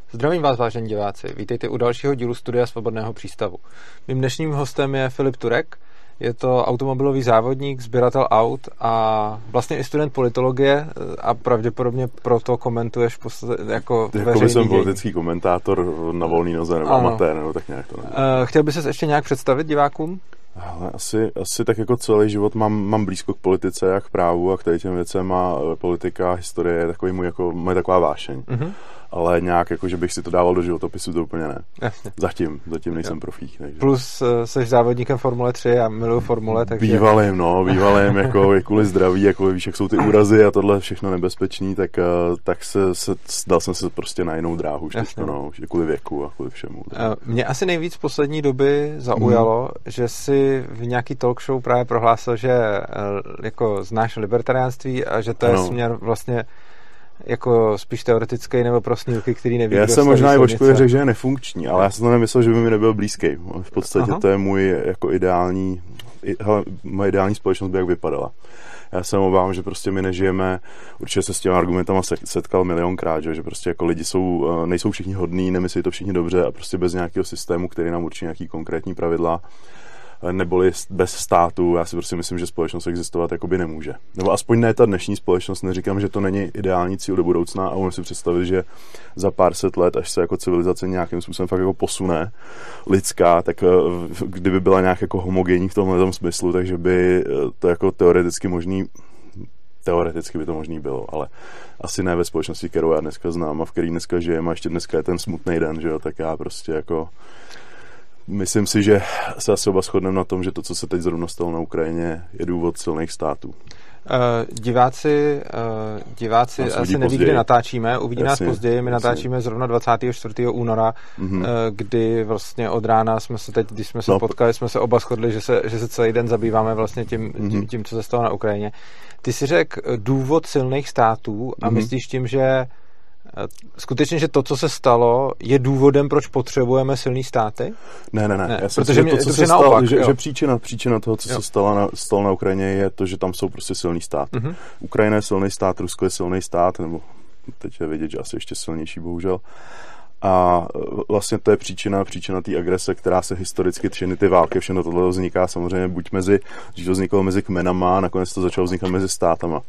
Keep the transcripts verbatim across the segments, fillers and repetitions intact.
Zdravím vás, vážení diváci. Vítejte u dalšího dílu Studia Svobodného přístavu. Mým dnešním hostem je Filip Turek. Je to automobilový závodník, sběratel aut a vlastně i student politologie a pravděpodobně proto komentuješ posledně jako veřejný Jako by jsem dění. politický komentátor na volný noze nebo ano. amatér, nebo tak nějak to nevím. Uh, chtěl bys se ještě nějak představit divákům? Ale asi, asi tak jako celý život mám, mám blízko k politice, jak k právu a k tady těm věcem a politika, historie je takový můj, jako, moje taková vášeň. Uh-huh. Ale nějak, jako, že bych si to dával do životopisu, to úplně ne. Jasně. Zatím, zatím nejsem jo. profík. Takže. Plus uh, jsi závodníkem Formule tři a miluju Formule, takže... Bývalým, no, bývalým, jako kvůli zdraví, jako víš, jak jsou ty úrazy a tohle všechno nebezpečný, tak, uh, tak se, se, dal jsem se prostě na jinou dráhu, už teďko, no, už kvůli věku a kvůli všemu. Uh, mě asi nejvíc v poslední doby zaujalo, hmm. že jsi v nějaký talk show právě prohlásil, že uh, jako znáš libertariánství a že to je ano. směr vlastně jako spíš teoretický nebo pro snílky, který neví, já jsem možná i očkově řekl, že je nefunkční, ale já jsem to nemyslel, že by mi nebyl blízký. V podstatě Aha. to je můj jako ideální, hele, moje ideální společnost by jak vypadala. Já se obávám, že prostě my nežijeme, určitě se s těmi argumentama setkal milionkrát, že, že prostě jako lidi jsou, nejsou všichni hodní, nemyslí to všichni dobře a prostě bez nějakého systému, který nám určí nějaký konkrétní pravidla, neboli bez státu, já si prostě myslím, že společnost existovat jakoby nemůže. Nebo aspoň ne ta dnešní společnost, neříkám, že to není ideální cíl do budoucna a umím si představit, že za pár set let, až se jako civilizace nějakým způsobem fakt jako posune lidská, tak kdyby byla nějak jako homogenní v tomhle smyslu, takže by to jako teoreticky možný teoreticky by to možný bylo, ale asi ne ve společnosti, kterou já dneska znám a v který dneska žijeme a ještě dneska je ten smutný den, že jo, tak já prostě jako myslím si, že se asi oba shodneme na tom, že to, co se teď zrovna stalo na Ukrajině, je důvod silných států. Uh, diváci, uh, diváci asi neví, kdy natáčíme, uvidí jasně, nás později, my natáčíme jasně. zrovna dvacátého čtvrtého února, mm-hmm. uh, kdy vlastně od rána jsme se teď, když jsme se no, potkali, jsme se oba shodli, že se, že se celý den zabýváme vlastně tím, mm-hmm. tím, tím, co se stalo na Ukrajině. Ty si řekl důvod silných států a mm-hmm. myslíš tím, že skutečně, že to, co se stalo, je důvodem, proč potřebujeme silný státy? Ne, ne, ne. ne Já jsem protože si, to, co se naopak, stalo, že, že příčina, příčina toho, co jo. se stalo na, stalo na Ukrajině, je to, že tam jsou prostě silný stát. Uh-huh. Ukrajina je silný stát, Rusko je silný stát, nebo teď je vidět, že asi ještě silnější, bohužel. A vlastně to je příčina, příčina té agrese, která se historicky třiny ty války, všechno tohle vzniká samozřejmě buď mezi, když to vzniklo mezi kmenama a nakonec to začalo vznikat mezi státama.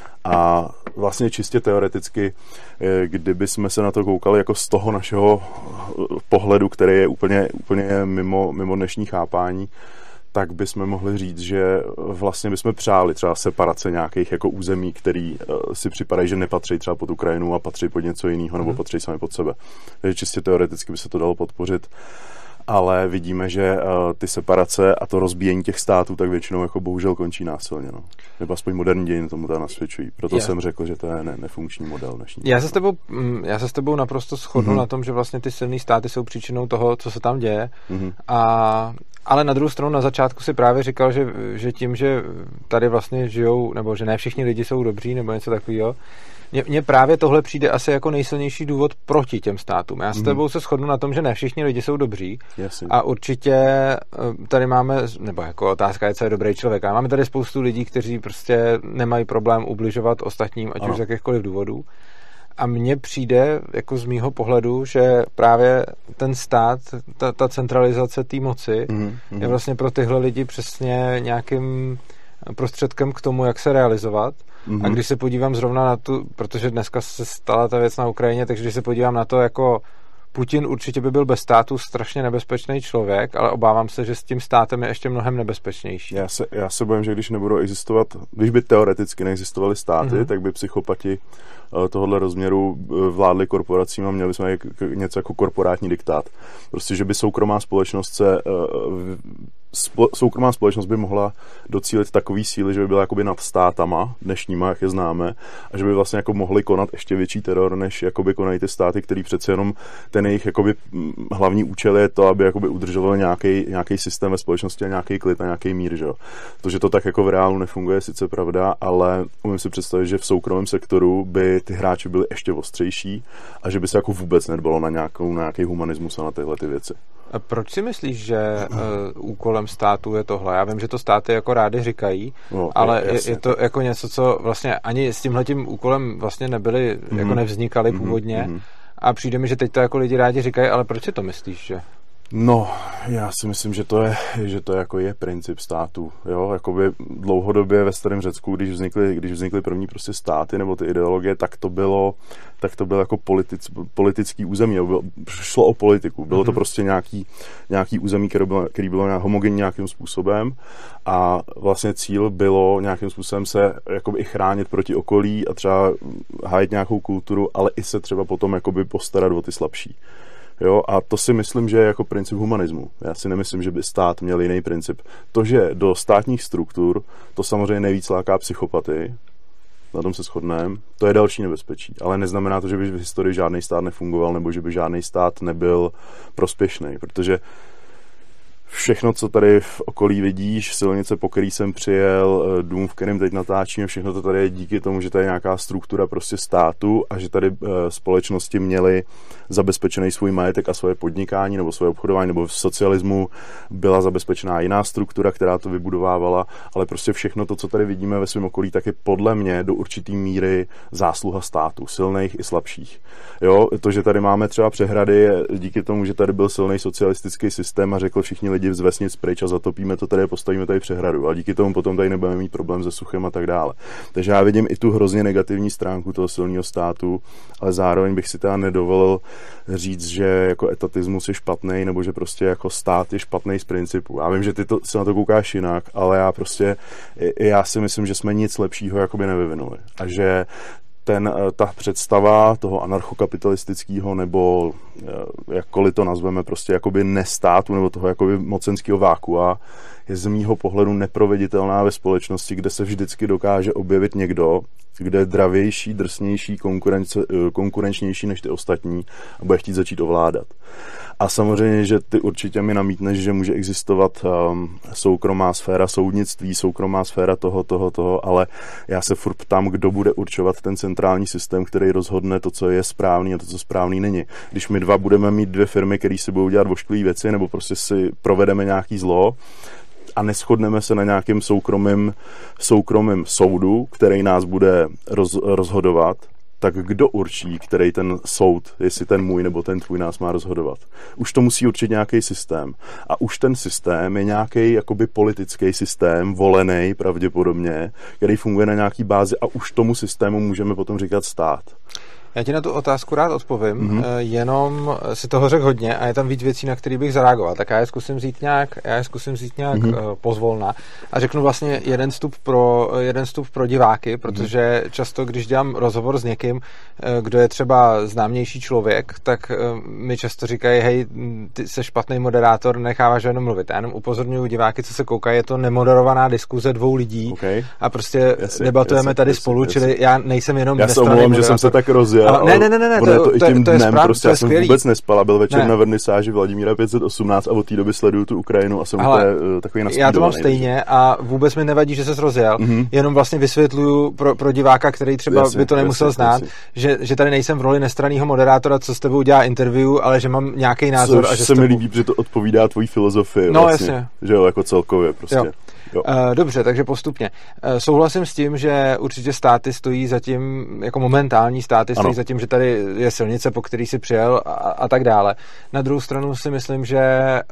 A vlastně čistě teoreticky, kdyby jsme se na to koukali jako z toho našeho pohledu, který je úplně, úplně mimo, mimo dnešní chápání, tak bychom mohli říct, že vlastně bychom přáli třeba separace nějakých jako území, který si připadají, že nepatří třeba pod Ukrajinu a patří pod něco jiného, nebo patří sami pod sebe. Takže čistě teoreticky by se to dalo podpořit. Ale vidíme, že uh, ty separace a to rozbíjení těch států tak většinou jako bohužel končí násilně. No. Nebo aspoň moderní dějiny tomu teda nasvědčují. Proto yeah. jsem řekl, že to je ne, nefunkční model dnešní. Já se s tebou, já se s tebou naprosto shodnu mm-hmm. na tom, že vlastně ty silné státy jsou příčinou toho, co se tam děje. Mm-hmm. A, ale na druhou stranu na začátku si právě říkal, že, že tím, že tady vlastně žijou, nebo že ne všichni lidi jsou dobří, nebo něco takového, Mně právě tohle přijde asi jako nejsilnější důvod proti těm státům. Já s mm. tebou se shodnu na tom, že ne všichni lidi jsou dobří. Jasně. A určitě tady máme, nebo jako otázka je, co je dobrý člověk, ale máme tady spoustu lidí, kteří prostě nemají problém ubližovat ostatním, ať ano. už z jakýchkoliv důvodů. A mně přijde, jako z mýho pohledu, že právě ten stát, ta, ta centralizace té moci mm. je vlastně pro tyhle lidi přesně nějakým prostředkem k tomu, jak se realizovat. Mm-hmm. A když se podívám zrovna na tu, protože dneska se stala ta věc na Ukrajině, takže když se podívám na to, jako Putin určitě by byl bez státu strašně nebezpečný člověk, ale obávám se, že s tím státem je ještě mnohem nebezpečnější. Já se, já se bojím, že když nebudou existovat, když by teoreticky neexistovaly státy, mm-hmm. tak by psychopati tohohle rozměru vládli korporacím a měli bychom něco jako korporátní diktát. Prostě, že by soukromá společnost se Spo, soukromá společnost by mohla docílit takový síly, že by byla jakoby nad státama dnešníma, jak je známe, a že by vlastně jako mohli konat ještě větší teror, než jakoby konají ty státy, který přece jenom ten jejich jakoby hlavní účel je to, aby jakoby udržovali nějaký nějaký systém ve společnosti a nějaký klid a nějaký mír, že jo. To, že to tak jako v reálu nefunguje, je sice pravda, ale umím si představit, že v soukromém sektoru by ty hráči byli ještě ostřejší a že by se jako vůbec nedbalo na nějakou na nějaký humanismus a na tyhle ty věci. A proč si myslíš, že uh, úkolem státu je tohle? Já vím, že to státy jako rády říkají, no, ale je, je to jako něco, co vlastně ani s tímhletím úkolem vlastně nebyly, mm-hmm. jako nevznikaly mm-hmm. původně. Mm-hmm. A přijde mi, že teď to jako lidi rádi říkají, ale proč si to myslíš, že? No, já si myslím, že to je, že to jako je princip státu, jo, jakoby dlouhodobě ve starém Řecku, když vznikly, když vznikly první prostě státy nebo ty ideologie, tak to bylo, tak to bylo jako politic, politický území, bylo, šlo o politiku, bylo to prostě nějaký, nějaký území, který bylo, který bylo homogenní nějakým způsobem a vlastně cíl bylo nějakým způsobem se jakoby i chránit proti okolí a třeba hájit nějakou kulturu, ale i se třeba potom jakoby postarat o ty slabší. Jo, a to si myslím, že je jako princip humanismu. Já si nemyslím, že by stát měl jiný princip. To, že do státních struktur, to samozřejmě nejvíc láká psychopaty, na tom se shodneme, to je další nebezpečí. Ale neznamená to, že by v historii žádný stát nefungoval, nebo že by žádný stát nebyl prospěšný, protože všechno, co tady v okolí vidíš, silnice, po který jsem přijel, dům, v kterém teď natáčíme, všechno to tady je díky tomu, že tady je nějaká struktura prostě státu a že tady společnosti měly zabezpečený svůj majetek a svoje podnikání nebo svoje obchodování, nebo v socialismu byla zabezpečená jiná struktura, která to vybudovávala, ale prostě všechno to, co tady vidíme ve svém okolí, tak je podle mě do určitý míry zásluha státu, silných i slabších. Jo, to, že tady máme třeba přehrady, je díky tomu, že tady byl silný socialistický systém a řekl všichni lidi z vesnic pryč a zatopíme to tady, postavíme tady přehradu. A díky tomu potom tady nebudeme mít problém se suchem a tak dále. Takže já vidím i tu hrozně negativní stránku toho silného státu, ale zároveň bych si teda nedovolil říct, že jako etatismus je špatný, nebo že prostě jako stát je špatný z principu. Já vím, že ty to, se na to koukáš jinak, ale já prostě, já si myslím, že jsme nic lepšího jakoby nevyvinuli. A že ten, ta představa toho anarchokapitalistického nebo jakkoliv to nazveme prostě jakoby nestátu nebo toho jakoby mocenského vákua je z mýho pohledu neproveditelná ve společnosti, kde se vždycky dokáže objevit někdo, kde je dravější, drsnější, konkurenčnější než ty ostatní a bude chtít začít ovládat. A samozřejmě, že ty určitě mi namítneš, že může existovat um, soukromá sféra soudnictví, soukromá sféra toho, toho, toho, ale já se furt ptám, kdo bude určovat ten centrální systém, který rozhodne to, co je správný a to, co správný není. Když my dva budeme mít dvě firmy, které si budou dělat vošklivý věci, nebo prostě si provedeme nějaký zlo, a neshodneme se na nějakém soukromém, soukromém soudu, který nás bude roz, rozhodovat, tak kdo určí, který ten soud, jestli ten můj nebo ten tvůj nás má rozhodovat. Už to musí určit nějaký systém. A už ten systém je nějaký jakoby politický systém, volený pravděpodobně, který funguje na nějaký bázi a už tomu systému můžeme potom říkat stát. Já ti na tu otázku rád odpovím, mm-hmm. jenom si toho řekl hodně a je tam víc věcí, na které bych zareagoval. Tak já je zkusím vzít nějak, já je zkusím vzít nějak mm-hmm. pozvolna a řeknu vlastně jeden vstup pro, jeden vstup pro diváky, protože mm-hmm. často, když dělám rozhovor s někým, kdo je třeba známější člověk, tak mi často říkají, hej, ty jsi špatný moderátor, necháváš jenom mluvit. Já jenom upozorňuji diváky, co se koukají, je to nemoderovaná diskuze dvou lidí okay. a prostě jasně, debatujeme jasně, tady jasně, spolu, jasně. Čili já nejsem jenom já se omlouvám, že jsem se tak rozjel. Ale ne, ne, ne, ne, to, to, to, to, to je správně, prostě to je já jsem skvělý. Vůbec nespal a byl večer ne. na vernisáži Vladimíra pět set osmnáct a od té doby sleduju tu Ukrajinu a jsem úplně uh, takový naspídovaný. Já to mám stejně a vůbec mi nevadí, že ses rozjel, mm-hmm. jenom vlastně vysvětluju pro, pro diváka, který třeba jasně, by to nemusel jasně, znát, že, že tady nejsem v roli nestranného moderátora, co s tebou dělá interview, ale že mám nějaký názor. Což a že se mi líbí, protože to odpovídá tvojí filozofii. No vlastně, jasně. Že jo, jako celkově prostě. Jo. Jo. Dobře, takže postupně. Souhlasím s tím, že určitě státy stojí za tím, jako momentální státy stojí ano. za tím, že tady je silnice, po který si přijel a, a tak dále. Na druhou stranu si myslím, že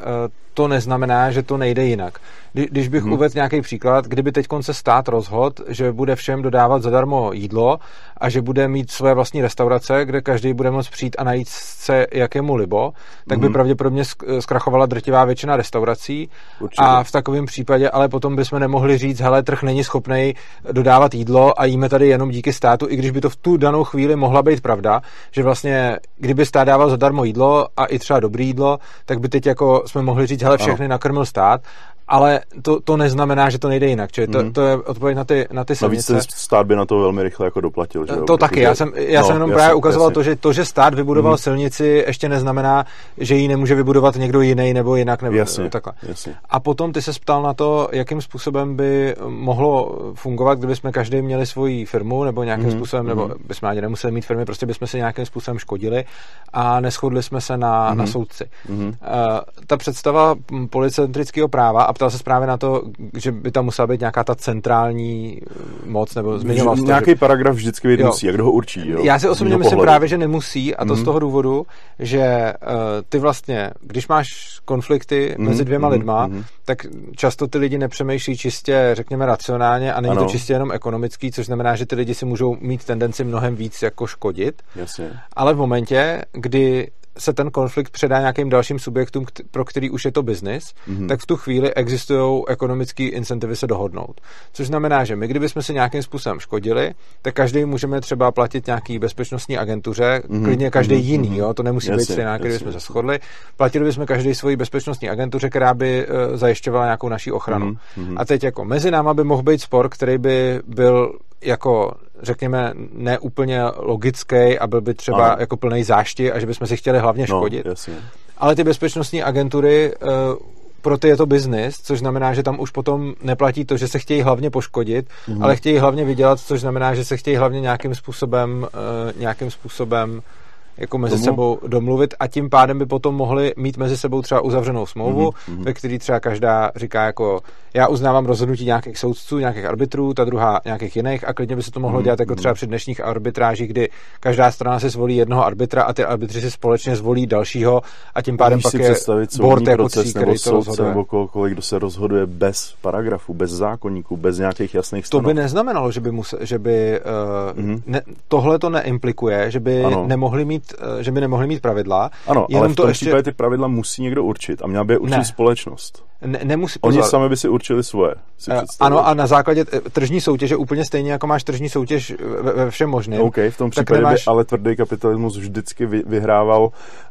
to neznamená, že to nejde jinak. Když bych hmm. uvedl nějaký příklad, kdyby teď se stát rozhodl, že bude všem dodávat zadarmo jídlo a že bude mít svoje vlastní restaurace, kde každý bude moct přijít a najít se jakému libo, tak by hmm. pravděpodobně zkrachovala drtivá většina restaurací. Určitě. A v takovém případě ale potom bychom nemohli říct, hele, trh není schopný dodávat jídlo a jíme tady jenom díky státu, i když by to v tu danou chvíli mohla být pravda, že vlastně kdyby stát dával zadarmo jídlo a i třeba dobré jídlo, tak by teď jako jsme mohli říct, hele, všechny ano. nakrmil stát, ale to, to neznamená, že to nejde jinak. Čili to, mm. to je odpověď na ty, na ty silnice. Navíc ten stát by na to velmi rychle jako doplatil. Že jo? To taky. Já jsem, já no, jsem jenom jasný, právě ukazoval jasný. to, že to, že stát vybudoval mm. silnici, ještě neznamená, že ji nemůže vybudovat někdo jiný nebo jinak. Nebo jasně, takhle. Jasně. A potom ty se ptal na to, jakým způsobem by mohlo fungovat, kdybychom každý měli svoji firmu nebo nějakým mm. způsobem, nebo mm. bychom ani nemuseli mít firmy, prostě bychom se nějakým způsobem škodili a neshodli jsme se na, mm. na soudci. Mm. Uh, ta představa policentrického práva, a ptal se právě na to, že by tam musela být nějaká ta centrální moc, nebo zmiňoval jsi to, nějaký že... paragraf vždycky být musí, jak kdo ho určí. Jo? Já si osobně myslím pohledu. právě, že nemusí, a to mm. z toho důvodu, že uh, ty vlastně, když máš konflikty mm. mezi dvěma mm. lidma, mm. tak často ty lidi nepřemýšlí čistě, řekněme, racionálně a není ano. to čistě jenom ekonomický, což znamená, že ty lidi si můžou mít tendenci mnohem víc jako škodit. Jasně. Ale v momentě, kdy se ten konflikt předá nějakým dalším subjektům, pro který už je to biznis, mm-hmm. tak v tu chvíli existují ekonomické incentivy se dohodnout. Což znamená, že my, kdybychom se nějakým způsobem škodili, tak každý můžeme třeba platit nějaký bezpečnostní agentuře, mm-hmm. klidně každý mm-hmm. jiný, jo? To nemusí jasně, být stejná, který bychom se shodli. Platili bychom každý svoji bezpečnostní agentuře, která by uh, zajišťovala nějakou naší ochranu. Mm-hmm. A teď jako mezi náma by mohl být spor, který by byl jako, řekněme, neúplně logický a byl by třeba ano. jako plnej zášti a že bychom si chtěli hlavně škodit. No, jasně. Ale ty bezpečnostní agentury, uh, pro ty je to biznis, což znamená, že tam už potom neplatí to, že se chtějí hlavně poškodit, mm. ale chtějí hlavně vydělat, což znamená, že se chtějí hlavně nějakým způsobem, uh, nějakým způsobem jako mezi Tomu? sebou domluvit a tím pádem by potom mohli mít mezi sebou třeba uzavřenou smlouvu, mm-hmm. ve který třeba každá říká jako já uznávám rozhodnutí nějakých soudců, nějakých arbitrů, ta druhá nějakých jiných a klidně by se to mohlo mm-hmm. dělat jako třeba při dnešních arbitrážích, kdy každá strana si zvolí jednoho arbitra a ty arbitři si společně zvolí dalšího a tím pádem pak je board jako tří, který to rozhoduje. Nebo kolik, kdo se rozhoduje bez paragrafu, bez zákonníku, bez nějakých jasných stanov. To by neznamenalo, že by, musel, že by uh, mm-hmm. ne, tohle to neimplikuje, že by ano. nemohli mít že by nemohli mít pravidla. Ano, ale v tom ještě... případě ty pravidla musí někdo určit a měla by je určit ne. společnost. Ne, nemusí, Oni sami by si určili svoje. Si ano, a na základě tržní soutěže úplně stejně, jako máš tržní soutěž ve, ve všem možném. OK, v tom případě nemáš... by ale tvrdý kapitalismus vždycky vy, vyhrával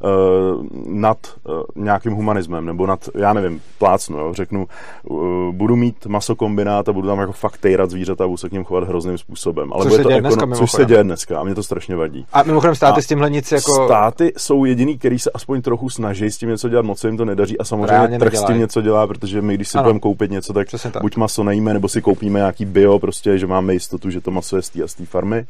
uh, nad uh, nějakým humanismem, nebo nad, já nevím, plácnu, jo, řeknu, uh, budu mít masokombinát a budu tam jako fakt tejrat zvířata a budu se k něm chovat hrozným způsobem. Ale což bude se, to děje dneska, ekono... což se děje dneska a mě to strašně vadí. A mimochodem státy a s tímhle nic jako... Státy jsou jediný, který se aspoň trochu snaží s tím něco dělat, moc se jim to nedaří a samozřejmě trh s tím něco dělá, protože my, když si budeme koupit něco, tak, tak buď maso nejíme, nebo si koupíme nějaký bio, prostě, že máme jistotu, že to maso je z té a z té farmy.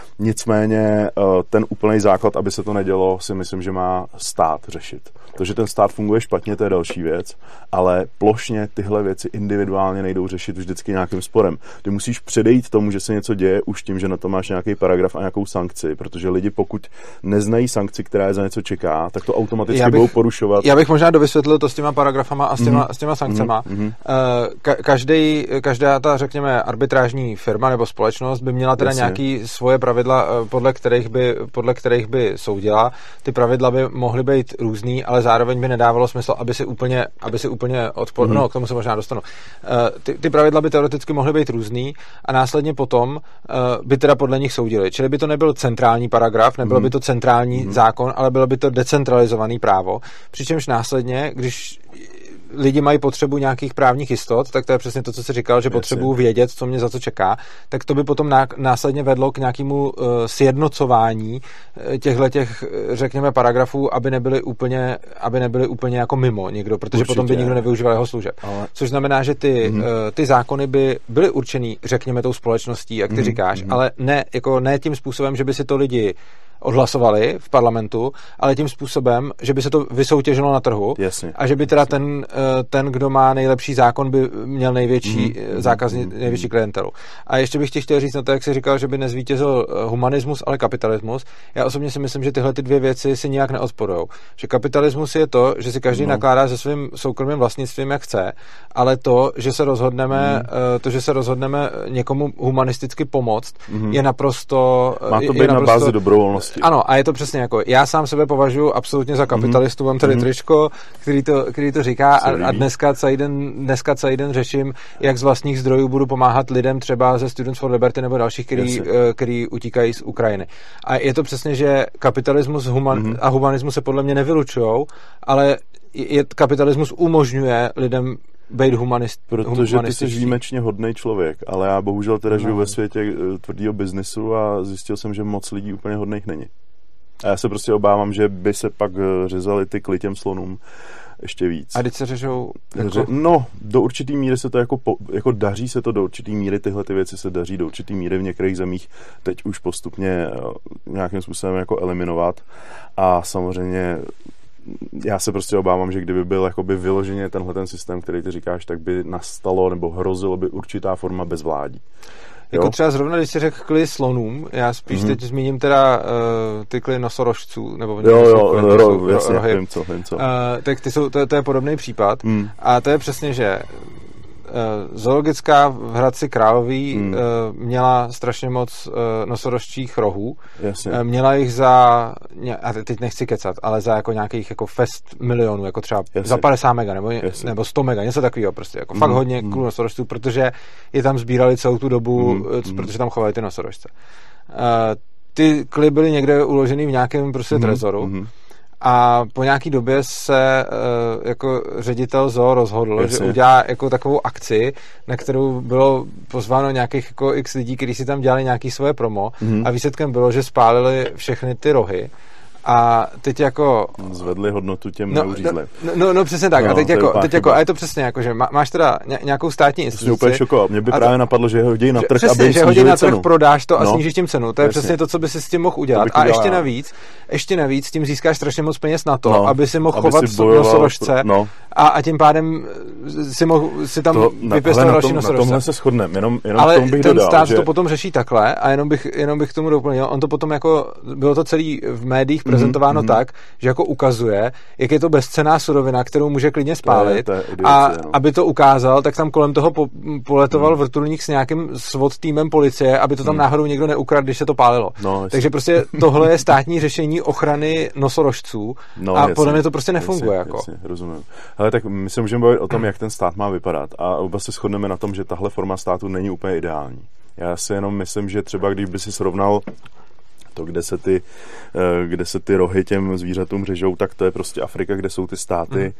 Nicméně ten úplný základ, aby se to nedělo, si myslím, že má stát řešit. To, že ten stát funguje špatně, to je další věc, ale plošně tyhle věci individuálně nejdou řešit vždycky nějakým sporem. Ty musíš předejít tomu, že se něco děje už tím, že na to máš nějaký paragraf a nějakou sankci, protože lidi, pokud neznají sankci, která je za něco čeká, tak to automaticky bych, budou porušovat. Já bych možná dovysvětlil to s těma paragrafama a s těma, mm-hmm. s těma sankcema. Mm-hmm. Ka- každý, každá ta, řekněme, arbitrážní firma nebo společnost by měla teda Jasně. nějaký svoje pravidla, podle kterých by, podle kterých by soudila. Ty pravidla by mohly být různý, ale zároveň by nedávalo smysl, aby si úplně, aby si úplně odpor... Mm-hmm. No, k tomu se možná dostanu. Ty, ty pravidla by teoreticky mohly být různý a následně potom by teda podle nich soudili. Čili by to nebyl centrální paragraf, nebylo mm-hmm. by to centrální mm-hmm. zákon, ale bylo by to decentralizovaný právo. Přičemž následně, když lidi mají potřebu nějakých právních jistot, tak to je přesně to, co jsi říkal, že potřebuji vědět, co mě za co čeká, tak to by potom následně vedlo k nějakému uh, sjednocování těchto těch, řekněme, paragrafů, aby nebyly úplně, aby nebyly úplně jako mimo někdo, protože Určitě. potom by nikdo nevyužíval jeho služeb. Ale... Což znamená, že ty, mm-hmm. uh, ty zákony by byly určený, řekněme, tou společností, jak ty mm-hmm. říkáš, mm-hmm. ale ne, jako ne tím způsobem, že by si to lidi odhlasovali v parlamentu, ale tím způsobem, že by se to vysoutěžilo na trhu Jasně. a že by teda ten, ten, kdo má nejlepší zákon, by měl největší mm-hmm. zákaz, největší klientelu. A ještě bych ti chtěl říct na to, jak jsi říkal, že by nezvítězil humanismus, ale kapitalismus. Já osobně si myslím, že tyhle ty dvě věci si nijak neodporujou. Že kapitalismus je to, že si každý no. nakládá se svým soukromým vlastnictvím, jak chce, ale to, že se rozhodneme, mm. to, že se rozhodneme někomu humanisticky pomoct, mm-hmm. je naprosto... Má to být je naprosto, na bázi dobrovolnosti. Ano, a je to přesně jako, já sám sebe považuji absolutně za kapitalistu, mm-hmm. mám tady mm-hmm. tričko, který to, který to říká a, a dneska, celý den, dneska celý den řeším, jak z vlastních zdrojů budu pomáhat lidem třeba ze Students for Liberty nebo dalších, který, který utíkají z Ukrajiny. A je to přesně, že kapitalismus human, mm-hmm. a humanismus se podle mě nevylučujou, ale je, kapitalismus umožňuje lidem být humanist. Protože ty jsi výjimečně hodnej člověk, ale já bohužel teda no. žiju ve světě tvrdýho biznisu a zjistil jsem, že moc lidí úplně hodných není. A já se prostě obávám, že by se pak řezali ty kly těm slonům ještě víc. A teď se řežou... Jako... No, do určitý míry se to jako, po, jako daří se to do určitý míry, tyhle ty věci se daří do určitý míry v některých zemích teď už postupně nějakým způsobem jako eliminovat a samozřejmě já se prostě obávám, že kdyby byl jakoby vyloženě tenhle ten systém, který ty říkáš, tak by nastalo nebo hrozilo by určitá forma bezvládí. Jako jo? třeba zrovna, když jsi řekl kli slonům, já spíš mm-hmm. teď zmíním teda uh, ty kly nosorožců, nebo jo, jo, kly, ro, jsou, jasně, rohy. vím co, vím co. Uh, tak ty jsou, to, to je podobný případ mm. a to je přesně, že uh, zoologická v Hradci Králové mm. uh, měla strašně moc uh, nosorožčích rohů. Jasně. Uh, měla jich za, a teď nechci kecat, ale za jako nějakých jako fest milionů, jako třeba Jasně. za padesát mega, nebo, nebo sto mega, něco takového prostě, jako mm. fakt hodně mm. klů nosorožců, protože je tam sbírali celou tu dobu, mm. protože tam chovali ty nosorožce. Uh, ty kly byly někde uložený v nějakém prostě mm. trezoru. Mm. A po nějaký době se uh, jako ředitel zoo rozhodl, Jasně. že udělá jako takovou akci, na kterou bylo pozváno nějakých jako x lidí, kteří si tam dělali nějaký svoje promo mm-hmm. a výsledkem bylo, že spálili všechny ty rohy. A teď jako... Zvedli hodnotu těm no, neuřízli. No, no, no přesně tak. No, a teď, jako, teď jako, a je to přesně jako, že má, máš teda nějakou státní instituci. To mě úplně šokoval. Mě by právě to, napadlo, že je hodí na trh, přesně, aby že hodí na trh, cenu. prodáš to a no, snížíš tím cenu. To je přesně, přesně to, co by si s tím mohl udělat. A ještě navíc, ještě navíc tím získáš strašně moc peněz na to, no, aby si mohl aby chovat si nosorožce no. a, a tím pádem si mohl si tam to, vypěstovat další tom, nosorožce. Na tomhle se shodneme, jenom, jenom ale tomu bych ten dodal, stát že... to potom řeší takhle a jenom bych, jenom bych k tomu doplnil. On to potom jako, bylo to celý v médiích prezentováno mm-hmm. tak, že jako ukazuje, jak je to bezcenná surovina, kterou může klidně spálit. To je, to je idioci, a no. aby to ukázal, tak tam kolem toho po, poletoval hmm. vrtulník s nějakým SWAT týmem policie, aby to tam hmm. náhodou někdo neukradl, když se to pálilo. No, Takže prostě tohle je státní řešení ochrany nosorožců no, a jasně, podle mě to prostě nefunguje. Jasně, jako. jasně, rozumím. Ale tak my se můžeme bavit o tom, jak ten stát má vypadat a oba se shodneme na tom, že tahle forma státu není úplně ideální. Já si jenom myslím, že třeba když by si srovnal to, kde se ty, kde se ty rohy těm zvířatům řežou, tak to je prostě Afrika, kde jsou ty státy, mm.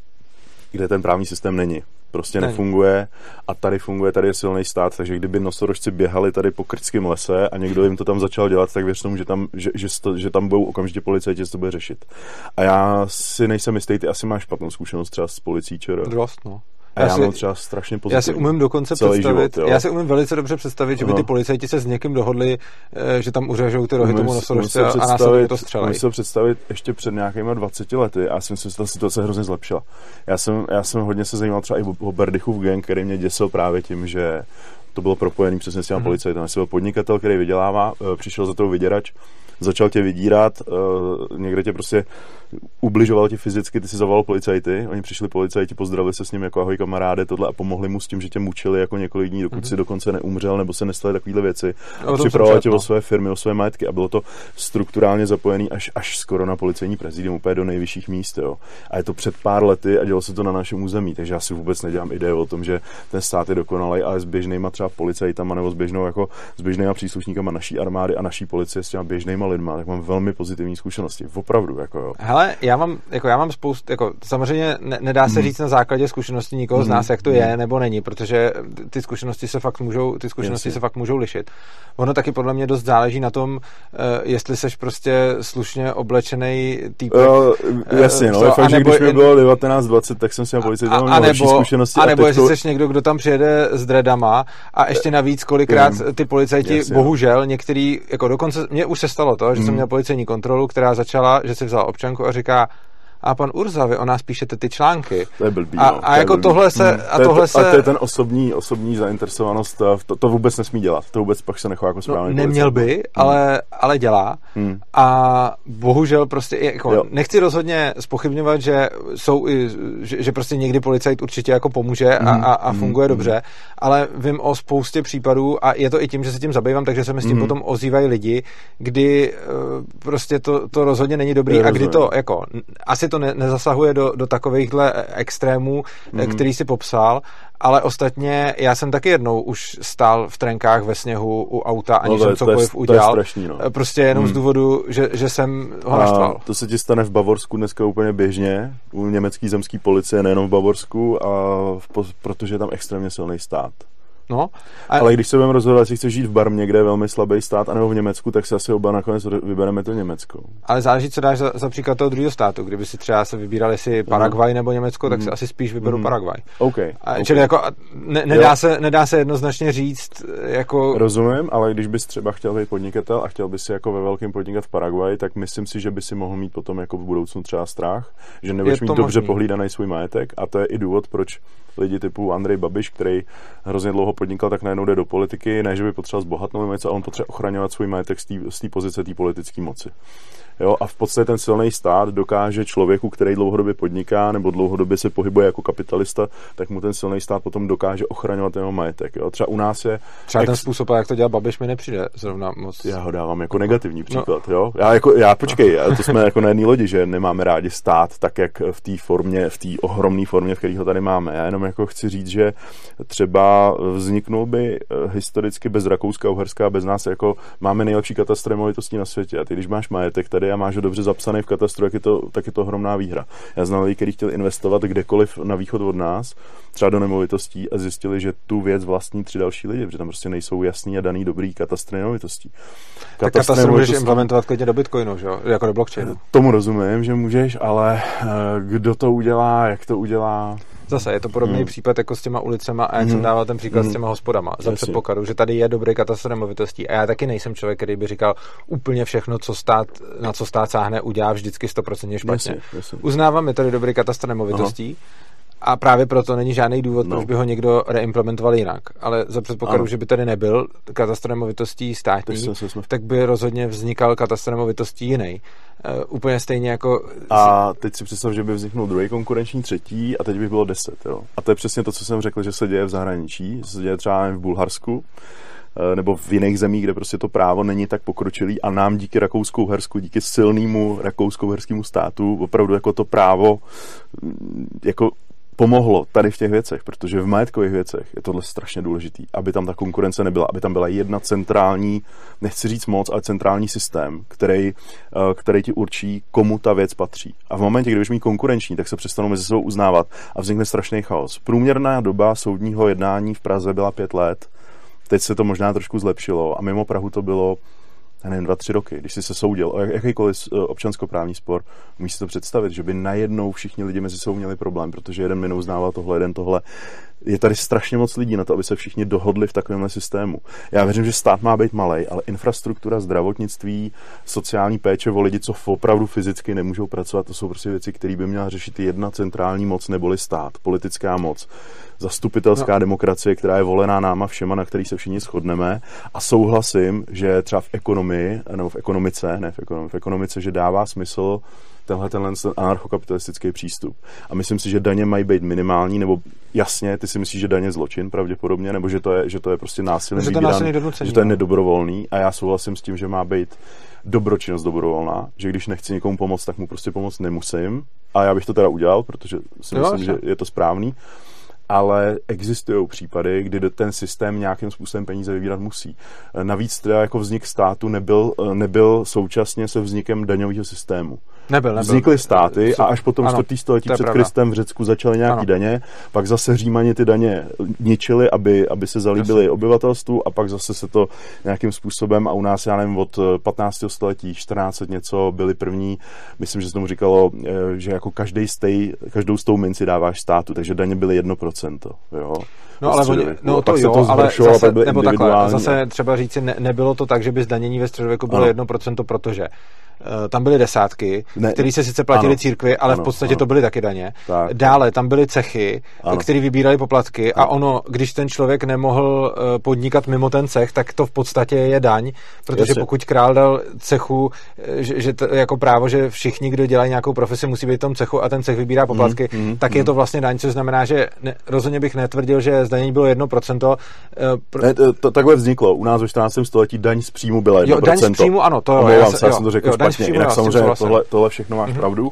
kde ten právní systém není. Prostě není. Nefunguje a tady funguje, tady je silný stát, takže kdyby nosorožci běhali tady po krtském lese a někdo jim to tam začal dělat, tak věř tomu, že tam, že, že, to, že tam budou okamžitě policajti, že to bude řešit. A já si nejsem jistý, ty asi máš špatnou zkušenost třeba s policií ČR. Dost, no. A já, já si, mám třeba strašně pozitivní. Já si umím dokonce představit, život, já si umím velice dobře představit, že by ty policajti se s někým dohodli, že tam uřežou ty rohy tomu nosorožce a následně to střelají. Můžu se představit ještě před nějakýma dvaceti lety a já si myslím, že ta situace hrozně zlepšila. Já jsem, já jsem hodně se zajímal třeba i o Berdychův gang, který mě děsil právě tím, že to bylo propojený přesně s těma mm-hmm. policajtem. Já jsem byl podnikatel, který vydělává, přišel za tou vyděrač, začal tě vydírat, uh, někde tě prostě ubližoval ti fyzicky, ty si zavolal policajty, oni přišli policajti, pozdravili se s ním jako ahoj kamaráde, tohle a pomohli mu s tím, že tě mučili jako několik dní, dokud mm-hmm. si dokonce neumřel nebo se nestaly takovéhle věci. Připravovali tě o své firmy, o své majetky a bylo to strukturálně zapojený až, až skoro na policejní prezidium, úplně do nejvyšších míst. Jo. A je to před pár lety a dělo se to na našem území, takže já si vůbec nedělám ideu o tom, že ten stát je dokonalý, ale s běžnýma třeba policajtama nebo s běžnou jako s běžnýma příslušníkama naší armády a naší policie s těma běžnýma lidma, tak mám velmi pozitivní zkušenosti. Opravdu, jako jo. Hele, já mám, jako já mám spoustu, jako samozřejmě ne, nedá se říct na základě zkušeností nikoho z nás, jak to je nebo není, protože ty zkušenosti se fakt můžou, ty zkušenosti Jasně. se fakt můžou lišit. Ono taky podle mě dost záleží na tom, uh, jestli seš prostě slušně oblečený týpek. Uh, jasně, no, uh, fakt, že když mi bylo devatenáct dvacet, tak jsem si na policii dal další zkušenosti. A nebo a jestli seš někdo, kdo tam přijede s dreadama a ještě navíc kolikrát ty policajti, jasně, bohužel, některý, jako dokonce, mně už se stalo to, že mm. jsem měl policejní kontrolu, která začala, že si vzal občanku a říká, a pan Urza, vy o nás píšete ty články. To je blbý, a, no, a jako tohle se... Hmm. A, tohle se... a to je ten osobní, osobní zainteresovanost, to, to vůbec nesmí dělat. To vůbec pak se nechová jako správný no, neměl by, hmm. ale, ale dělá. Hmm. A bohužel prostě, jako, nechci rozhodně zpochybňovat, že jsou i, že, že prostě někdy policajt určitě jako pomůže a, a, a funguje hmm. dobře, ale vím o spoustě případů a je to i tím, že se tím zabývám, takže se mi s tím hmm. potom ozývají lidi, kdy prostě to, to rozhodně není dobrý je a kdy to, jako, asi to ne, nezasahuje do, do takovýchhle extrémů, mm. který si popsal, ale ostatně já jsem taky jednou už stál v trenkách ve sněhu u auta, aniž no, jsem cokoliv to je, udělal. To je strašný, no. Prostě jenom mm. z důvodu, že, že jsem ho naštval. To se ti stane v Bavorsku dneska úplně běžně, u německý zemský policie, nejenom v Bavorsku, a v, protože je tam extrémně silný stát. No, a... Ale když se budeme rozhodovat, jestli chceš žít v Barmě, kde je velmi slabý stát, anebo v Německu, tak se asi oba nakonec vybereme to Německo. Ale záleží, co dáš za, za příklad toho druhého státu. Kdyby si třeba se vybírali si Paraguay nebo Německo, tak si mm. asi spíš vyberu mm. Paraguay. Okay. A, okay. Čili jako ne, nedá, se, nedá se jednoznačně říct jako... Rozumím, ale když bys třeba chtěl být podnikatel a chtěl bys si jako ve velkém podnikat v Paraguayi, tak myslím si, že by si mohl mít potom jako v budoucnu třeba strach, že nebudeš mít dobře pohlídaný svůj majetek, a to je i důvod, proč lidi typu Andrej Babiš, který hrozně dlouho podnikal, tak najednou jde do politiky, ne, že by potřeboval zbohatnout něco, a on potřebuje ochraňovat svůj majetek z té pozice té politické moci. Jo, a v podstatě ten silný stát dokáže člověku, který dlouhodobě podniká nebo dlouhodobě se pohybuje jako kapitalista, tak mu ten silný stát potom dokáže ochraňovat jeho majetek. Jo. Třeba u nás je... Třeba ex... ten způsob, jak to dělá Babiš, mi nepřijde zrovna moc... Já ho dávám jako negativní příklad. No. Jo. Já, jako, já počkej, to jsme jako na jedné lodi, že nemáme rádi stát tak, jak v té formě, v té ohromné formě, v které ho tady máme. Já jenom jako chci říct, že třeba vzniknul by historicky bez Rakouska, Uherska, bez nás, jako máme nejlepší katastr nemovitostí na světě. A ty, když máš majetek tady a máš ho dobře zapsaný v katastru, jak je to, tak je to ohromná výhra. Já znám lidi, kteří chtěli investovat kdekoliv na východ od nás, třeba do nemovitostí, a zjistili, že tu věc vlastní tři další lidi, protože tam prostě nejsou jasný a daný dobrý katastry nemovitostí. Tak katastr můžeš implementovat klidně do Bitcoinu, že jo? Jako do blockchainu. Tomu rozumím, že můžeš, ale kdo to udělá, jak to udělá... Zase je to podobný hmm. případ jako s těma ulicema, a jak hmm. jsem dával ten příklad hmm. s těma hospodama. Za Jasně. předpokladu, že tady je dobrý katastr nemovitostí. A já taky nejsem člověk, který by říkal úplně všechno, co stát, na co stát sáhne, udělá vždycky sto procent špatně. Jasně, jasně. Uznávám, je tady dobrý katastr nemovitostí. Aha. A právě proto není žádný důvod, no. proč by ho někdo reimplementoval jinak. Ale za předpokladu, ano. že by tady nebyl katastr nemovitostí státní, jsme... tak by rozhodně vznikal katastr nemovitostí jiný. Uh, úplně stejně jako... A teď si představ, že by vzniknul druhý konkurenční, třetí, a teď by bylo deset. Jo? A to je přesně to, co jsem řekl, že se děje v zahraničí, se děje třeba v Bulharsku, nebo v jiných zemích, kde prostě to právo není tak pokročilý, a nám díky Rakousku-Uhersku, díky silnému rakousko-uherskému státu opravdu jako to právo jako pomohlo tady v těch věcech, protože v majetkových věcech je tohle strašně důležitý, aby tam ta konkurence nebyla, aby tam byla jedna centrální, nechci říct moc, ale centrální systém, který, který ti určí, komu ta věc patří. A v momentě, kdy budeš mít konkurenční, tak se přestanou mezi sebou uznávat a vznikne strašný chaos. Průměrná doba soudního jednání v Praze byla pět let. Teď se to možná trošku zlepšilo a mimo Prahu to bylo, já nevím, dva, tři roky, když jsi se soudil o jakýkoliv občanskoprávní spor. Můžeš si to představit, že by najednou všichni lidi mezi sebou měli problém, protože jeden mi neuznával tohle, jeden tohle. Je tady strašně moc lidí na to, aby se všichni dohodli v takovémhle systému. Já věřím, že stát má být malej, ale infrastruktura, zdravotnictví, sociální péče o lidi, co opravdu fyzicky nemůžou pracovat, to jsou prostě věci, které by měla řešit jedna centrální moc, neboli stát, politická moc, zastupitelská no. demokracie, která je volená náma všema, na který se všichni shodneme, a souhlasím, že třeba v ekonomii, nebo v ekonomice, ne v ekonomii, v ekonomice, že dává smysl tenhle tenhle anarchokapitalistický přístup. A myslím si, že daně mají být minimální, nebo jasně, ty si myslíš, že daně je zločin pravděpodobně, nebo že to je, že to je prostě násilný vybírán, že to je nedobrovolný, a já souhlasím s tím, že má být dobročinnost dobrovolná, že když nechci někomu pomoct, tak mu prostě pomoct nemusím, a já bych to teda udělal, protože si jo, myslím, že je to správný. Ale existují případy, kdy ten systém nějakým způsobem peníze vybírat musí. Navíc teda jako vznik státu nebyl, nebyl současně se vznikem daňového systému. Nebyl, nebyl. Vznikly státy a až potom čtvrtý století před Kristem v Řecku začaly nějaký ano. daně, pak zase Římani ty daně ničili, aby, aby se zalíbili Jasně. obyvatelstvu, a pak zase se to nějakým způsobem, a u nás, já nevím, od patnáctého století, čtrnáct set něco, byli první, myslím, že se tomu říkalo, že jako každý stej, každou z tou minci dáváš státu, takže daně byly jedno procento. Jo. No ale oni, no to jo, to ale zase, nebo takhle, zase třeba říci, ne, nebylo to tak, že by zdanění ve středověku bylo jedno procento, protože uh, tam byly desátky, které se sice platily ano, církvi, ale ano, v podstatě ano. to byly taky daně. Tak. Dále tam byly cechy, které vybíraly poplatky, ano. a ono, když ten člověk nemohl uh, podnikat mimo ten cech, tak to v podstatě je daň, protože Jasně. pokud král dal cechu, že, že to, jako právo, že všichni, kdo dělají nějakou profesi, musí být v tom cechu a ten cech vybírá poplatky, mm, mm, tak mm. je to vlastně daň, což znamená, že ne, rozhodně bych netvrdil, že zdanění bylo jedno procento. Pr- ne, to, to, takhle vzniklo. U nás ve čtrnáctém století daň z příjmu byla jedno procento. Jo, daň z příjmu, ano, to jo. Já, já jsem to řekl jo, špatně. Jinak samozřejmě tohle, tohle všechno máš mm-hmm. pravdu.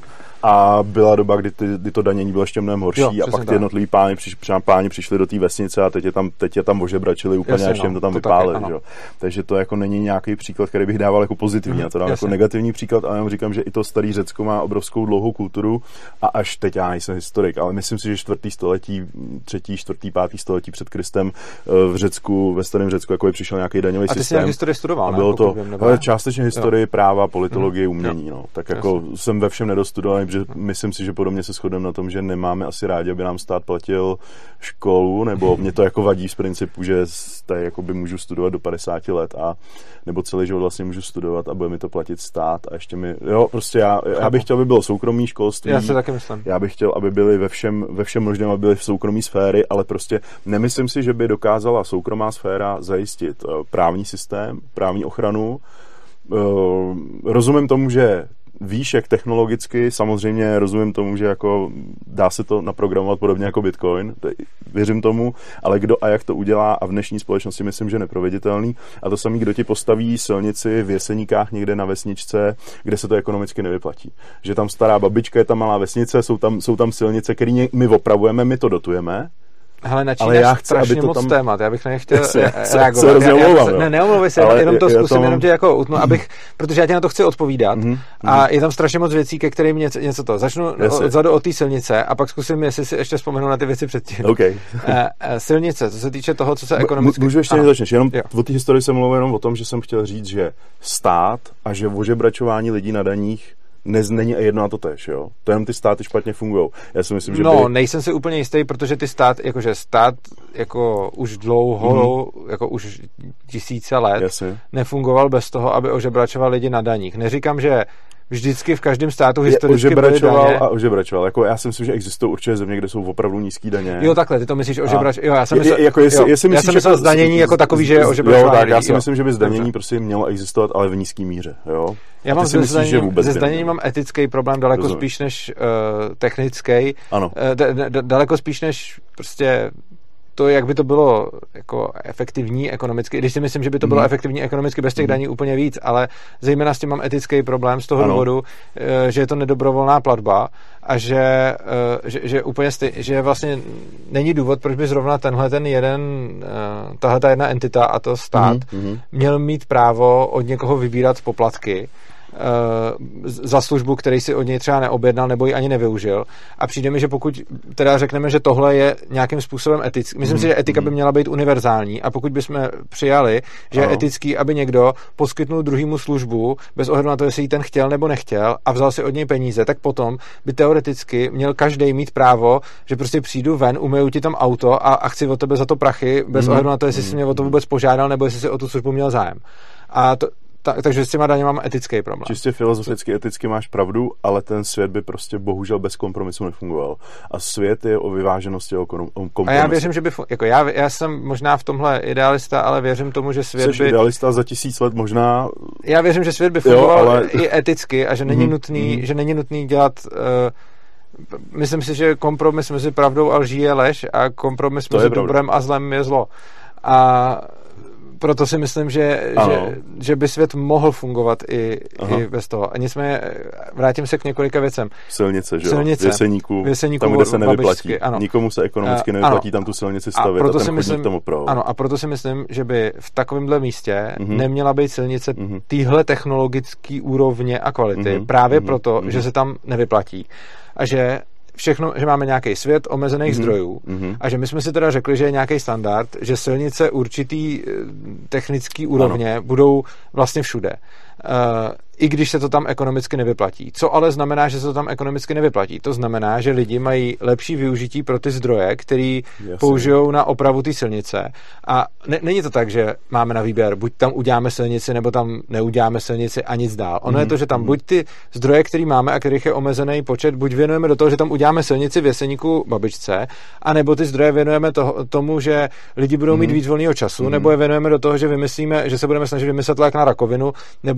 A byla doba, kdy, ty, kdy to danění bylo ještě mnohem horší, jo, a pak ty tak. jednotliví páni, přiš, páni přišli do té vesnice a teď je tam, teď je tam ožebračili úplně. Jasně, a ještě jim to tam to vypálili. Taky, takže to jako není nějaký příklad, který bych dával jako pozitivní. Mm, a to dám jako negativní příklad, ale já říkám, že i to staré Řecko má obrovskou dlouhou kulturu a až teď já nejsem historik, ale myslím si, že čtvrtý století, třetí, čtvrtý, pátý století před Kristem v Řecku, ve starém Řecku, jako je přišel nějaký daňový systém. A ty jsi nějak historii studoval, ne? Bylo to, ale částečně historii, jo. práva, politologie, umění. No. Tak jako Jasně. jsem ve všem nedostudovaný, protože myslím si, že podobně se shodneme na tom, že nemáme asi rádi, aby nám stát platil školu, nebo mě to jako vadí z principu, že tady jako by můžu studovat do padesáti let a nebo celý život vlastně můžu studovat a bude mi to platit stát a ještě mi, jo, prostě já, já bych chtěl, aby bylo soukromý školství. Já si taky myslím. Já bych chtěl, aby byly ve všem, ve všem možném, aby byly v soukromí sféry, ale prostě nemyslím si, že by dokázala soukromá sféra zajistit uh, právní systém, právní ochranu. Uh, rozumím tomu, že výšek technologicky, samozřejmě rozumím tomu, že jako dá se to naprogramovat podobně jako Bitcoin, věřím tomu, ale kdo a jak to udělá a v dnešní společnosti myslím, že neproveditelný. A to samý, kdo ti postaví silnici v Jeseníkách někde na vesničce, kde se to ekonomicky nevyplatí. Že tam stará babička, je tam malá vesnice, jsou tam, jsou tam silnice, které my opravujeme, my to dotujeme. Hele, načínáš strašně moc tam... témat, já bych nechtěl reagovat. Se já, já, ne, neomluvej se, ale jenom to zkusím, tom... jenom tě jako utnu, abych, protože já tě na to chci odpovídat mm-hmm. a je tam strašně moc věcí, ke kterým něco, něco to. Začnu odzadu od té silnice a pak zkusím, jestli si ještě vzpomenu na ty věci předtím. Okay. Silnice, co se týče toho, co se ekonomicky... Můžu ještě než začneš, jenom jo. o té historii jsem mluvil jenom o tom, že jsem chtěl říct, že stát a že ožebračování lidí na daních Nez, není jedno a to tež, jo. To jenom ty státy špatně fungujou. Já si myslím, že No, by... nejsem si úplně jistý, protože ty stát, jakože stát jako už dlouho, mm. jako už tisíce let Jasně. nefungoval bez toho, aby ožebračoval lidi na daních. Neříkám, že vždycky v každém státu historicky byly daně. a ožebračoval. Jako já si myslím, že existují určitě země, kde jsou opravdu nízký daně. Jo, takhle, ty to myslíš ožebrač. Jo, já jsem myslel, je, jako jestli, jo, jestli myslíš, já jsem myslel zdanění jako takový, že je ožebračování. Jo, tak já si lidí, myslím, jo. že by zdanění prostě mělo existovat, ale v nízké míře, jo. Já mám se zdaněním, ze zdaněním mám etický problém daleko Rozumím. spíš než uh, technický. Ano. Uh, d- d- daleko spíš než prostě to, jak by to bylo jako efektivní ekonomicky, když si myslím, že by to bylo mm. efektivní ekonomicky bez těch daní úplně víc, ale zejména s tím mám etický problém z toho ano. důvodu, že je to nedobrovolná platba a že, že, že úplně stej, že vlastně není důvod, proč by zrovna tenhle ten jeden, tahle ta jedna entita, a to stát, mm. měl mít právo od někoho vybírat poplatky za službu, který si od něj třeba neobjednal nebo ji ani nevyužil. A přijde mi, že pokud teda řekneme, že tohle je nějakým způsobem etický, myslím mm. si, že etika by měla být univerzální a pokud bychom přijali, že je etický, aby někdo poskytnul druhýmu službu bez ohledu na to, jestli ji ten chtěl nebo nechtěl a vzal si od něj peníze, tak potom by teoreticky měl každý mít právo, že prostě přijdu ven, umyju ti tam auto a, a chci od tebe za to prachy bez mm. ohledu na to, jestli jsi mě o to vůbec požádal nebo jestli si o tu službu měl zájem. A to Ta, takže s těma daněma mám etický problém. Čistě filozoficky, eticky máš pravdu, ale ten svět by prostě bohužel bez kompromisu nefungoval. A svět je o vyváženosti, o kompromisu. A já věřím, že by... Jako já, já jsem možná v tomhle idealista, ale věřím tomu, že svět Jsi by... idealista za tisíc let možná... Já věřím, že svět by fungoval jo, ale... i eticky a že není, mm-hmm. nutný, že není nutný dělat... Uh, myslím si, že kompromis mezi pravdou a lží je lež a kompromis to mezi dobrem a zlem je zlo. A... Proto si myslím, že, že, že by svět mohl fungovat i, i bez toho. A nicméně vrátím se k několika věcem. Silnice, že jo? Silnice. Věseníku, Věseníku, tam, kde se nevyplatí. Babičky, ano. Nikomu se ekonomicky uh, nevyplatí ano. tam tu silnici stavit a, proto a ten si myslím, tam opravdu. Ano, a proto si myslím, že by v takovémhle místě uh-huh. neměla být silnice uh-huh. téhle technologické úrovně a kvality. Uh-huh. Právě uh-huh. proto, uh-huh. že se tam nevyplatí. A že všechno, že máme nějaký svět omezených mm-hmm. zdrojů mm-hmm. a že my jsme si teda řekli, že je nějaký standard, že silnice určitý technický úrovně ano. budou vlastně všude. Uh, i když se to tam ekonomicky nevyplatí. Co ale znamená, že se to tam ekonomicky nevyplatí? To znamená, že lidi mají lepší využití pro ty zdroje, který Jasně. použijou na opravu té silnice. A ne, není to tak, že máme na výběr, buď tam uděláme silnici, nebo tam neuděláme silnici a nic dál. Ono mm-hmm. je to, že tam buď ty zdroje, které máme a kterých je omezený počet, buď věnujeme do toho, že tam uděláme silnici v Jeseníku babičce, anebo ty zdroje věnujeme toho, tomu, že lidi budou mít mm-hmm. víc volného času, mm-hmm. nebo je věnujeme do toho, že vymyslíme, že se budeme snažit vymyslet lék na rakovinu, nebo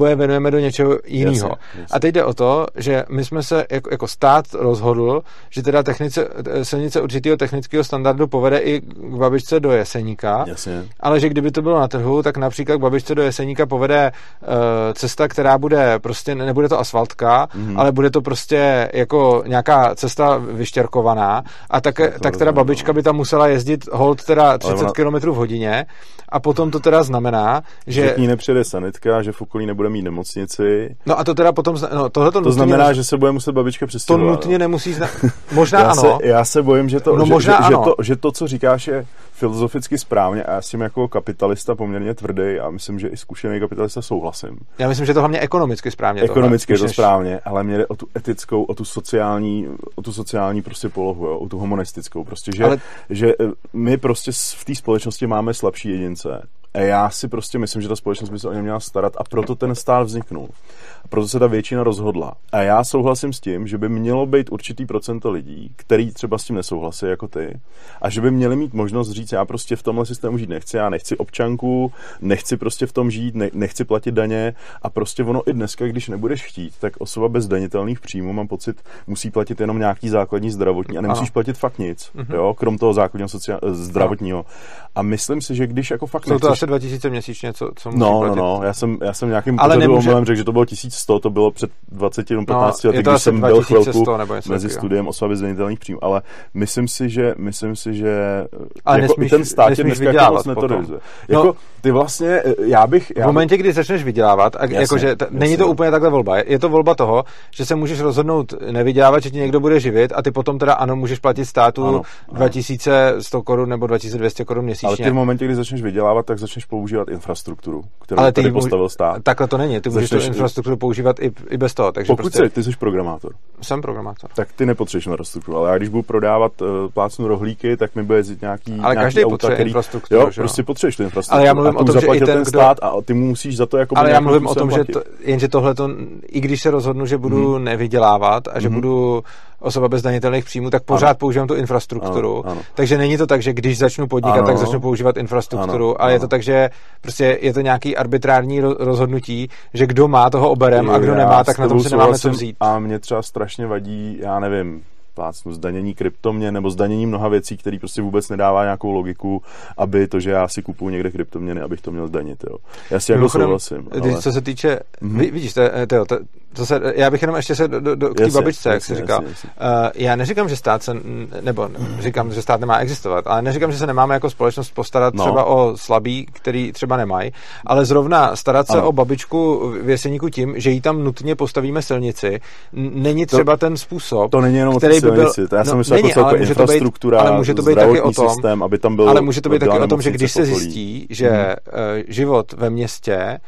nebo je věnujeme do něčeho jiného. A teď jde o to, že my jsme se jako, jako stát rozhodl, že teda technice, silnice určitého technického standardu povede i k Babičce do Jeseníka, Jasně. ale že kdyby to bylo na trhu, tak například k Babičce do Jeseníka povede uh, cesta, která bude prostě, nebude to asfaltka, mm-hmm. ale bude to prostě jako nějaká cesta vyštěrkovaná a tak, tak teda babička by tam musela jezdit hold teda třicet ona... kilometrů v hodině a potom to teda znamená, že... Že k ní nepřijede sanitka, že v okolí nebude mít nemocnici. No a to teda potom... No, tohleto to znamená, nemus... že se bude muset babička přestěhovat. To nutně nemusí znamenat... Možná já ano. Se, já se bojím, že to, no, že, možná že, že, ano. to, že to, co říkáš, je filozoficky správně a já s tím jako kapitalista poměrně tvrdý a myslím, že i zkušený kapitalista souhlasím. Já myslím, že to hlavně ekonomicky správně. Ekonomicky tohle, je to správně, ale mě jde o tu etickou, o tu sociální, o tu sociální prostě polohu, jo, o tu humanistickou. Prostě, že, ale... že my prostě v té společnosti máme slabší jedince. A já si prostě myslím, že ta společnost by se o ně měla starat a proto ten stát vzniknul. A proto se ta většina rozhodla. A já souhlasím s tím, že by mělo být určitý procento lidí, který třeba s tím nesouhlasí jako ty, a že by měli mít možnost říct, já prostě v tomhle systému žít nechci, já nechci občanku, nechci prostě v tom žít, ne, nechci platit daně a prostě ono i dneska, když nebudeš chtít, tak osoba bez zdanitelných příjmů, mám pocit, musí platit jenom nějaký základní zdravotní a nemusíš ano. platit fakt nic, mm-hmm. jo, krom toho základního sociál, zdravotního. A myslím si, že když jako fakt jsou to asi dva tisíce měsíčně, co, co musí no, platit. No, no, já jsem, já jsem nějakým pořadu omylem řekl, že to bylo tisíc sto, to bylo před dvaceti nebo patnácti no, lety, když jsem byl chvilku mezi studiem osoby bez zdanitelných příjmů, ale myslím si, že myslím si, že ale jako nesmíš, i ten stát tě dneska jako moc netorizuje. Jako no, ty vlastně, já bych... Já v momentě, kdy začneš vydělávat, a jasně, jakože t- není to úplně takhle volba, je to volba toho, že se můžeš rozhodnout nevydělávat, že ti někdo bude živit a ty potom teda ano, můžeš platit státu ano, dva tisíce sto korun nebo dva tisíce dvě stě korun měsíčně. Ale ty v momentě, kdy začneš vydělávat, tak začneš používat infrastrukturu, kterou ale ty tady postavil stát. Takhle to není, ty můžeš tu infrastrukturu používat i, i bez toho. Takže pokud prostě... jsi, ty jsi programátor. Jsem programátor. Tak ty nepotřebuješ infrastrukturu, ale já když budu prodávat uh, plácnu rohlíky, tak mi bude jezdit nějaký ale nějaký každý auta, potřebuje který... infrastrukturu. Jo, prostě potřebuješ tu infrastrukturu. Ale já mluvím a o tom, že i ten, ten kdo... stát a ty mu musíš za to jako ale já mluvím o tom, že to, jenže tohle to, i když se rozhodnu, že budu hmm. nevydělávat a že hmm. budu osoba bez zdanitelných příjmů, tak pořád ano. používám tu infrastrukturu. Ano, ano. Takže není to tak, že když začnu podnikat, ano. tak začnu používat infrastrukturu, ano, ale ano. je to tak, že prostě je to nějaký arbitrární rozhodnutí, že kdo má toho oberem a kdo nemá, tak na tom si nemáme co vzít. A mě třeba strašně vadí, já nevím, plácnu zdanění kryptoměn nebo zdanění mnoha věcí, které prostě vůbec nedává nějakou logiku, aby to, že já si kupuju někde kryptoměny, abych to měl zdanit. Jo. Já si jako souhlasím. Ale... Co se týče, mm-hmm. vidíš, to, to, to, to se, já bych jenom ještě se do, do, k té babičce, jak jsi říkal. Jasně, jasně. Uh, já neříkám, že stát se, nebo říkám, že stát nemá existovat, ale neříkám, že se nemáme jako společnost postarat no. třeba o slabý, který třeba nemají, ale zrovna starat se ano. o babičku v Jeseníku tím, že jí tam nutně postavíme silnici, není třeba to, ten způsob, to není jenom který by byl, já jsem no, myslel jako celkově infrastruktura, ale může to být taky o tom, systém, aby tam byl, ale může to být taky o tom, že když se zjistí, že hmm. život ve městě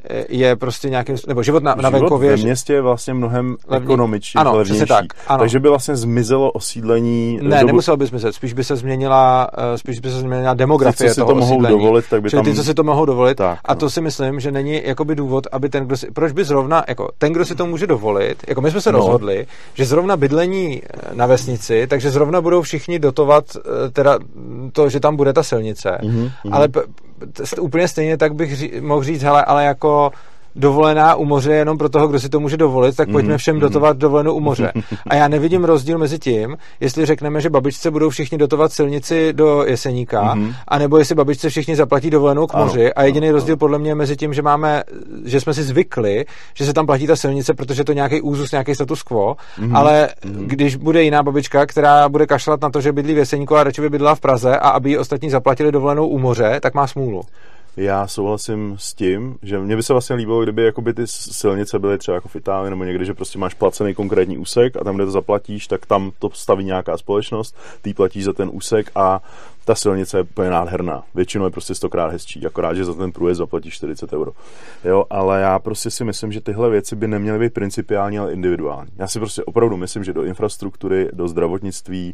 je prostě nějakým, nebo život na, na venkově. Život ve městě je vlastně mnohem ekonomičtější, ano, levnější. Tak, ano. Takže by vlastně zmizelo osídlení. Ne, dobu... nemuselo by zmizet, spíš by se změnila, spíš by se změnila demografie ty, toho to osídlení. Mohou dovolit, tak by Čili tam... ty, co si to mohou dovolit. Tak, a to si myslím, že není jakoby důvod, aby ten, kdo si, proč by zrovna, jako ten, kdo si to může dovolit, jako my jsme se no. rozhodli, že zrovna bydlení na vesnici, takže zrovna budou všichni dotovat teda to, že tam bude ta silnice. Mm-hmm. Ale p- p- úplně stejně tak bych ří, mohl říct, hele, ale jako dovolená u moře jenom pro toho, kdo si to může dovolit, tak pojďme všem dotovat dovolenou u moře. A já nevidím rozdíl mezi tím, jestli řekneme, že babičce budou všichni dotovat silnici do Jeseníka, mm-hmm. anebo jestli babičce všichni zaplatí dovolenou k moři. Ano, a jediný ano, rozdíl ano. podle mě je mezi tím, že máme, že jsme si zvykli, že se tam platí ta silnice, protože to nějaký úzus, nějaký status quo, mm-hmm. ale mm-hmm. když bude jiná babička, která bude kašlat na to, že bydlí v Jeseníku a radši by bydlela v Praze a aby jí ostatní zaplatili dovolenou u moře, tak má smůlu. Já souhlasím s tím, že mě by se vlastně líbilo, kdyby jakoby ty silnice byly třeba jako v Itálii nebo někde, že prostě máš placený konkrétní úsek a tam, kde to zaplatíš, tak tam to staví nějaká společnost, ty platíš za ten úsek a ta silnice je úplně nádherná. Většinou je prostě stokrát hezčí, akorát, že za ten průjezd zaplatíš čtyřicet euro. Jo, ale já prostě si myslím, že tyhle věci by neměly být principiální, ale individuální. Já si prostě opravdu myslím, že do infrastruktury, do zdravotnictví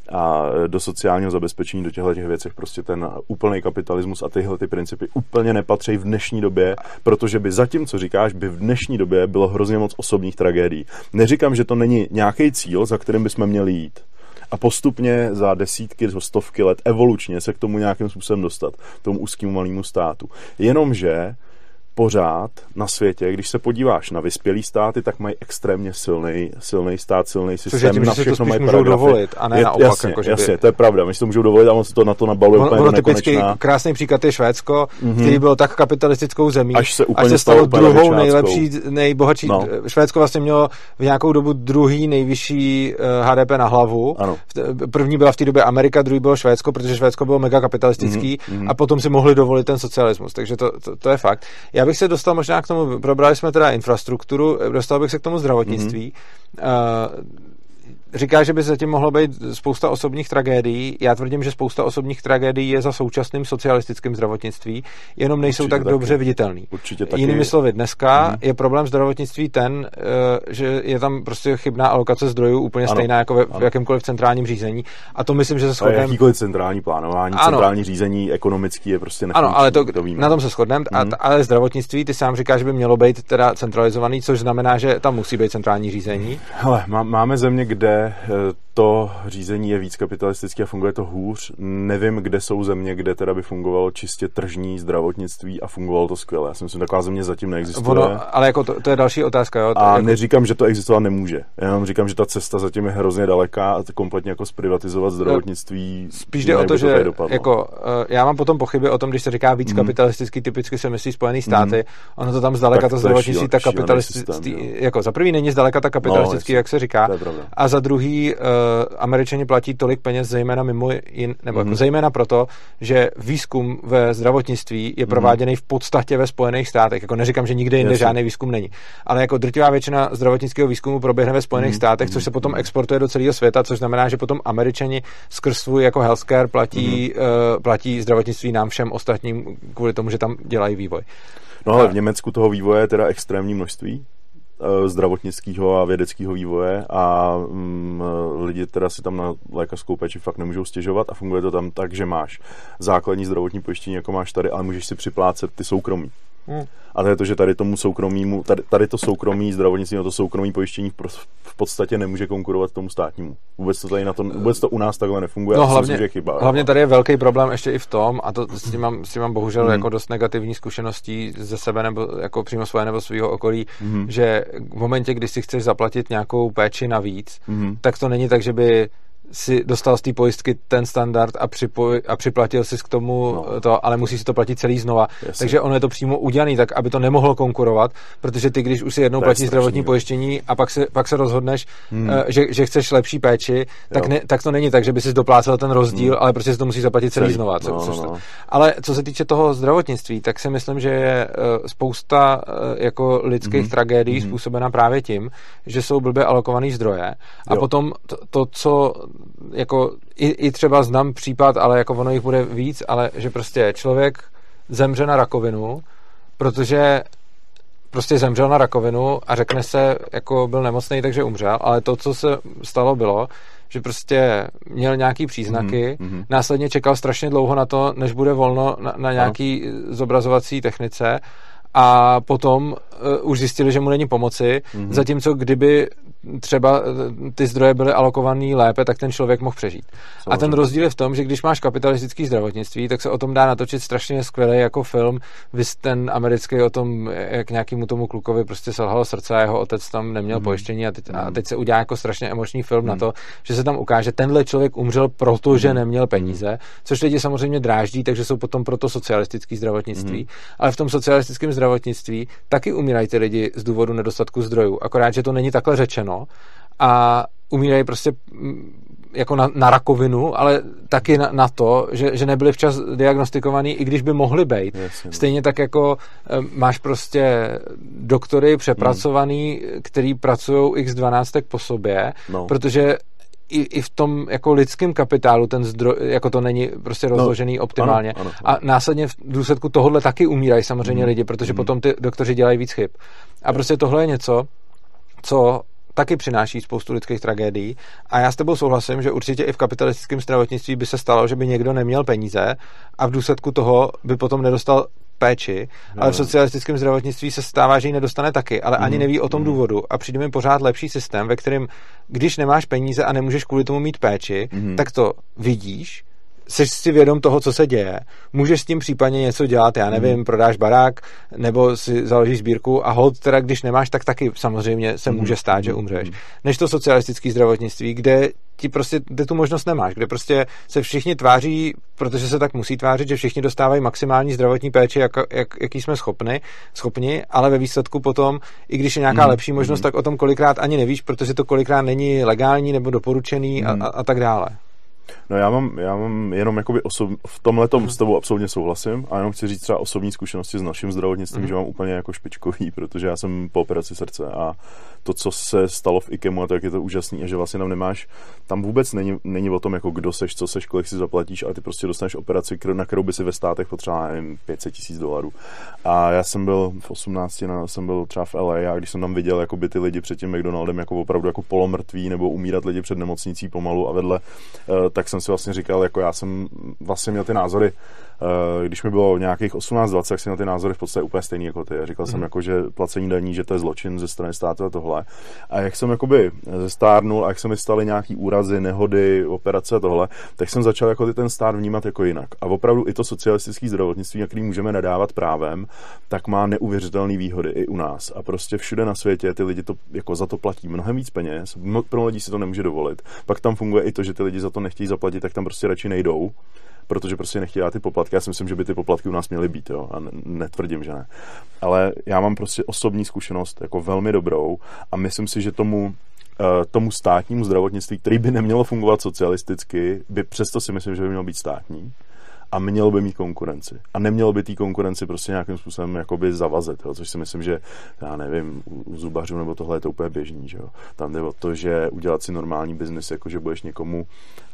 a do sociálního zabezpečení, do těchto těch věcech prostě ten úplný kapitalismus a tyhle ty principy úplně nepatří v dnešní době, protože by zatím, co říkáš, by v dnešní době bylo hrozně moc osobních tragédií. Neříkám, že to není nějaký cíl, za kterým bychom měli jít. A postupně za desítky, stovky let evolučně se k tomu nějakým způsobem dostat, k tomu úzkému malému státu. Jenomže pořád na světě, když se podíváš na vyspělý státy, tak mají extrémně silný, silný stát, silný systém, tím, na všechno mají paragrafy. Dovolit, a ne je, naopak. Jasně, jako, že jasně by... to je pravda, my si to můžou dovolit a on se to na to nabaluje úplně do nekonečna. Krásný příklad je Švédsko, mm-hmm. který bylo tak kapitalistickou zemí, až se, až se stalo druhou nejlepší, nejbohatší. No. Švédsko vlastně mělo v nějakou dobu druhý nejvyšší uh, H D P na hlavu. Ano. První byla v té době Amerika, druhý bylo Švédsko, protože Švédsko bylo mega kapitalistický mm-hmm. a potom si mohli dovolit ten socialismus. Takže to, to, to je fakt. Já bych se dostal možná k tomu, probrali jsme teda infrastrukturu, dostal bych se k tomu zdravotnictví. Mm-hmm. Uh, Říká, že by zatím mohlo být spousta osobních tragédií. Já tvrdím, že spousta osobních tragédií je za současným socialistickým zdravotnictví, jenom nejsou Určitě tak taky. dobře viditelný. Určitě taky. Jinými slovy, dneska mm. je problém zdravotnictví ten, že je tam prostě chybná alokace zdrojů úplně ano. stejná jako ve, v jakémkoliv centrálním řízení. A to myslím, že se shodneme. Jakýkoliv centrální plánování, ano. centrální řízení, ekonomický je prostě nefunkční. Ano, ale to, to na tom se shodneme. Mm. Ale zdravotnictví, ty sám říkáš, že by mělo být teda centralizovaný, což znamená, že tam musí být centrální řízení. Hele, má, máme země, kde to řízení je víc kapitalistické a funguje to hůř. Nevím, kde jsou země, kde teda by fungovalo čistě tržní zdravotnictví a fungovalo to skvěle. Já si myslím, že taková země zatím neexistuje. Ono, ale jako to, to je další otázka. Jo? To a jako... neříkám, že to existovat nemůže. Já jenom říkám, že ta cesta zatím je hrozně daleká a kompletně jako zprivatizovat zdravotnictví. Spíš jde o to, že jako, já mám potom pochyby o tom, když se říká víc hmm. kapitalistický, typicky se myslí Spojené státy. Hmm. Ono to tam zdaleka tak to zdravotnictví tak kapitalistický. Jako za prvý není zdaleka tak kapitalistický, no, jak se říká. A za druhý Uh, Američani platí tolik peněz zejména mimo jin, nebo mm. jako zejména proto, že výzkum ve zdravotnictví je prováděný v podstatě ve Spojených státech. Jako neříkám, že nikde jinde žádný výzkum není. Ale jako drtivá většina zdravotnického výzkumu proběhne ve Spojených mm. státech, což se potom exportuje do celého světa, což znamená, že potom Američani skrz svůj jako healthcare platí, mm. uh, platí zdravotnictví nám všem ostatním kvůli tomu, že tam dělají vývoj. No ale v Německu toho vývoje je teda extrémní množství zdravotnického a vědeckého vývoje a mm, lidi teda si tam na lékařskou péči fakt nemůžou stěžovat a funguje to tam tak, že máš základní zdravotní pojištění, jako máš tady, ale můžeš si připlácet ty soukromí. Hmm. A to je to, že tady tomu soukromímu, tady, tady to soukromí zdravotnictví, to soukromí pojištění v, v podstatě nemůže konkurovat tomu státnímu. Vůbec to tady na to, vůbec to u nás takhle nefunguje. No, a hlavně, myslím, že je chyba. Hlavně tady je velký problém ještě i v tom, a to s tím mám, s tím mám bohužel hmm. jako dost negativní zkušeností ze sebe nebo jako přímo svoje nebo svého okolí, hmm. že v momentě, kdy si chceš zaplatit nějakou péči navíc, hmm. tak to není tak, že by si dostal z té pojistky ten standard a, připoj, a připlatil si k tomu no. to, ale musíš si to platit celý znova. Jasně. Takže ono je to přímo udělaný tak, aby to nemohlo konkurovat, protože ty, když už si jednou platíš zdravotní pojištění a pak se, pak se rozhodneš, hmm. uh, že, že chceš lepší péči, tak, ne, tak to není tak, že by si doplácel ten rozdíl, hmm. ale prostě si to musíš zaplatit celý, celý. znova. Co, no, no, no. Ale co se týče toho zdravotnictví, tak si myslím, že je uh, spousta uh, jako lidských hmm. tragédií hmm. způsobena právě tím, že jsou blbě alokovaný zdroje a jo. potom to, to, co jako i, i třeba znám případ, ale jako ono jich bude víc, ale že prostě člověk zemře na rakovinu, protože prostě zemřel na rakovinu a řekne se, jako byl nemocný, takže umřel, ale to, co se stalo, bylo, že prostě měl nějaký příznaky, mm-hmm. následně čekal strašně dlouho na to, než bude volno na, na nějaký no. zobrazovací technice a potom uh, už zjistili, že mu není pomoci, mm-hmm. zatímco kdyby třeba ty zdroje byly alokovaný lépe, tak ten člověk mohl přežít. Samozřejmě. A ten rozdíl je v tom, že když máš kapitalistický zdravotnictví, tak se o tom dá natočit strašně skvělý jako film. Vys ten americký o tom, jak nějakému tomu klukovi prostě selhalo srdce a jeho otec tam neměl mm. pojištění a teď, mm. a teď se udělá jako strašně emoční film mm. na to, že se tam ukáže, tenhle člověk umřel, protože mm. neměl peníze, což lidi samozřejmě dráždí, takže jsou potom proto socialistický zdravotnictví. Mm. Ale v tom socialistickém zdravotnictví taky umírají ty lidi z důvodu nedostatku zdrojů. Akorát, že to není takhle řečeno a umírají prostě jako na, na rakovinu, ale taky na, na to, že, že nebyli včas diagnostikovaný, i když by mohli být. Jasně. Stejně tak jako máš prostě doktory přepracovaný, hmm. který pracují iks dvanáct po sobě, no. protože I, i v tom jako lidském kapitálu ten zdroj, jako to není prostě rozložený no, optimálně. Ano, ano, ano. A následně v důsledku tohohle taky umírají samozřejmě mm. lidi, protože mm. potom ty doktoři dělají víc chyb. A prostě tohle je něco, co taky přináší spoustu lidských tragédií. A já s tebou souhlasím, že určitě i v kapitalistickém zdravotnictví by se stalo, že by někdo neměl peníze a v důsledku toho by potom nedostal péči, no. ale v socialistickém zdravotnictví se stává, že ji nedostane taky, ale mm. ani neví o tom mm. důvodu a přijde mi pořád lepší systém, ve kterém, když nemáš peníze a nemůžeš kvůli tomu mít péči, mm. tak to vidíš, jsi si vědom toho, co se děje, můžeš s tím případně něco dělat, já nevím, mm. prodáš barák, nebo si založíš sbírku a hold teda, když nemáš, tak taky samozřejmě se mm. může stát, že umřeš. Mm. Než to socialistické zdravotnictví, kde ti prostě ty tu možnost nemáš, kde prostě se všichni tváří, protože se tak musí tvářit, že všichni dostávají maximální zdravotní péči, jak, jak, jaký jsme schopni, schopni, ale ve výsledku potom, i když je nějaká mm. lepší možnost, mm. tak o tom kolikrát ani nevíš, protože to kolikrát není legální nebo doporučený mm. a, a, a tak dále. No já mám, já mám jenom jakoby osob, v tomhletom mm. s tebou absolutně souhlasím a jenom chci říct třeba osobní zkušenosti s naším zdravotnictvím, mm. že mám úplně jako špičkový, protože já jsem po operaci srdce a to, co se stalo v IKEMu, tak je to úžasný a že vlastně tam nemáš, tam vůbec není, není o tom, jako kdo seš, co seš, kolik si zaplatíš, ale ty prostě dostaneš operaci, na kterou by si ve státech potřeboval, nevím, pět set tisíc dolarů. A já jsem byl v osmnácti, jsem byl třeba v L A a když jsem tam viděl jakoby ty lidi před tím McDonaldem jako opravdu jako polomrtví nebo umírat lidi před nemocnicí pomalu a vedle, tak jsem si vlastně říkal, jako já jsem vlastně měl ty názory, když mi bylo nějakých osmnáct dvacet, tak jsem měl ty názory v podstatě úplně stejný jako ty. Říkal mm. jsem jako, že placení daní, že to je zločin ze strany státu a tohle. A jak jsem jakoby zestárnul a jak se mi staly nějaký úrazy, nehody, operace a tohle, tak jsem začal jako ten stát vnímat jako jinak. A opravdu i to socialistické zdravotnictví, na který můžeme nadávat právem, tak má neuvěřitelné výhody i u nás. A prostě všude na světě ty lidi to jako za to platí mnohem víc peněz, pro lidi si to nemůže dovolit. Pak tam funguje i to, že ty lidi za to nechtějí zaplatit, tak tam prostě radši nejdou, protože prostě nechtějí dát ty poplatky. Já si myslím, že by ty poplatky u nás měly být, jo, a netvrdím, že ne. Ale já mám prostě osobní zkušenost jako velmi dobrou a myslím si, že tomu tomu státnímu zdravotnictví, který by nemělo fungovat socialisticky, by přesto si myslím, že by mělo být státní a mělo by mít konkurenci. A nemělo by té konkurenci prostě nějakým způsobem jakoby zavazet, jo? Což si myslím, že já nevím, u zubařů nebo tohle je to úplně běžný, že jo. Tam jde o to, že udělat si normální biznis, jako že budeš někomu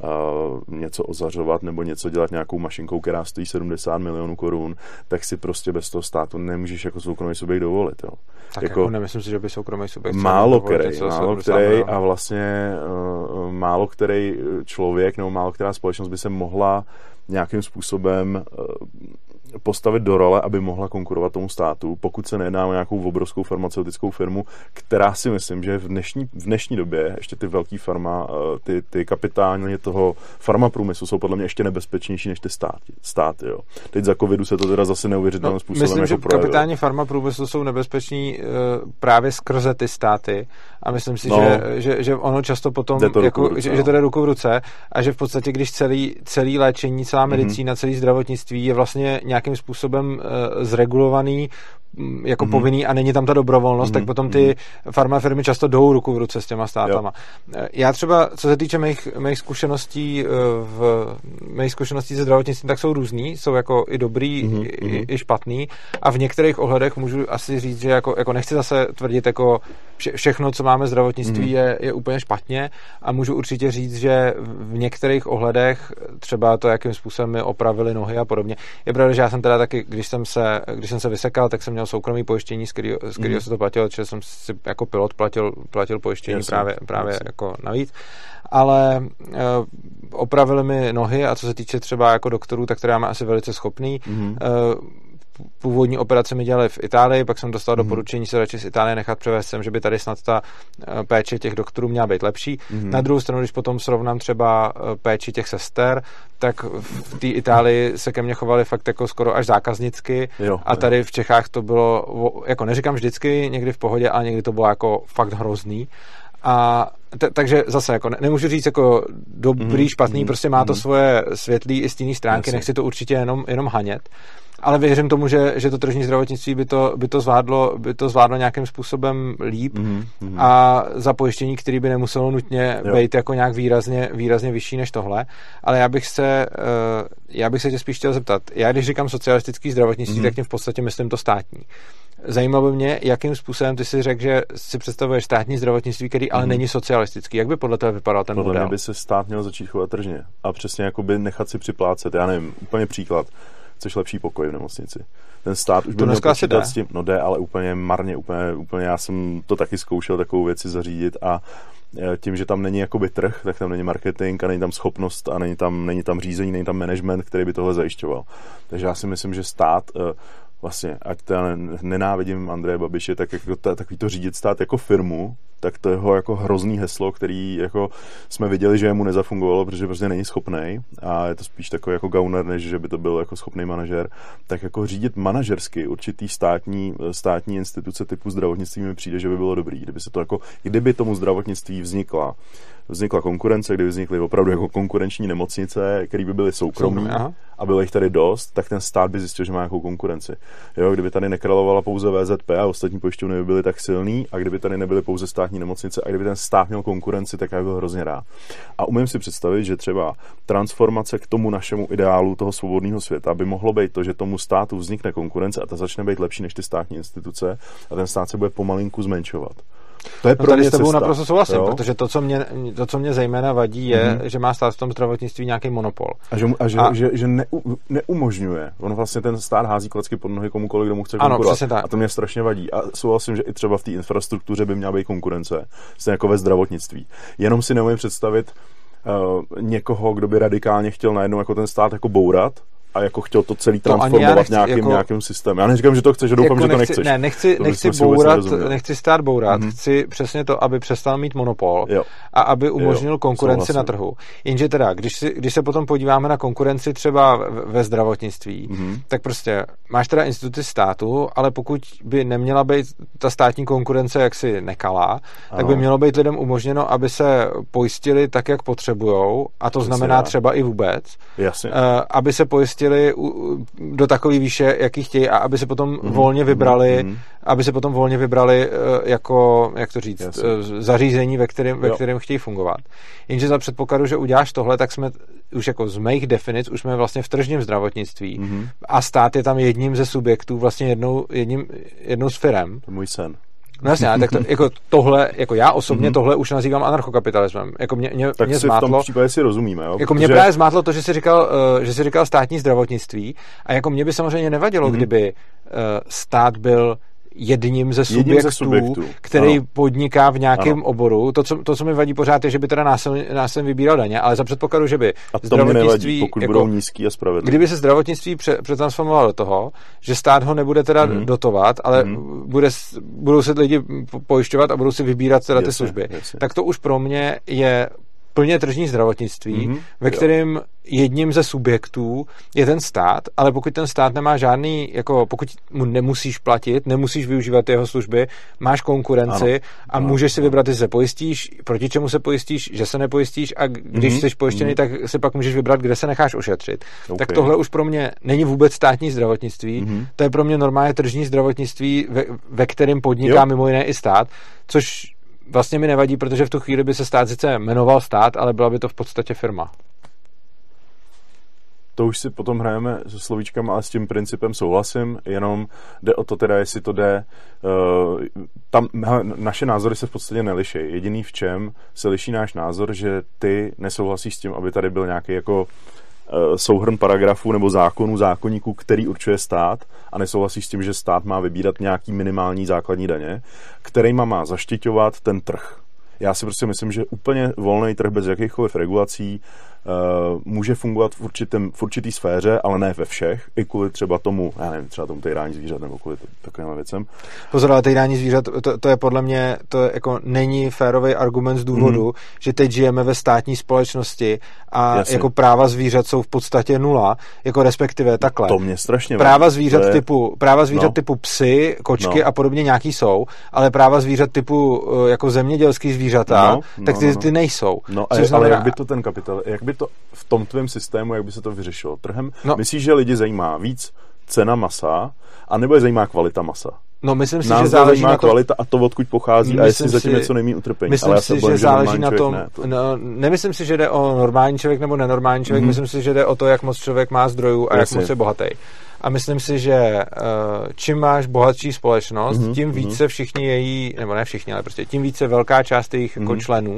uh, něco ozařovat nebo něco dělat nějakou mašinkou, která stojí sedmdesát milionů korun, tak si prostě bez toho státu nemůžeš jako soukromý subjekt dovolit, jo. Tak jako, jako nemyslím si, že by soukromý subjekt málo který, málo který a vlastně uh, málo který člověk nebo málo která společnost by se mohla nějakým způsobem postavit do role, aby mohla konkurovat tomu státu, pokud se nejedná o nějakou obrovskou farmaceutickou firmu, která si myslím, že v dnešní, v dnešní době ještě ty velký farma, ty, ty kapitány toho farmaprůmyslu jsou podle mě ještě nebezpečnější než ty státy. státy jo. Teď za covidu se to teda zase neuvěřitelným no, způsobem myslím, jako že projevilo. kapitáni farmaprůmyslu jsou nebezpeční uh, právě skrze ty státy a myslím si, no, že, že, že ono často potom, to jako, ruce, že, no. že to jde ruku v ruce a že v podstatě, když celý, celý léčení, celá medicína, mm-hmm. celý zdravotnictví je vlastně nějakým způsobem uh, zregulovaný jako mm-hmm. povinný a není tam ta dobrovolnost, mm-hmm. tak potom ty mm-hmm. farmafirmy často jdou ruku v ruce s těma státama. Jo. Já třeba, co se týče mých, mých zkušeností v mých zkušeností ze zdravotnictví, tak jsou různý, jsou jako i dobrý, mm-hmm. i, i špatný a v některých ohledech můžu asi říct, že jako, jako nechci zase tvrdit, jako vše, všechno, co máme v zdravotnictví mm-hmm. je, je úplně špatně a můžu určitě říct, že v některých ohledech třeba to, jakým způsobem mi opravili nohy a podobně. Je pravda, že já jsem teda taky, když jsem se, když jsem se vysekal, tak jsem měl soukromý pojištění, z kterého, z kterého mm. se to platilo, že jsem si jako pilot platil, platil pojištění jasně, právě, právě jasně. jako navíc. Ale uh, opravili mi nohy a co se týče třeba jako doktorů, tak to máme asi velice schopný. Mm. Uh, původní operace mi dělali v Itálii, pak jsem dostal mm. doporučení se radši z Itálie nechat převést sem, že by tady snad ta péče těch doktorů měla být lepší. Mm. Na druhou stranu, když potom srovnám třeba péči těch sester, tak v té Itálii se ke mně chovali fakt jako skoro až zákaznicky jo, a tady jo. v Čechách to bylo, jako neříkám vždycky, někdy v pohodě, ale někdy to bylo jako fakt hrozný. A t- takže zase jako ne- nemůžu říct jako dobrý, mm, špatný, mm, prostě má to mm. svoje světlý i stinný stránky, Jasně. nechci to určitě jenom, jenom hanět. Ale věřím tomu, že, že to tržní zdravotnictví by to, by to zvládlo, by to zvládlo nějakým způsobem líp mm, mm. a za pojištění, který by nemuselo nutně jo. být jako nějak výrazně, výrazně vyšší než tohle. Ale já bych se, já bych se tě spíš chtěl zeptat. Já když říkám socialistický zdravotnictví, mm. tak tím v podstatě myslím to státní. Zajímalo by mě, jakým způsobem ty si řekl, že si představuješ státní zdravotnictví, který ale mm. není socialistický. Jak by podle toho vypadal ten podle model? Podle mě by se stát měl začít chovat tržně a přesně jakoby nechat si připlácet. Já nevím, úplně příklad. Chceš lepší pokoj v nemocnici. Ten stát už by měl počítat s tím, no jde, ale úplně marně, úplně, úplně, já jsem to taky zkoušel takovou věci zařídit a tím, že tam není jakoby trh, tak tam není marketing a není tam schopnost a není tam, není tam řízení, není tam management, který by tohle zajišťoval. Takže já si myslím, že stát vlastně, ať to já nenávidím Andreje Babiše, tak jako ta, takový to řídit stát jako firmu, tak to jeho jako hrozný heslo, který jako jsme viděli, že mu nezafungovalo, protože prostě není schopnej a je to spíš takový jako gauner, než že by to byl jako schopný manažer, tak jako řídit manažersky určitý státní, státní instituce typu zdravotnictví mi přijde, že by bylo dobrý, kdyby se to jako, kdyby tomu zdravotnictví vznikla vznikla konkurence, kdyby vznikly opravdu jako konkurenční nemocnice, které by byly soukromí a bylo jich tady dost, tak ten stát by zjistil, že má nějakou konkurenci. Jo, kdyby tady nekrálovala pouze V Z P a ostatní pojišťovny by byly tak silný a kdyby tady nebyly pouze státní nemocnice a kdyby ten stát měl konkurenci, tak já bych byl hrozně rád. A umím si představit, že třeba transformace k tomu našemu ideálu toho svobodného světa by mohlo být to, že tomu státu vznikne konkurence a ta začne být lepší než ty státní instituce a ten stát se bude pomalinku zmenšovat. To je no pro tady mě s tebou cesta, naprosto souhlasím, jo? Protože to co, mě, to, co mě zejména vadí, je, mm-hmm. že má stát v tom zdravotnictví nějaký monopol. A že, a že, a... že, že ne, neumožňuje. On vlastně ten stát hází klacky pod nohy komukoliv, kdo mu chce konkurovat. Ano, a to mě strašně vadí. A souhlasím, že i třeba v té infrastruktuře by měla být konkurence. Stejně jako ve zdravotnictví. Jenom si neumím představit uh, někoho, kdo by radikálně chtěl najednou jako ten stát jako bourat, a jako chtěl to celý transformovat nechci, nějakým, jako, nějakým systémem. Já neříkám, že to chceš, že doufám, jako že to nechci, nechceš. Ne, nechci, to nechci bourat, nechci stát bourat, mm-hmm. chci přesně to, aby přestal mít monopol jo. a aby umožnil jo, konkurenci souhlasím. na trhu. Jenže teda, když, si, když se potom podíváme na konkurenci třeba ve zdravotnictví, mm-hmm. tak prostě máš teda instituty státu, ale pokud by neměla být ta státní konkurence jaksi nekalá, ano. tak by mělo být lidem umožněno, aby se pojistili tak, jak potřebujou, a to Přesně znamená já. třeba i vůbec, Jasně. aby se pojistili do takové výše, jaký chtějí, a aby se potom mm-hmm. volně vybrali, mm-hmm. aby se potom volně vybrali jako, jak to říct, Jasně. zařízení, ve kterém, ve kterém chtějí fungovat. Jenže za předpokladu, že uděláš tohle, tak jsme už jako z mých definic, už jsme vlastně v tržním zdravotnictví mm-hmm. a stát je tam jedním ze subjektů, vlastně jednou, jedním, jednou z firem. To je můj sen. No jasně, tak to, jako tohle, jako já osobně mm-hmm. tohle už nazývám anarchokapitalismem. Jako mě, mě, tak mě si zmátlo, v tom případě si rozumíme, jo? Jako Protože... mě právě zmátlo to, že jsi říkal, uh, že jsi říkal státní zdravotnictví, a jako mě by samozřejmě nevadilo, mm-hmm. kdyby uh, stát byl jedním ze subjektů, jedním ze subjektů. který ano. podniká v nějakém ano. oboru. To co, to, co mi vadí pořád, je, že by teda násilně, násilně vybíral daně, ale za předpokladu, že by a to zdravotnictví... nevadí, pokud jako, budou nízký a spravedlivé. Kdyby se zdravotnictví pře, přetransformovalo do toho, že stát ho nebude teda mm. dotovat, ale mm. bude, budou se lidi pojišťovat a budou si vybírat teda ty jasně, služby, jasně. tak to už pro mě je plně tržní zdravotnictví, mm-hmm, ve kterém jo. jedním ze subjektů je ten stát, ale pokud ten stát nemá žádný, jako pokud mu nemusíš platit, nemusíš využívat jeho služby, máš konkurenci ano. a ano. můžeš si vybrat, jestli se pojistíš, proti čemu se pojistíš, že se nepojistíš, a když mm-hmm, jsi pojištěný, mm-hmm. tak si pak můžeš vybrat, kde se necháš ošetřit. Okay. Tak tohle už pro mě není vůbec státní zdravotnictví, mm-hmm. to je pro mě normálně tržní zdravotnictví, ve, ve kterém podniká jo. mimo jiné i stát, což vlastně mi nevadí, protože v tu chvíli by se stát sice jmenoval stát, ale byla by to v podstatě firma. To už si potom hrajeme se slovíčkama, ale s tím principem souhlasím, jenom jde o to teda, jestli to jde... Uh, tam naše názory se v podstatě neliší. Jediný v čem se liší náš názor, že ty nesouhlasíš s tím, aby tady byl nějaký jako souhrn paragrafů nebo zákonů, zákonníků, který určuje stát, a nesouhlasíš s tím, že stát má vybírat nějaký minimální základní daně, kterýma má zaštiťovat ten trh. Já si prostě myslím, že úplně volný trh bez jakýchkoliv regulací uh, může fungovat v, určitém, v určitý sféře, ale ne ve všech, i kvůli třeba tomu, já nevím, třeba tomu týrání zvířat nebo kvůli takovým věcem. Pozor, ale týrání zvířat, to, to je podle mě, to je jako není férový argument z důvodu, mm. že teď žijeme ve státní společnosti a Jasně. jako práva zvířat jsou v podstatě nula, jako respektive takhle. To mě strašně práva vadí. zvířat je... typu, práva zvířat no. typu psy, kočky no. a podobně nějaký jsou, ale práva zvířat typu jako zemědělský zvířata, no, no, tak ty, no, no. ty nejsou. No, a je, znamená... ale jak by to ten kapitál, jak by to v tom tvém systému, jak by se to vyřešilo? Trhem? No. Myslíš, že lidi zajímá víc cena masa, a nebo je zajímá kvalita masa? No, myslím si, Nás že záleží na tom... kvalita a to, odkud pochází, myslím a jestli zatím si, něco nemí utrpení. Myslím ale já si, se bojím, že záleží že na tom... Ne, to... No, nemyslím si, že jde o normální člověk nebo nenormální člověk, mm-hmm. myslím si, že jde o to, jak moc člověk má zdrojů a Jasně. jak moc je bohatý. A myslím si, že uh, čím máš bohatší společnost, mm-hmm. tím více všichni její, nebo ne všichni, ale prostě tím více velká část jejich mm-hmm. jako členů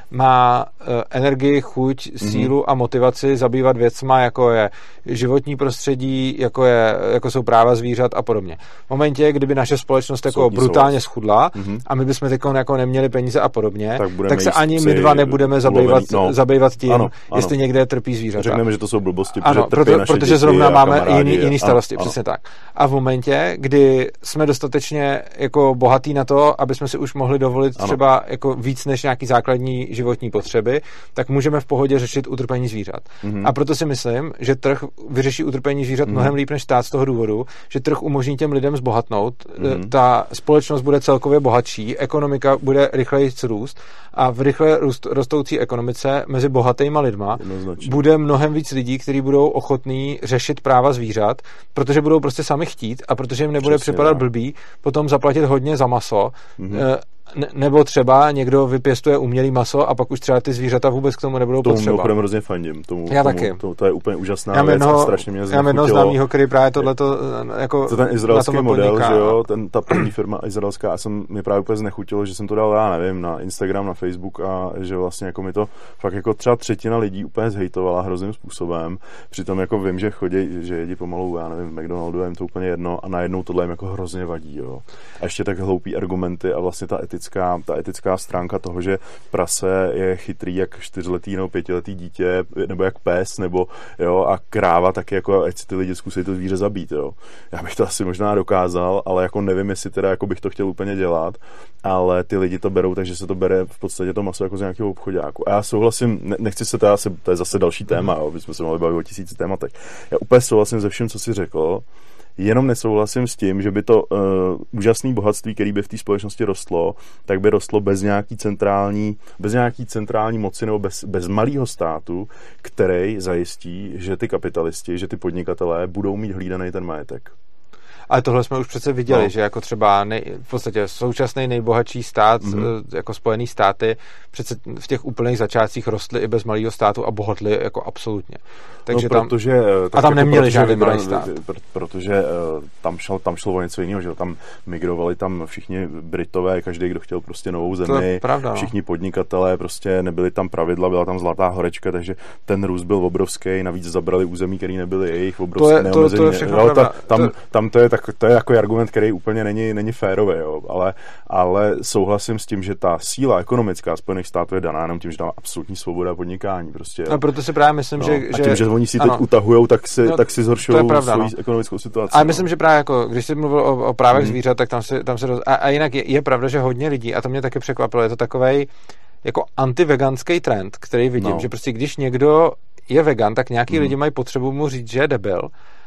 má energii, chuť, sílu mm-hmm. a motivaci zabývat věcma, jako je životní prostředí, jako, je, jako jsou práva zvířat a podobně. V momentě, kdyby naše společnost jako Soudní brutálně schudla mm-hmm. a my bychom teď jako neměli peníze a podobně, tak, tak se ani my dva nebudeme zabývat, no. zabývat tím, ano, ano. jestli někde trpí zvířata. Řekneme, že to jsou blbosti, ano, protože, proto, protože zrovna máme jiný, jiný starosti, ano, přesně ano. tak. A v momentě, kdy jsme dostatečně jako bohatí na to, aby jsme si už mohli dovolit ano. třeba jako víc než nějaký základní životní potřeby, tak můžeme v pohodě řešit utrpení zvířat. Mm-hmm. A proto si myslím, že trh vyřeší utrpení zvířat mm-hmm. mnohem líp než stát z toho důvodu, že trh umožní těm lidem zbohatnout, mm-hmm. ta společnost bude celkově bohatší, ekonomika bude rychleji růst a v rychle růst, rostoucí ekonomice mezi bohatýma lidma Jednoznačně. bude mnohem víc lidí, kteří budou ochotní řešit práva zvířat, protože budou prostě sami chtít a protože jim nebude Přesně, připadat ne. blbý potom zaplatit hodně za maso, mm-hmm. Ne, nebo třeba někdo vypěstuje umělý maso a pak už třeba ty zvířata vůbec k tomu nebudou tomu potřeba. Tomu hrozně fandím. Tomu, já tomu, taky. To, to je úplně úžasná já věc jednoho, a strašně mě znechutilo. Já mám jednoho známýho, který právě tohleto jako to ten izraelský model, že jo, ten, ta první firma izraelská, a jsem mi právě úplně znechutilo, že jsem to dal, já nevím, na Instagram, na Facebook a že vlastně jako mi to fakt jako třeba třetina lidí úplně zhejtovala hrozným způsobem. Přitom jako vím, že chodí, že jedí pomalu, já nevím, v McDonaldu, jim to úplně jedno a najednou tohle jim jako hrozně vadí, jo. A ještě tak hloupý argumenty a vlastně ta etická, ta etická stránka toho, že prase je chytrý jak čtyřletý nebo pětiletý dítě, nebo jak pes, nebo jo, a kráva taky jako, ať si ty lidi zkusí to zvíře zabít, jo. Já bych to asi možná dokázal, ale jako nevím, jestli teda jako bych to chtěl úplně dělat, ale ty lidi to berou, takže se to bere v podstatě to maso jako z nějakého obchoďáku. A já souhlasím, ne, nechci se teda, to je zase další téma, jo, bychom se mohli bavit o tisíci tématech. Já úplně souhlasím se vším, co jsi řekl. Jenom nesouhlasím s tím, že by to uh, úžasné bohatství, které by v té společnosti rostlo, tak by rostlo bez nějaký centrální, bez nějaký centrální moci nebo bez, bez malého státu, který zajistí, že ty kapitalisti, že ty podnikatelé budou mít hlídaný ten majetek. Ale tohle jsme už přece viděli, no. že jako třeba nej, v podstatě současný nejbohatší stát, mm-hmm. jako Spojený státy, přece v těch úplných začátcích rostly i bez malého státu a bohatly jako absolutně. Takže no, protože, tam, a tam jako neměli žádný malý stát. Protože tam šlo, tam šlo o něco jiného, že tam migrovali tam všichni Britové, každý, kdo chtěl prostě novou zemi, pravda, všichni no. podnikatelé, prostě nebyly tam pravidla, byla tam zlatá horečka, takže ten růst byl obrovský, navíc zabrali území, které nebyly jejich, obrovské neomezeně. To, to je všechno no, ta, tam, to... tam to je tak, to je jako argument, který úplně není, není férový, jo. Ale, ale souhlasím s tím, že ta síla ekonomická Spojených států je daná jenom tím, že tam absolutní svoboda podnikání. Prostě, a proto si právě myslím, no, že, a tím, že oni si teď ano. utahujou, tak si, no, tak si zhoršují svoji no. ekonomickou situaci. Ale no. myslím, že právě jako, když jsi mluvil o, o právech hmm. zvířat, tak tam se, tam se roz... a, a jinak je, je pravda, že hodně lidí, a to mě taky překvapilo, je to takovej jako antiveganský trend, který vidím, no. že prostě když někdo je vegan, tak nějaký hmm. lidi mají potřebu mu říct, že je debil.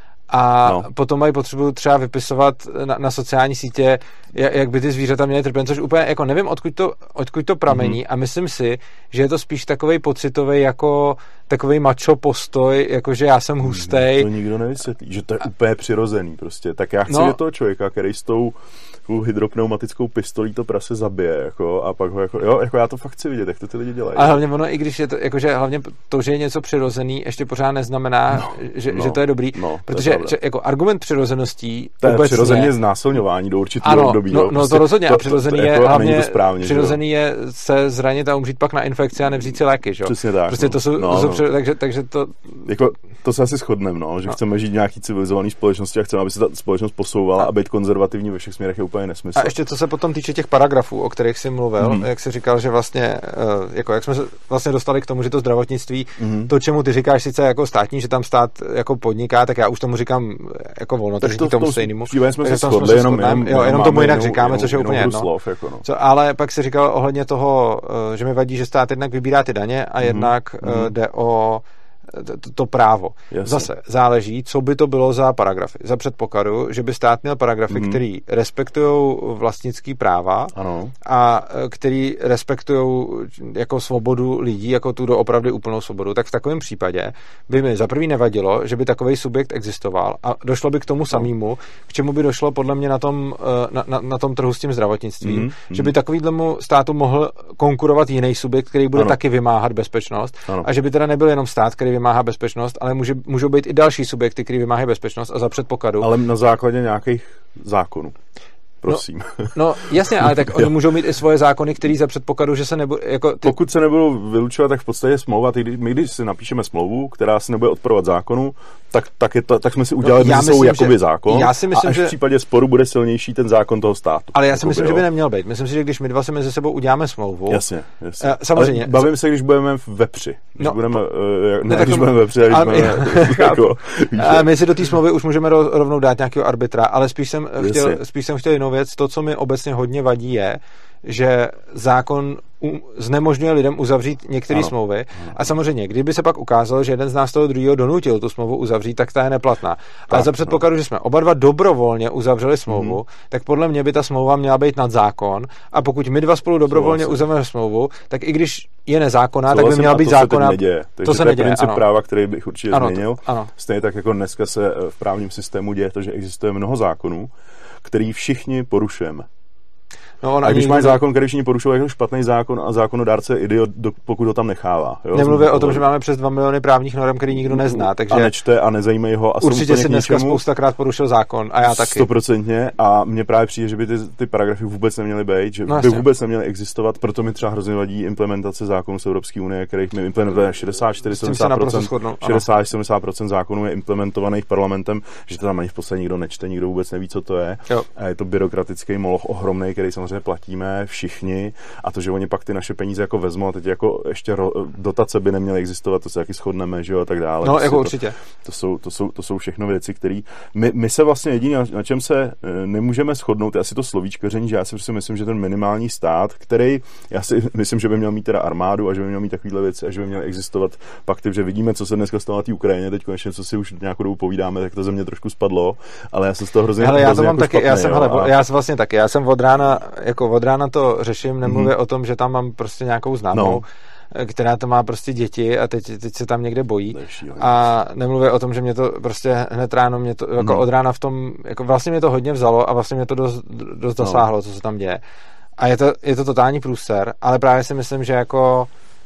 A no. potom mají potřebu třeba vypisovat na, na sociální sítě, jak, jak by ty zvířata měly trpět, což úplně jako nevím, odkud to, odkud to pramení mm-hmm. a myslím si, že je to spíš takovej pocitový jako takovej macho postoj, jako že já jsem hustej. To nikdo nevysvětlí, že to je úplně přirozený prostě. Tak já chci no. toho člověka, který s tou hydropneumatickou pistolí to prase zabije, jako, a pak ho jako, jo, jako já to fakt chci vidět, jak to ty lidi dělají. A hlavně ono, i když je to, jakože hlavně to, že je něco přirozený, ještě pořád neznamená, no, že, no, že to je dobrý, no, protože je jako argument přirozeností to je obecně, přirozeně znásilňování do určitého období. No, no prostě to rozhodně, to, a přirozený to, to, je jako, hlavně, správně, přirozený je se zranit a umřít pak na infekci a nevzít si léky, že jo? Přesně tak. Prostě no. to jsou, no, to jsou no. při, takže, takže to... Jako, to se asi shodneme, no, že no. chceme žít v nějaký civilizovaný společnosti a chceme, aby se ta společnost posouvala a, a být konzervativní ve všech směrech je úplně nesmysl. A ještě co se potom týče těch paragrafů, o kterých jsi mluvil, mm. jak jsi říkal, že vlastně, jako jak jsme se vlastně dostali k tomu, že to zdravotnictví, mm. to, čemu ty říkáš sice jako státní, že tam stát jako podniká, tak já už tomu říkám jako volnotržní k tomu to, stejnému. Jsme se shodli, jenom, jenom, jo, jenom tomu jinak říkáme, jenom, což je úplně jedno. Slov, jako no. Co, ale pak si říkal ohledně toho, že mi vadí, že stát jednak vybírá ty daně a jednak mm. jde o To, to právo. Jasně. Zase záleží, co by to bylo za paragrafy. Za předpokladu, že by stát měl paragrafy, mm. který respektují vlastnický práva ano. a který respektují jako svobodu lidí, jako tu doopravdy úplnou svobodu, tak v takovém případě by mi za prvý nevadilo, že by takovej subjekt existoval a došlo by k tomu samému, k čemu by došlo podle mě na tom, na, na, na tom trhu s tím zdravotnictvím, mm. že by takovýhlemu státu mohl konkurovat jiný subjekt, který bude ano. taky vymáhat bezpečnost ano. a že by teda nebyl jenom stát, který vymáhá bezpečnost, ale může, můžou být i další subjekty, který vymáhají bezpečnost a za předpokladu. Ale na základě nějakých zákonů. prosím. No, no jasně, ale tak oni můžou mít i svoje zákony, který za předpokladu, že se nebude... Jako ty... Pokud se nebudou vylučovat, tak v podstatě smlouva, ty, my když si napíšeme smlouvu, která se nebude odporovat zákonu, tak, tak, je to, tak jsme si udělali no, mezi sebou jakoby zákon já si myslím, a až že... v případě sporu bude silnější ten zákon toho státu. Ale já si myslím, jo. že by neměl být. Myslím si, že když my dva si mezi sebou uděláme smlouvu... Jasně, jasně. Uh, samozřejmě. Ale bavím se, když budeme vepři. Když no, budeme, uh, ne, ne, když budeme vepři, když budeme... jako, a my si do té smlouvy už můžeme rovnou dát nějakého arbitra, ale spíš jsem, chtěl, spíš jsem chtěl jinou věc. To, co mi obecně hodně vadí, je, že zákon znemožňuje lidem uzavřít některé smlouvy. A samozřejmě, kdyby se pak ukázalo, že jeden z nás toho druhého donutil tu smlouvu uzavřít, tak ta je neplatná. Tak, ale za předpokladu, že jsme oba dva dobrovolně uzavřeli smlouvu, mm. tak podle mě by ta smlouva měla být nad zákon. A pokud my dva spolu dobrovolně uzavřeme smlouvu, tak i když je nezákonná, tak by měla být zákonná. To se neděje. Princip ano. práva, který bych určitě ano, změnil. To, ano. Stejně tak jako dneska se v právním systému děje to, že existuje mnoho zákonů, který všichni porušujeme. No, a když máš zákon, který všichni porušuje jako špatný zákon a zákonodárce je idiot, pokud ho tam nechává. Jo? Nemluvím o tom, že máme přes dva miliony právních norm, který nikdo nezná. Takže a nečte a nezajímají ho. A určitě si dneska spoustakrát porušil zákon a já taky. Stoprocentně a mně právě přijde, že by ty, ty paragrafy vůbec neměly být, že no, by vůbec neměly existovat, proto mi třeba hrozně vadí implementace zákonů z Evropské unie, kterých my implementujeme šedesát čtyři až sedmdesát procent zákonů je implementovaných parlamentem, že to tam ani v podstatě nikdo nečte, nikdo vůbec neví, co to je. Jo. A je to byrokratický moloch ohromný, který samozřejmě platíme všichni a to, že oni pak ty naše peníze jako vezmou a teď jako ještě ro, dotace by neměly existovat, to se taky shodneme, že jo, a tak dále. No, prostě jako to, určitě. To jsou, to, jsou, to jsou všechno věci, které my, my se vlastně jediný, na čem se nemůžeme shodnout, je asi to slovíčkaření, že já si prostě myslím, že ten minimální stát, který, já si myslím, že by měl mít teda armádu a že by měl mít takovýhle věci a že by měl existovat pak, že vidíme, co se dneska stalo na té Ukrajině, teď konečně, co si už nějakou dobu povídáme, tak to ze mě trošku spadlo, ale já jsem z toho hrozně hele, já to mám jako taky, špatný, já jsem, hele, a... já jsem vlastně taky, já jsem od rána, jako od rána to řeším, nemluvím mm-hmm. o tom, že tam mám prostě nějakou známou, no. která to má prostě děti a teď, teď se tam někde bojí. A nemluvím o tom, že mě to prostě hned ráno, mě to, jako mm. od rána v tom, jako vlastně mě to hodně vzalo a vlastně mě to dost, dost no. zasáhlo, co se tam děje. A je to, je to totální průser, ale právě si myslím, že jako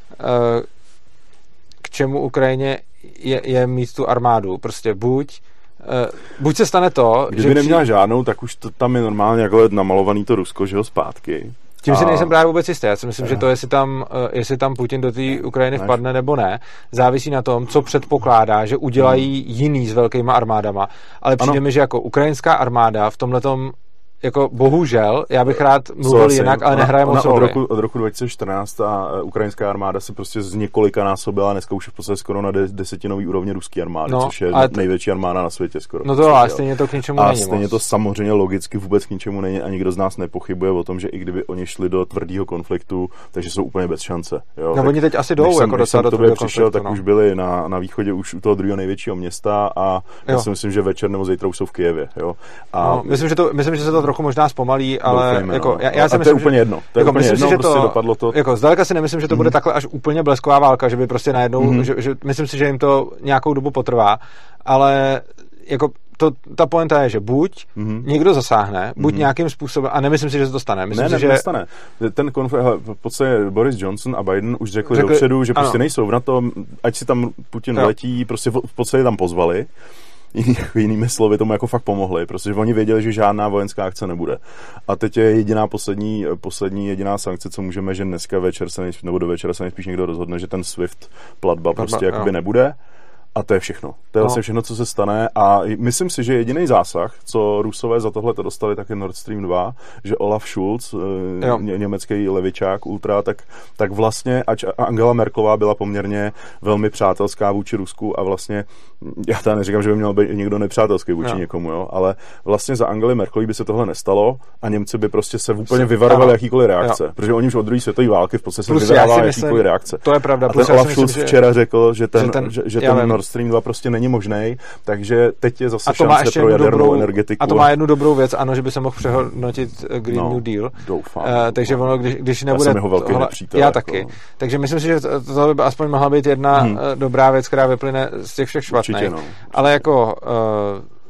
k čemu Ukrajině je, je mít tu armádu. Prostě buď Uh, buď se stane to, kdyby že neměla při... žádnou, tak už to tam je normálně jako namalovaný to Rusko, že ho zpátky. Tím a... si nejsem právě vůbec jistý. Já si myslím, že to, jestli tam, uh, jestli tam Putin do té Ukrajiny vpadne nebo ne, závisí na tom, co předpokládá, že udělají hmm. jiný s velkýma armádama. Ale přijde mi, že jako ukrajinská armáda v tomhletom jako bohužel, já bych rád mluvil so, jinak, ale nehraje moc od roku, od roku dva tisíce čtrnáct ta ukrajinská armáda se prostě z několika násobila, dneska už je v podstatě skoro na de- desetinový úrovně ruské armády, no, což je t... největší armáda na světě skoro. No to a stejně to k ničemu a není stejně moc. To samozřejmě logicky vůbec k ničemu není a nikdo z nás nepochybuje o tom, že i kdyby oni šli do tvrdého konfliktu, takže jsou úplně bez šance. Jo? No tak oni teď asi jdou jako docela do tvrdého přišel, konfliktu. Tak už byli na, na východě už u toho druhého největšího města a já si myslím, že večer nebo zítra už jsou v Kyjevě. Jo? A myslím, že to, myslím, že se to trochu možná zpomalí, ale doufejme, jako, no. já, já si a myslím, to je úplně že, jedno. To je jako, úplně myslím jedno, si, že prostě to, dopadlo to. Jako, zdaleka si nemyslím, že to bude mm. takhle až úplně blesková válka, že by prostě najednou, mm. že, že, myslím si, že jim to nějakou dobu potrvá, ale jako to, ta pointa je, že buď mm-hmm. někdo zasáhne, buď mm-hmm. nějakým způsobem, a nemyslím si, že se to stane. Myslím ne, si, ne, že nestane. Ten konflikt, v podstatě Boris Johnson a Biden už řekli, řekli dopředu, že prostě ano. nejsou na to, ať si tam Putin jo. letí, prostě v podstatě tam pozvali. Jiný, jinými slovy tomu jako fakt pomohli, protože oni věděli, že žádná vojenská akce nebude. A teď je jediná poslední, poslední jediná sankce, co můžeme, že dneska večer se nejspíš, nebo do večera se nejspíš někdo rozhodne, že ten SWIFT platba prostě jakoby nebude. A to je všechno. To je vlastně všechno, co se stane. A myslím si, že jediný zásah, co Rusové za tohle to dostali, tak je Nord Stream dva, že Olaf Scholz, ně, německý levičák, ultra, tak, tak vlastně, ač Angela Merkelová byla poměrně velmi přátelská vůči Rusku a vlastně, já tady neříkám, že by měl být někdo nepřátelský vůči no. někomu, jo, ale vlastně za Angely Merkelové by se tohle nestalo a Němci by prostě se úplně vyvarovali jakýkoliv reakce, jo. protože oni už od druhé světové války v podstatě se vyvarovali jakýkoliv reakce. To je pravda. A ten Olaf Scholz včera řekl, že ten, že ten, že, že ten Nord Stream dva prostě není možnej, takže teď je zase šance pro jadernou dobrou, energetiku. A to má jednu dobrou věc, ano, že by se mohl přehodnotit Green no, New Deal. Doufám. Uh, takže ono, když, když nebude... Já jsem jeho velký tohle, nepřítel. Já jako. taky. Takže myslím si, že to, to by aspoň mohla být jedna hmm. dobrá věc, která vyplyne z těch všech špatných. No. Ale jako... Uh,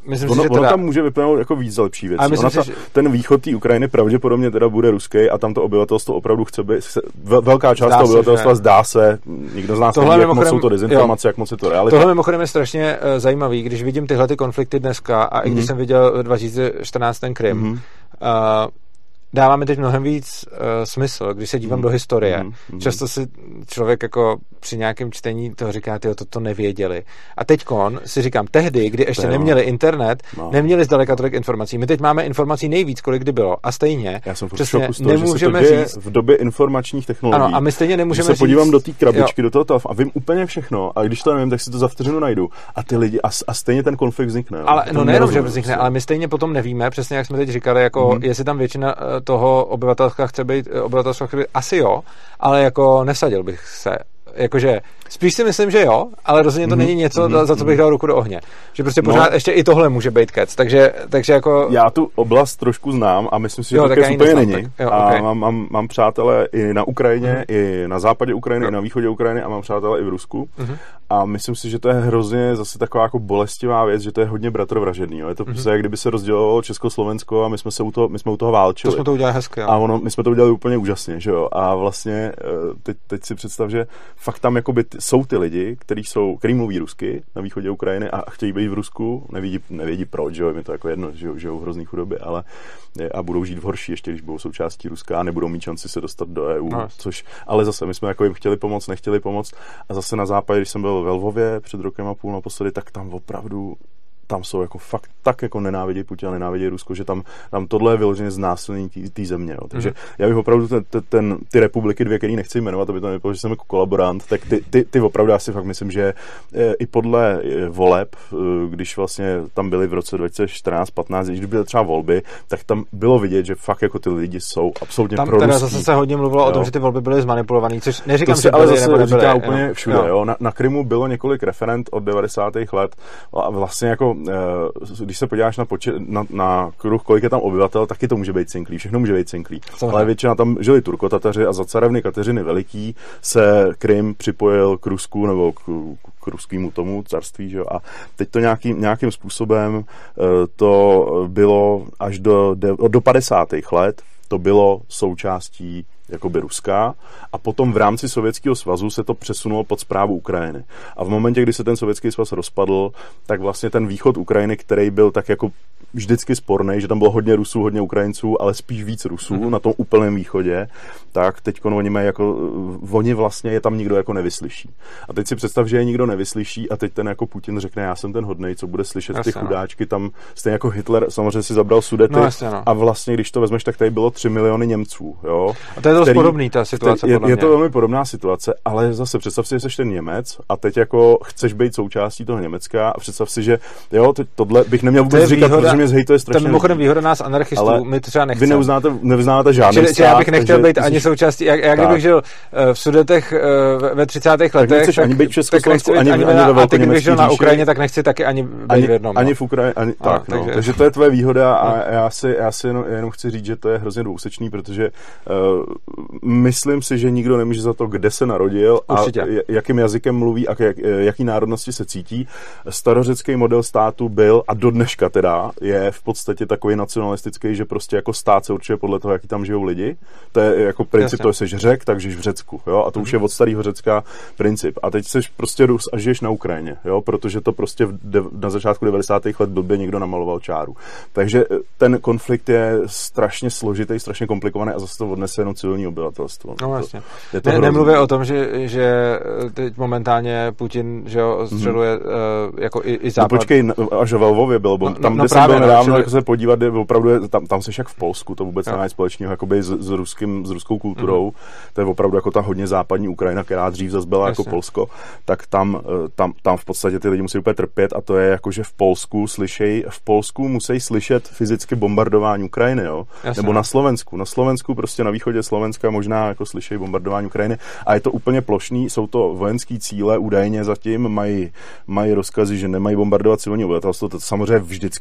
myslím ono, si, že ono teda... tam může vypnout jako víc lepší věcí. Myslím si, ta, že... Ten východ té Ukrajiny pravděpodobně teda bude ruský a tam to obyvatelstvo opravdu chce být, velká část toho obyvatelstva se, zdá se, nikdo z nás neví, jak moc jsou to dezinformace, jo. jak moc je to realita. Tohle mimochodem je strašně uh, zajímavý, když vidím tyhle ty konflikty dneska a mm-hmm. i když jsem viděl dva tisíce čtrnáct ten Krym, mm-hmm. uh, dává mi teď mnohem víc uh, smysl, když se dívám mm. do historie. Mm. Často si člověk jako při nějakém čtení toho říká, tyjo, to, to nevěděli. A teďkon si říkám, tehdy, kdy ještě neměli internet, no. neměli zdaleka tolik informací. My teď máme informací nejvíc, kolik kdy bylo. A stejně, já jsem přesně, z toho, nemůžeme že se to děje říct... v době informačních technologií. Ano, a my stejně nemůžeme když se podívám říct... do té krabičky, jo. do toho telefonu a vím úplně všechno. A když to nevím, tak si to za vteřinu najdu. A ty lidi, a, a stejně ten konflikt vznikne. Jo. Ale no nejenom, že vznikne, ale my stejně potom nevíme, přesně jak jsme teď říkali, jako mm. jestli tam většina toho obyvatelstva chce být, obyvatelstva chce být, asi jo, ale jako nesadil bych se. Jakože spíš si myslím, že jo, ale rozhodně to mm-hmm. není něco, mm-hmm. za co bych dal ruku do ohně. Že prostě pořád no. ještě i tohle může být kec. Takže, takže jako... Já tu oblast trošku znám a myslím si, že jo, to úplně neznám, není. Tak, jo, a okay. mám, mám, mám přátelé i na Ukrajině, mm-hmm. i na západě Ukrajiny, jo. i na východě Ukrajiny a mám přátelé i v Rusku. Mm-hmm. A myslím si, že to je hrozně zase taková jako bolestivá věc, že to je hodně bratrovražedný. Jo. Je to mm-hmm. prostě, jak kdyby se rozdělovalo Československo a my jsme se u toho, my jsme u toho válčili. To jsme to udělali hezky. Jo. A ono, my jsme to udělali úplně úžasně, že jo. A vlastně teď, teď si představ, že fakt tam jakoby t- jsou ty lidi, kteří jsou, který mluví rusky na východě Ukrajiny a chtějí být v Rusku, nevědí, nevědí proč, že jo, jim je to jako jedno, že žijou v hrozný chudobě, ale a budou žít v horší, ještě když budou součástí Ruska a nebudou mít šanci se dostat do E U, no. což, ale zase my jsme jako jim chtěli pomoct, nechtěli pomoct a zase na západě, když jsem byl ve Lvově před rokem a půl naposledy, tak tam opravdu tam jsou jako fakt tak jako nenávidí Putina, nenávidí Rusko, že tam, tam tohle je vyloženě znásilnění té země. Jo. Takže mm. já bych opravdu ten, ten, ten, ty republiky dvě, který nechci jmenovat, aby to nevypadalo, že jsem jako kolaborant, tak ty, ty, ty opravdu já si fakt myslím, že i podle voleb, když vlastně tam byly v roce dva tisíce čtrnáct patnáct, když byly třeba volby, tak tam bylo vidět, že fakt jako ty lidi jsou absolutně tam proruský. Tam teda zase se hodně mluvilo jo. o tom, že ty volby byly zmanipulované, což neříkám, to že ale byly, zase nebo nebyly, říká úplně jo. všude. Jo. Jo. Na, na Krymu bylo několik referent od devadesátých let a vlastně jako když se podíváš na, počet, na, na kruh, kolik je tam obyvatel, taky to může být cinklý, všechno může být cinklý. Ale většina tam žili Turkotataři a za carevny Kateřiny Veliký se Krym připojil k Rusku nebo k, k ruskému tomu carství. Že jo? A teď to nějaký, nějakým způsobem to bylo až do, do padesátých let, to bylo součástí jakoby Ruská a potom v rámci Sovětského svazu se to přesunulo pod správu Ukrajiny. A v momentě, kdy se ten Sovětský svaz rozpadl, tak vlastně ten východ Ukrajiny, který byl tak jako vždycky sporný, že tam bylo hodně Rusů, hodně Ukrajinců, ale spíš víc Rusů mm-hmm. na tom úplném východě, tak teď oni mají jako, oni vlastně je tam nikdo jako nevyslyší. A teď si představ, že je nikdo nevyslyší a teď ten jako Putin řekne, já jsem ten hodnej, co bude slyšet jasně, ty chudáčky, tam stejně jako Hitler samozřejmě si zabral Sudety no, jasně, no. a vlastně, když to vezmeš, tak tady bylo tři miliony Němců, jo. A to je dost podobný ta situace, je, je to velmi podobná situace, ale zase představ si, že jsi ten Němec a teď jako chceš být součástí toho Německa a představ si, že jo, teď tohle bych neměl vůbec říkat, výhoda, protože mě zhejtuje strašně. To je mimochodem výhoda nás anarchistů, ale my třeba nechceme. Vy neuznáte, neuznáte žádný stát. Já bych nechtěl být ani součástí, jak, jak kdybych žil v Sudetech ve třicátých letech, tak nechceš ani být v Československu, ani, ani, ani ve a teď kdybych žil na Ukrajině, tak nechci taky ani být v jednom. Ani v Ukrajině, ani tak, no. Takže to je tvoje výhoda a já si, já si jenom, jenom chci říct, že to je hrozně dvousečný, protože myslím si, že nikdo nemůže za to, kde se narodil a jakým jazykem mluví a jak, jaký národnosti se cítí. Starořecký model státu byl a do dneška teda je v podstatě takový nacionalistický, že prostě jako stát se určuje podle toho, jaký tam žijou lidi. To je jako princip, to jsi Řek, tak žiješ v Řecku, jo? A to mm-hmm. už je od starého Řecka princip. A teď jsi prostě Rus a žiješ na Ukrajině, jo? Protože to prostě de- na začátku devadesátých let blbě někdo namaloval čáru. Takže ten konflikt je strašně složitý, strašně komplikovaný a zase to odnese jenom civilní obyvatelstvo. No vlastně. To, ne, nemluvě o tom, že, že teď momentálně Putin, že jo, střeluje mm-hmm. uh, jako i, i západ. No počkej, až ve Lvově byl, bo no, tam, no, kde no jsem byl nedávno, čili... jako se podívat, je, opravdu je, tam, tam seš jak v Polsku, to vůbec no. nemá společného jakoby s, s, ruským, s ruskou kulturou, mm-hmm. to je opravdu jako ta hodně západní Ukrajina, která dřív zase byla jako Polsko, tak tam, tam, tam v podstatě ty lidi musí úplně trpět a to je jako, že v Polsku slyšej, v Polsku musí slyšet fyzicky bombardování Ukrajiny, jo? Nebo na Slovensku, na Slovensku prostě na východě Slovenska možná jako slyšej bombardování Ukrajiny a je to úplně plošný, jsou to vojenský cíle, údajně zatím mají, mají rozkazy, že nemají bombardovat civilní obyvatelstvo, to samozřejmě vždycky odnese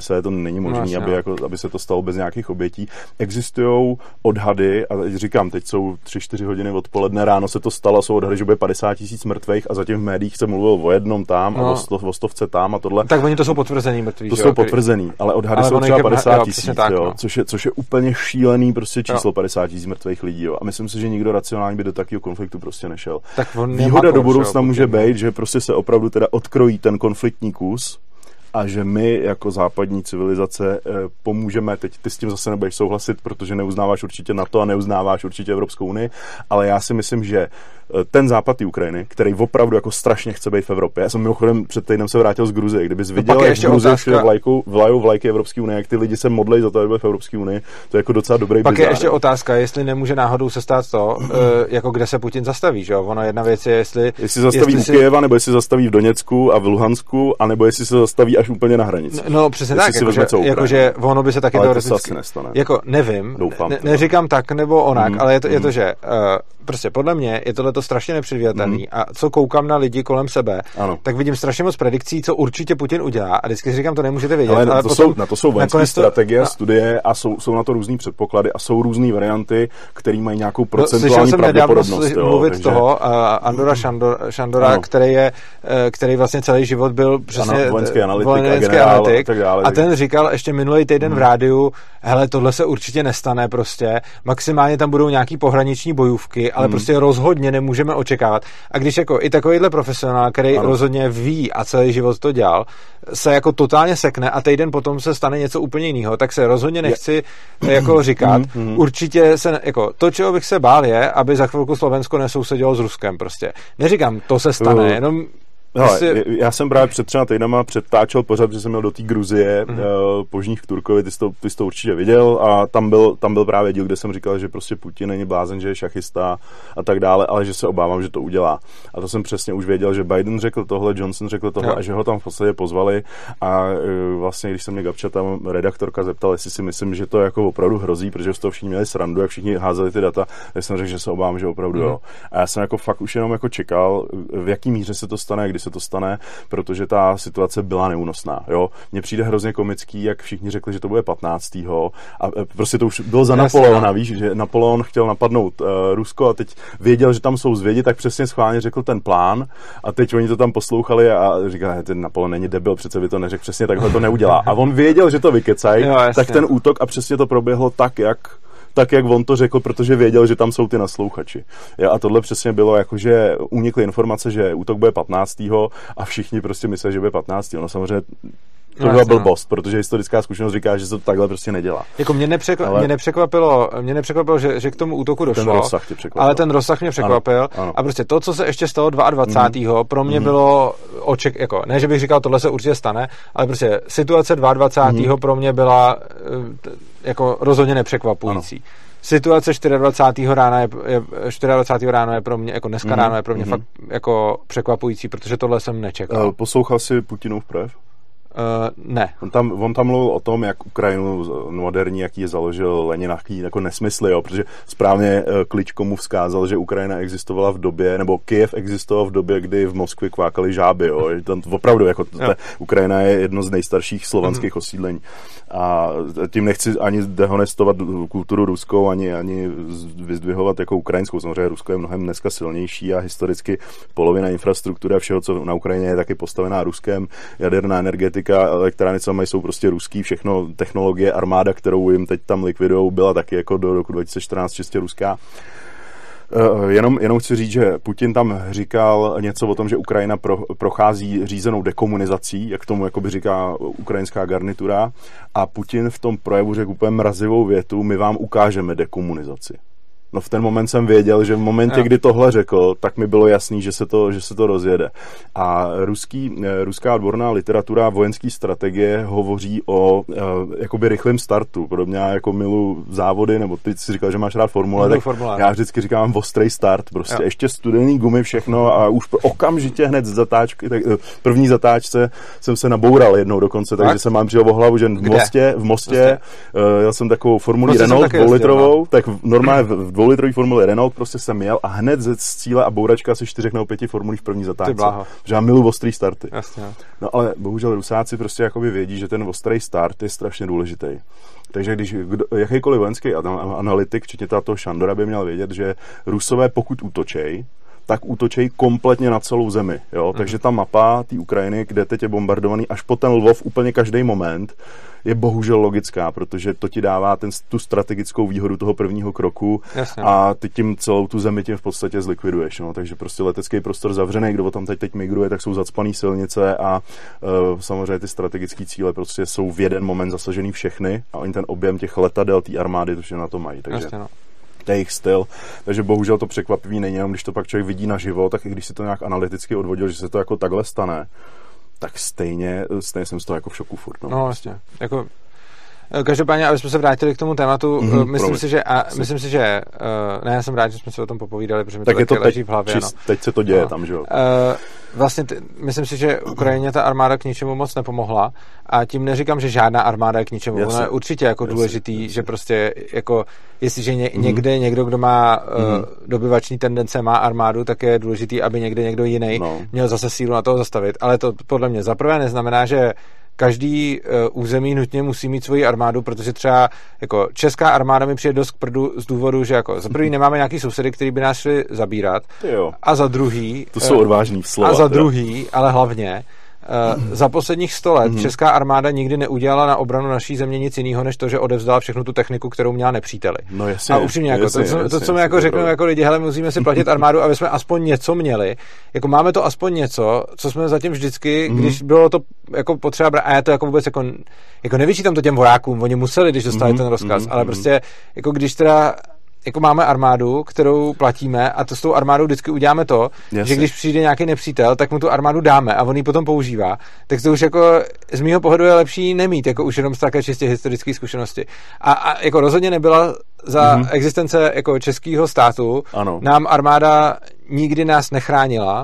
mise, to není možné, no, aby, jako, aby se to stalo bez nějakých obětí. Existují odhady, a říkám, teď jsou tři čtyři hodiny odpoledne, ráno se to stalo, jsou odhady, že bude padesát tisíc mrtvých a zatím v médiích se mluvil o jednom tam no. a o, sto, o stovce tam a tohle. Tak oni to jsou potvrzený mrtví. To jsou potvrzený, ale odhady ale jsou třeba padesát tisíc, no. což, je, což je úplně šílený prostě číslo jo. padesát tisíc mrtvých lidí. Jo. A myslím si, že nikdo racionální by do takového konfliktu prostě nešel. Tak výhoda do budoucna může být, že prostě se opravdu teda odkrojí ten konfliktní kus a že my jako západní civilizace eh, pomůžeme, teď ty s tím zase nebudeš souhlasit, protože neuznáváš určitě NATO a neuznáváš určitě Evropskou unii, ale já si myslím, že ten západ té Ukrajiny, který opravdu jako strašně chce být v Evropě. Já jsem mimochodem před týdnem se vrátil z Gruzie, kdybys viděl, no jak v Gruzii všude vlajkou, vlajou vlajky Evropské unie, jak ty lidi se modlejí za to, aby byli v Evropské unii, to je jako docela dobrý Pak bizár. Je ještě otázka, jestli nemůže náhodou se stát to, jako kde se Putin zastaví, že jo? Ono jedna věc je, jestli... Jestli zastaví jestli u Kyjeva, si... nebo jestli zastaví v Doněcku a v Luhansku, anebo jestli se zastaví až úplně na hranici. No, no přesně tak, jakože jako, že ono by se taky teoreticky... Jako nevím, Doufám, ne, neříkám tak nebo onak, mm, ale je to, mm. je to že uh, prostě podle mě je tohleto strašně nepředvídatelný mm. a co koukám na lidi kolem sebe, ano. tak vidím strašně moc predikcí, co určitě Putin udělá a vždycky si říkám, to nemůžete vědět. Ale, ale to potom, jsou, na to jsou vojenské strategie, to, studie a jsou, jsou na to různý předpoklady a jsou různý varianty, které mají nějakou procentuální no, slyšel pravděpodobnost. Slyšel jsem nedávno mluvit takže... toho uh, Andora Šandor, Šandora, který je, uh, který vlastně celý život byl přesně ano, vojenský analytik, vojenský a, generál, analytik a tak dále. A ten říkal ještě minulý týden hmm. v rádiu, hele, tohle se určitě nestane prostě, maximálně tam budou nějaký pohraniční bojůvky, ale hmm. prostě rozhodně nemůžeme očekávat. A když jako i takovýhle profesionál, který ano. rozhodně ví a celý život to dělal, se jako totálně sekne a týden potom se stane něco úplně jiného, tak se rozhodně nechci je. jako říkat. Určitě se, jako to, čeho bych se bál, je, aby za chvilku Slovensko nesousedilo s Ruskem prostě. Neříkám, to se stane, uh. jenom Hele, Jestli... já jsem právě před třema týdnama předtáčel pořád, že jsem měl do té Gruzie mm. uh, Požních v Turkovi, ty jsi, to, ty jsi to určitě viděl a tam byl, tam byl právě díl, kde jsem říkal, že prostě Putin není blázen, že je šachista a tak dále, ale že se obávám, že to udělá. A to jsem přesně už věděl, že Biden řekl tohle, Johnson řekl tohle no. a že ho tam v podstatě pozvali a uh, vlastně, když se mě Gabča tam redaktorka zeptal, jestli si myslím, že to jako opravdu hrozí, protože z toho všichni měli srandu, jak všichni házeli ty data, tak jsem řekl, že se obávám, že opravdu mm. jo. A já jsem jako fakt už jenom jako čekal, v jaký míře se to stane, kdy se to stane, protože ta situace byla neúnosná. Jo? Mně přijde hrozně komický, jak všichni řekli, že to bude patnáctého a prostě to už bylo za Napoleona, víš, že Napoleon chtěl napadnout uh, Rusko a teď věděl, že tam jsou zvědi, tak přesně schválně řekl ten plán a teď oni to tam poslouchali a říkali, ten Napoleon není debil, přece by to neřekl přesně, takhle to neudělá. A on věděl, že to vykecají, tak ten útok a přesně to proběhlo tak, jak tak, jak on to řekl, protože věděl, že tam jsou ty naslouchači. Ja, a tohle přesně bylo, jakože unikly informace, že útok bude patnáctého a všichni prostě mysleli, že bude patnáctého No samozřejmě to byla no, blbost, protože historická zkušenost říká, že se to takhle prostě nedělá. Jako mě, nepřekva- ale... mě nepřekvapilo, mě nepřekvapilo, že, že k tomu útoku došlo. Ten rozsah tě překvapil. Ale ten rozsah mě překvapil. Ano, ano. A prostě to, co se ještě stalo dvacátého Mm. pro mě mm. bylo oček, jako ne, že bych říkal, tohle se určitě stane, ale prostě situace dvacátého Mm. pro mě byla jako rozhodně nepřekvapující. Ano. Situace dvacátého rána je, je dvacátého ráno je pro mě, jako dneska mm. ráno je pro mě mm. fakt jako překvapující, protože tohle jsem nečekal. Poslouchal jsi Putinův projev? Uh, ne. On tam, on tam mluvil o tom, jak Ukrajinu moderní, jaký je založil Lenin, jaký jako nesmysly, jo, protože správně uh, Kličko mu vzkázal, že Ukrajina existovala v době, nebo Kyjev existoval v době, kdy v Moskvě kvákaly žáby, jo. Tam opravdu, jako ta, Ukrajina je jedno z nejstarších slovanských mm. osídlení. A tím nechci ani dehonestovat kulturu ruskou, ani, ani vyzdvihovat jako ukrajinskou. Samozřejmě Rusko je mnohem dneska silnější a historicky polovina infrastruktury a všeho, co na Ukrajině je taky postavená Ruskem, jaderná energetika, elektrárny, co mají, jsou prostě ruský, všechno technologie, armáda, kterou jim teď tam likvidujou, byla taky jako do roku dva tisíce čtrnáct čistě ruská. Uh, jenom, jenom chci říct, že Putin tam říkal něco o tom, že Ukrajina pro, prochází řízenou dekomunizací, jak tomu jakoby říká ukrajinská garnitura, a Putin v tom projevu řekl úplně mrazivou větu, my vám ukážeme dekomunizaci. No v ten moment jsem věděl, že v momentě, kdy tohle řekl, tak mi bylo jasný, že se to, že se to rozjede. A ruský, ruská odborná literatura vojenské strategie hovoří o uh, jakoby rychlém startu. Podobně jako milu závody, nebo ty jsi říkal, že máš rád formule, tak formulár. Já vždycky říkám ostrý start. Prostě jo. Ještě studený gumy, všechno a už okamžitě hned z zatáčky, tak, první zatáčce jsem se naboural jednou dokonce, tak? takže jsem mám přijel o hlavu, že v Mostě, v Mostě, uh, jel jsem takovou formulí Renault dvoulitrovou, tak normálně v dvoulitrový formuli Renault prostě jsem jel a hned ze cíle a bouračka asi čtyřech nebo pěti formulí v první zatáčce. Že já miluji ostrý starty. Jasně. No ale bohužel Rusáci prostě jakoby vědí, že ten ostrý start je strašně důležitý. Takže když kdo, jakýkoliv vojenský analytik, včetně toho Šandora, by měl vědět, že Rusové pokud útočej, tak útočej kompletně na celou zemi. Jo? Mm. Takže ta mapa té Ukrajiny, kde teď je bombardovaný až po ten Lvov úplně každý moment, je bohužel logická, protože to ti dává ten, tu strategickou výhodu toho prvního kroku. Jasně. A ty tím celou tu zemi tím v podstatě zlikviduješ. No? Takže prostě letecký prostor zavřený, kdo tam teď, teď migruje, tak jsou zacpaný silnice a uh, samozřejmě ty strategické cíle prostě jsou v jeden moment zasažený všechny a oni ten objem těch letadel, té armády, to na to mají. Takže... Jasně, no. To je jejich styl, takže bohužel to překvapivý není jenom, když to pak člověk vidí naživo, tak i když si to nějak analyticky odvodil, že se to jako takhle stane, tak stejně, stejně jsem z toho jako v šoku furt. No, no vlastně, jako každopádně, aby jsme se vrátili k tomu tématu, mm-hmm, myslím, promiň. si, že, a, myslím si, že uh, ne, já jsem rád, že jsme se o tom popovídali, protože mi tak to, je to teď, leží v hlavě. Čist, no. Teď se to děje no. tam, že jo? Uh, vlastně t- myslím si, že Ukrajině ta armáda k ničemu moc nepomohla a tím neříkám, že žádná armáda je k ničemu. Jasně. Ono je určitě jako jasně, důležitý, jasně. Že prostě jako, jestliže ně, mm-hmm. někde někdo, kdo má uh, mm-hmm. dobyvační tendence, má armádu, tak je důležitý, aby někde někdo jiný no. měl zase sílu na toho zastavit. Ale to podle mě zaprvé neznamená, že každý uh, území nutně musí mít svoji armádu, protože třeba jako česká armáda mi přijde dost k prdu z důvodu, že jako za prvý nemáme nějaký sousedy, který by nás šli zabírat. Jo. A za druhý... To jsou odvážný slova. A za druhý, ale hlavně, uh, za posledních sto let mm. česká armáda nikdy neudělala na obranu naší země nic jiného, než to, že odevzdala všechnu tu techniku, kterou měla nepřítelí. No jasně, a upřímně, jako, jasně, to, co, jasně, to, co mi jako řeknou jako lidi, hele, musíme si platit armádu, aby jsme aspoň něco měli. Jako máme to aspoň něco, co jsme zatím vždycky, mm. když bylo to jako potřeba brát, a já to jako vůbec jako, jako nevyčítám to těm vojákům, oni museli, když dostali mm. ten rozkaz, mm. ale prostě jako když teda jako máme armádu, kterou platíme a to s tou armádou vždycky uděláme to, Jasně. že když přijde nějaký nepřítel, tak mu tu armádu dáme a on ji potom používá. Tak to už jako z mýho pohledu je lepší nemít, jako už jenom z také čistě historické zkušenosti. A, a jako rozhodně nebyla za mm-hmm. existence jako českého státu, ano. Nám armáda nikdy nás nechránila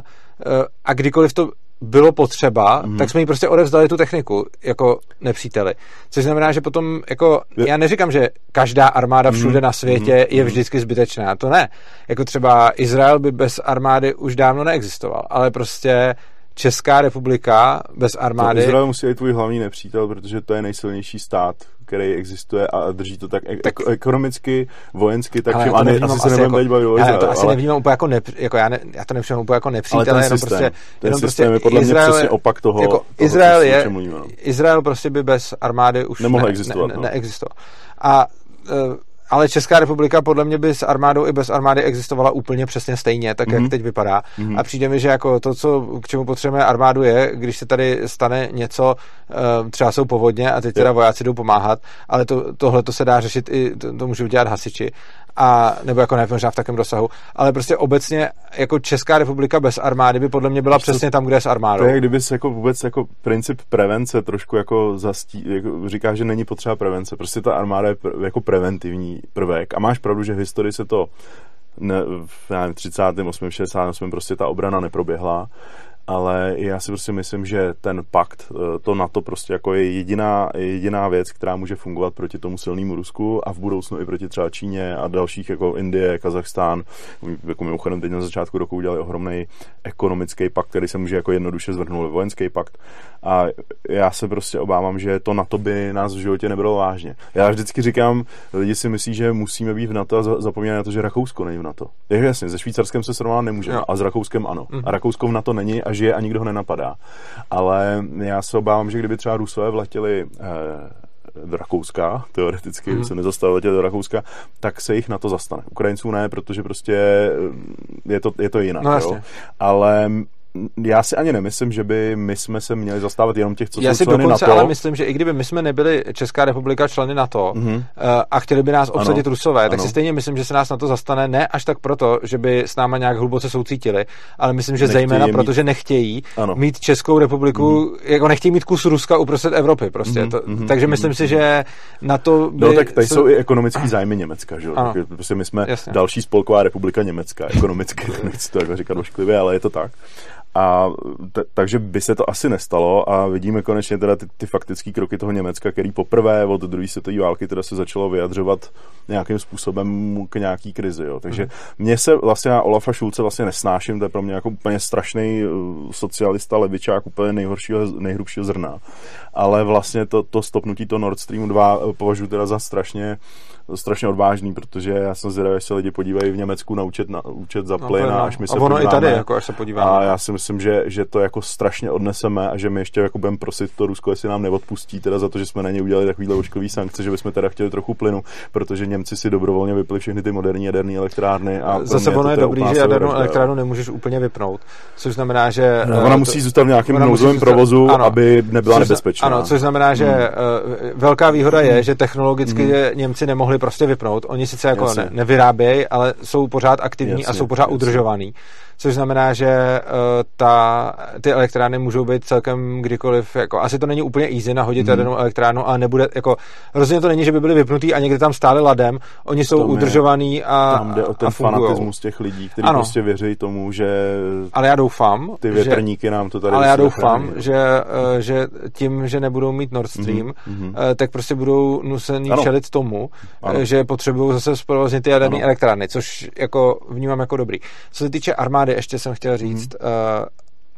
a kdykoliv to bylo potřeba, mm. tak jsme jí prostě odevzdali tu techniku jako nepříteli. Což znamená, že potom jako, já neříkám, že každá armáda všude mm. na světě mm. je vždycky zbytečná. To ne. Jako třeba Izrael by bez armády už dávno neexistoval, ale prostě Česká republika bez armády... To Izrael musí být tvůj hlavní nepřítel, protože to je nejsilnější stát, který existuje a drží to tak, tak ek- ekonomicky, vojensky, tak všem, a ne, asi se nebudeme teď bavit o Izraelu. Já to asi ale... nevnímám úplně jako, nepř, jako já, ne, já to nevnímám úplně jako nepřítel, jenom systém, prostě... Ten jenom systém prostě je podle Izrael, mě přesně opak toho, jako toho Izrael toho, je, mluvíme, no. Izrael prostě by bez armády už nemohl ne, existovat. Ne, no. ne, neexistoval. A... Uh, ale Česká republika podle mě by s armádou i bez armády existovala úplně přesně stejně, tak mm-hmm. jak teď vypadá. Mm-hmm. A přijde mi, že jako to, co, k čemu potřebujeme armádu je, když se tady stane něco, třeba jsou povodně a teď teda vojáci jdou pomáhat, ale to, tohle to se dá řešit i, to, to můžou dělat hasiči. A, nebo jako ne, možná v takém rozsahu, ale prostě obecně jako Česká republika bez armády by podle mě byla Víš, přesně tam, kde je s armádou. To je, kdyby se jako vůbec jako princip prevence trošku jako zastí, jako říká, že není potřeba prevence. Prostě ta armáda je pr- jako preventivní prvek. A máš pravdu, že v historii se to ne, v nevím, třicátém osmém šedesátém osmém prostě ta obrana neproběhla. Ale já si prostě myslím, že ten pakt, to NATO prostě jako je jediná, jediná věc, která může fungovat proti tomu silnému Rusku a v budoucnu i proti třeba Číně a dalších jako Indie, Kazachstán. Jako mimochodem teď na začátku roku udělali ohromný ekonomický pakt, který se může jako jednoduše zvrhnout vojenský pakt. A já se prostě obávám, že to NATO by nás v životě nebylo vážně. Já vždycky říkám, lidi si myslí, že musíme být v NATO a zapomínají na to, že Rakousko není v NATO. Je jasně, se Švýcarskem se srovnat nemůžeme, a s Rakouskem ano. A Rakousko v NATO není a žije a nikdo ho nenapadá. Ale já se obávám, že kdyby třeba Rusové vletěli eh, do Rakouska, teoreticky, mm. se nezastavili letět do Rakouska, tak se jich na to zastane. Ukrajinců ne, protože prostě je to, je to jinak. No, jo? Ale já si ani nemyslím, že by my jsme se měli zastávat jenom těch, co já jsou členy NATO. Já si dokonce ale myslím, že i kdyby my jsme nebyli Česká republika členy NATO mm-hmm. a chtěli by nás obsadit ano. Rusové, tak ano. si stejně myslím, že se nás na to zastane ne až tak proto, že by s náma nějak hluboce soucítili, ale myslím, že nechtějí zejména mít... proto, že nechtějí ano. mít Českou republiku, mm-hmm. jako nechtějí mít kus Ruska uprostřed Evropy prostě. Mm-hmm. To, mm-hmm. Takže myslím mm-hmm. si, že na to by... No tak tady se... jsou i ekonomický zájmy Německa, že jo? Prostě my jsme Jasně. další spolková republika Německa, ekonomicky, nechci to jako říkat ošklivě, ale je to tak. A t- takže by se to asi nestalo a vidíme konečně teda ty, ty faktické kroky toho Německa, který poprvé od druhé světové války teda se začalo vyjadřovat nějakým způsobem k nějaký krizi. Jo. Takže mm. mně se vlastně na Olafa Šulce vlastně nesnáším, to je pro mě jako úplně strašný socialista, levičák, úplně nejhoršího, nejhrubšího zrna. Ale vlastně to, to stopnutí to Nord Stream dva považuji teda za strašně strašně odvážný, protože já jsem zvědavý, až se lidi podívají v Německu na účet, na účet za plyn, no, až my se a ono podíváme, i tady, jako až se podíváme. A já si myslím, že, že to jako strašně odneseme a že my ještě jako budeme prosit to Rusko, jestli nám neodpustí teda za to, že jsme na ně udělali takovýhle očkový sankce, že bychom teda chtěli trochu plynu, protože Němci si dobrovolně vypli všechny ty moderní jaderné elektrárny. A zase ono je dobrý, že jadernou elektrárnu nemůžeš úplně vypnout, což znamená, že no, ona musí zůstat v nějakém nouzovém provozu, ano, aby nebyla nebezpečná. Ano, což znamená, že hmm. velká výhoda je, že technologicky hmm. Němci nemohli prostě vypnout. Oni sice jako ne, nevyrábějí, ale jsou pořád aktivní jasně, a jsou pořád jasně. udržovaný. Což znamená, že uh, ta, ty elektrárny můžou být celkem kdykoliv, jako, asi to není úplně easy nahodit jadernou hmm. elektrárnu a nebude, jako, rozhodně to není, že by byly vypnutý a někde tam stále ladem, oni jsou udržovaný a tam jde o ten fanatismus těch lidí, kteří ano. prostě věří tomu, že ale já doufám, ty větrníky že, nám to tady ale já doufám, že, uh, že tím, že nebudou mít Nord Stream, mm-hmm. uh, tak prostě budou nucený čelit tomu, uh, že potřebují zase zprovoznit ty jaderné elektrárny, což jako vnímám jako dobrý. Co se týče armády, ještě jsem chtěl říct, mm. uh,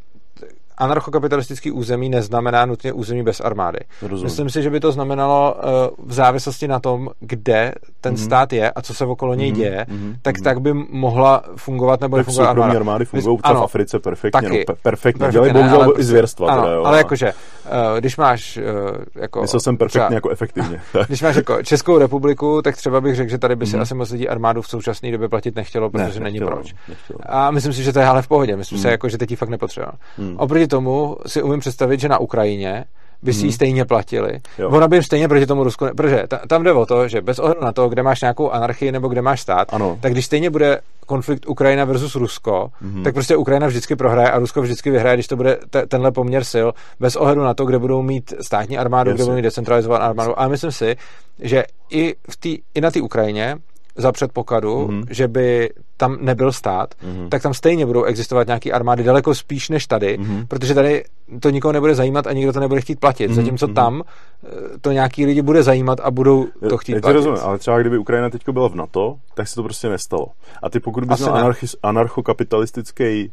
anarchokapitalistický území neznamená nutně území bez armády. Rozumím. Myslím si, že by to znamenalo uh, v závislosti na tom, kde ten mm. stát je a co se okolo něj mm. děje, mm. tak mm. tak by mohla fungovat nebo nefungovat armáda. Tak armády fungují v Africe perfektně. Taky. No, perfektně. Dělají bohužel i zvěrstva. Ano, teda, jo, ale jakože, uh, když máš uh, jako... Myslel jsem perfektně třeba, jako efektivně. Když máš jako Českou republiku, tak třeba bych řekl, že tady by si mm. asi moc lidí armádu v současné době platit nechtělo, protože ne, není nechtělo, proč. Nechtělo. A myslím si, že to je ale v pohodě. Myslím mm. si, jako, že teď ji fakt nepotřeba. Mm. Oproti tomu si umím představit, že na Ukrajině by si ji hmm. stejně platili. Jo. Ona by jim stejně proti tomu Rusku... Ne... Protože ta, tam jde o to, že bez ohledu na to, kde máš nějakou anarchii nebo kde máš stát, ano. tak když stejně bude konflikt Ukrajina versus Rusko, hmm. tak prostě Ukrajina vždycky prohraje a Rusko vždycky vyhraje, když to bude te, tenhle poměr sil, bez ohledu na to, kde budou mít státní armádu, Jasně. kde budou mít decentralizovanou armádu. A myslím si, že i, v tý, i na té Ukrajině za předpokladu, mm-hmm. že by tam nebyl stát, mm-hmm. tak tam stejně budou existovat nějaký armády daleko spíš než tady, mm-hmm. protože tady to nikoho nebude zajímat a nikdo to nebude chtít platit. Mm-hmm. Zatímco tam to nějaký lidi bude zajímat a budou to chtít já, já platit. Rozumím, ale třeba kdyby Ukrajina teďko byla v NATO, tak se to prostě nestalo. A ty pokud bys měl anarchis, anarchokapitalistický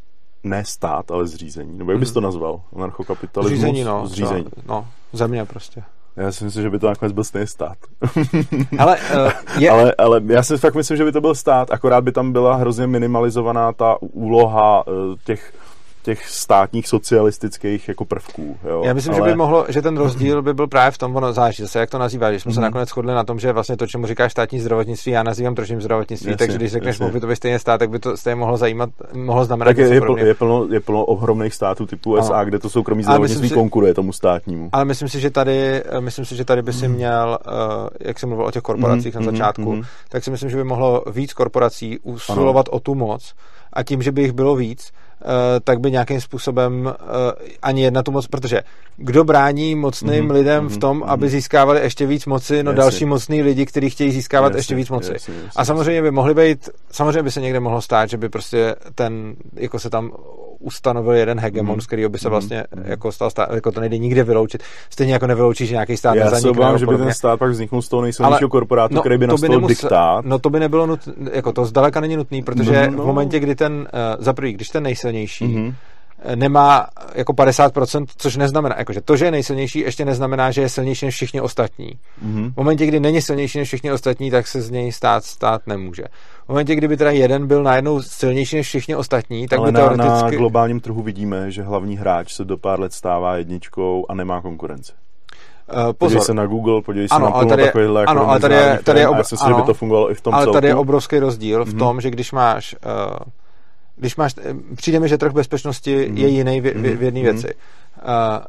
ne stát, ale zřízení. Nebo jak bys to nazval? Anarchokapitalismus? Zřízení, no. Zřízení. No, země prostě. Já si myslím, že by to nakonec byl stejný stát. Ale, uh, je... ale, ale já si fakt myslím, že by to byl stát, akorát by tam byla hrozně minimalizovaná ta úloha uh, těch těch státních socialistických jako prvků. Jo. Já myslím, ale... že by mohlo, že ten rozdíl by byl právě v tom, ono záleží zase, jak to nazýváš, že jsme mm. se nakonec shodli na tom, že vlastně to, čemu říkáš státní zdravotnictví, já nazývám tržním zdravotnictví, jasně, takže když řekneš, mohl by to být stejně stát, tak by to stejně mohlo zajímat, mohlo znamenat. Tak je, je, pl, je, plno, je plno ohromných států typu U S A, ano. kde to soukromí zdravotnictví si, konkuruje tomu státnímu. Ale myslím si, že tady, myslím si, že tady by si měl, jak jsem mluvil o těch korporacích mm, na začátku, mm, tak si myslím, že by mohlo víc korporací usilovat o tu moc a tím, že by jich bylo víc, Uh, tak by nějakým způsobem uh, ani jedna tu moc, protože kdo brání mocným mm-hmm, lidem mm-hmm, v tom, mm-hmm. aby získávali ještě víc moci, no jasně. další mocný lidi, kteří chtějí získávat jasně, ještě víc moci. Jasně, jasně, a samozřejmě by mohli být, samozřejmě by se někde mohlo stát, že by prostě ten, jako se tam ustanovil jeden hegemon, mm-hmm. z kterého by se vlastně mm-hmm. jako stal stát, jako to nejde nikde vyloučit. Stejně jako nevyloučí, že nějaký stát nezanikne. Já se obávám, že by ten stát pak vzniknul z toho nejsilnějšího korporátu, no, který by nastavil diktát. No to by nebylo nutné, jako to zdaleka není nutný, protože no, no. v momentě, kdy ten, uh, za prvý, když ten nejsilnější mm-hmm. nemá jako padesát procent, což neznamená, jakože to, že je nejsilnější, ještě neznamená, že je silnější než všichni ostatní. Mm-hmm. V momentě, kdy není silnější než všichni ostatní, tak se z něj stát stát nemůže. V momentě, kdyby teda jeden byl najednou silnější než všichni ostatní, tak ale by teoreticky... na, na globálním trhu vidíme, že hlavní hráč se do pár let stává jedničkou a nemá konkurenci. Uh, pozor. Podívej se na Google, podívej se ano, na plno takovýhle jako ano, ale tady je, tady je ob... a já si myslím, že by to fungovalo i v tom ale celku. Ale tady je obrovský rozdíl v mm-hmm. tom, že když máš... Uh, Když máš, přijde mi, že trh bezpečnosti mm. je jiný v, v, v jedné mm. věci. Uh,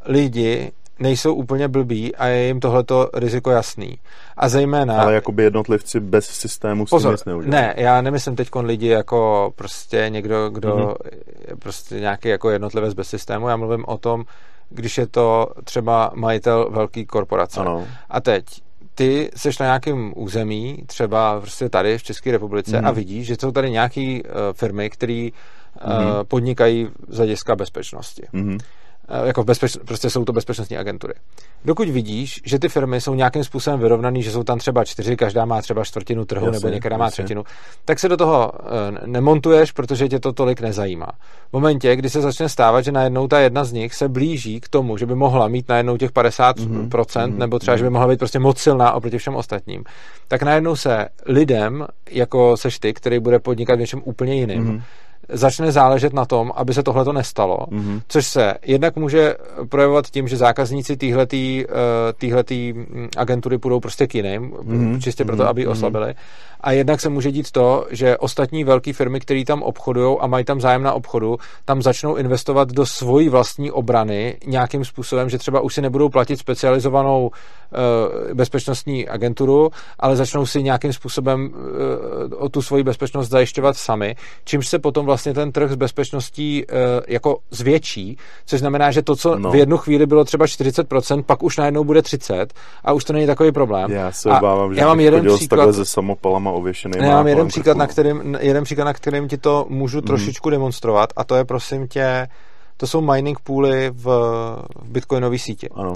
lidi nejsou úplně blbí a je jim tohleto riziko jasný. A zejména... Ale jakoby jednotlivci bez systému s tím nic neudělají. Ne, já nemyslím teďkon lidi jako prostě někdo, kdo mm. je prostě nějaký jako jednotlivec bez systému. Já mluvím o tom, když je to třeba majitel velký korporace. Ano. A teď ty seš na nějakém území, třeba prostě tady v České republice mm. a vidíš, že jsou tady nějaký uh, firmy, které uh, mm-hmm. podnikají z hlediska bezpečnosti. Mm-hmm. Jako bezpeč, prostě jsou to bezpečnostní agentury. Dokud vidíš, že ty firmy jsou nějakým způsobem vyrovnaný, že jsou tam třeba čtyři, každá má třeba čtvrtinu trhu, jasně, nebo některá má třetinu, tak se do toho nemontuješ, protože tě to tolik nezajímá. V momentě, kdy se začne stávat, že najednou ta jedna z nich se blíží k tomu, že by mohla mít najednou těch padesát procent, mm-hmm. nebo třeba, že by mohla být prostě moc silná oproti všem ostatním, tak najednou se lidem, jako seš ty, který bude podnikat v něčem úplně jiným, mm-hmm. začne záležet na tom, aby se tohleto nestalo, mm-hmm. což se jednak může projevovat tím, že zákazníci týhletý, týhletý agentury půjdou prostě k jiným, mm-hmm. čistě proto, aby mm-hmm. oslabili. A jednak se může dít to, že ostatní velké firmy, které tam obchodujou a mají tam zájem na obchodu, tam začnou investovat do svojí vlastní obrany nějakým způsobem, že třeba už si nebudou platit specializovanou uh, bezpečnostní agenturu, ale začnou si nějakým způsobem uh, o tu svoji bezpečnost zajišťovat sami, čímž se potom vlastně ten trh s bezpečností uh, jako zvětší, což znamená, že to, co no. v jednu chvíli bylo třeba čtyřicet procent, pak už najednou bude třicet procent a už to není takový problém. Já se obávám, že já mám jeden příklad se samopalama ověšený. Já mám jeden příklad, na kterým, jeden příklad, na kterým ti to můžu trošičku mm. demonstrovat, a to je, prosím tě, to jsou mining pooly v, v bitcoinové síti. Ano.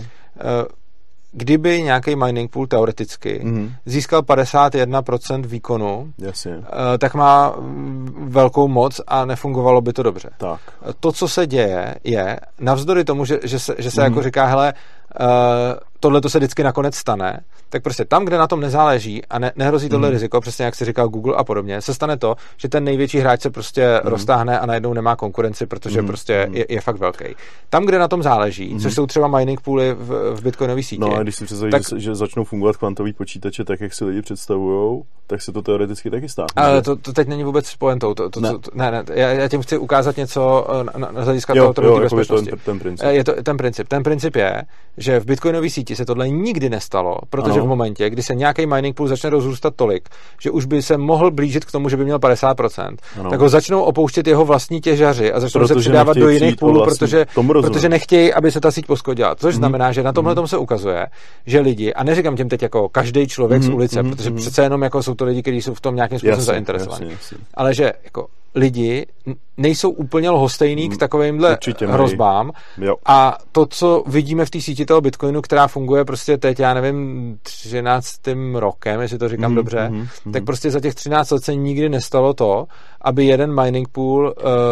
Kdyby nějaký mining pool teoreticky mm. získal padesát jedna procent výkonu, Jasně. tak má velkou moc a nefungovalo by to dobře. Tak. To, co se děje, je, navzdory tomu, že, že se, že se mm. jako říká, hele, uh, tohle to se vždycky nakonec stane, tak prostě tam, kde na tom nezáleží a ne, nehrozí tohle mm. riziko, přesně jak si říkal Google a podobně, se stane to, že ten největší hráč se prostě mm. roztáhne a najednou nemá konkurenci, protože mm. prostě je, je fakt velký. Tam, kde na tom záleží, mm. což jsou třeba mining pooly v, v bitcoinové síti. No a když si představíš, tak, že, že začnou fungovat kvantový počítače tak, jak si lidi představujou, tak se to teoreticky taky stane. Ale to, to teď není vůbec pointou. To, to, ne. To, ne, ne, já, já tím chci ukázat něco na, na hlediska toho trhu bezpečnosti. Ten, ten princip. Je to ten princip. Ten princip je, že v bitcoinové síti se tohle nikdy nestalo, protože ano. v momentě, kdy se nějaký mining pool začne rozrůstat tolik, že už by se mohl blížit k tomu, že by měl padesát procent, ano. tak ho začnou opouštět jeho vlastní těžaři a začnou protože se přidávat do jiných poolů, vlastní, protože, protože nechtějí, aby se ta síť poskodila. Což mm-hmm. znamená, že na tomhle tom se ukazuje, že lidi, a neříkám těm teď jako každý člověk mm-hmm. z ulice, mm-hmm. protože přece jenom jako jsou to lidi, kteří jsou v tom nějakým způsobem zainteresovaní. Ale že jako lidi nejsou úplně lhostejní k takovýmhle hrozbám a to, co vidíme v té síti toho Bitcoinu, která funguje prostě teď, já nevím, třináctým rokem, jestli to říkám mm, dobře, mm, mm. tak prostě za těch třináct let se nikdy nestalo to, aby jeden mining pool uh,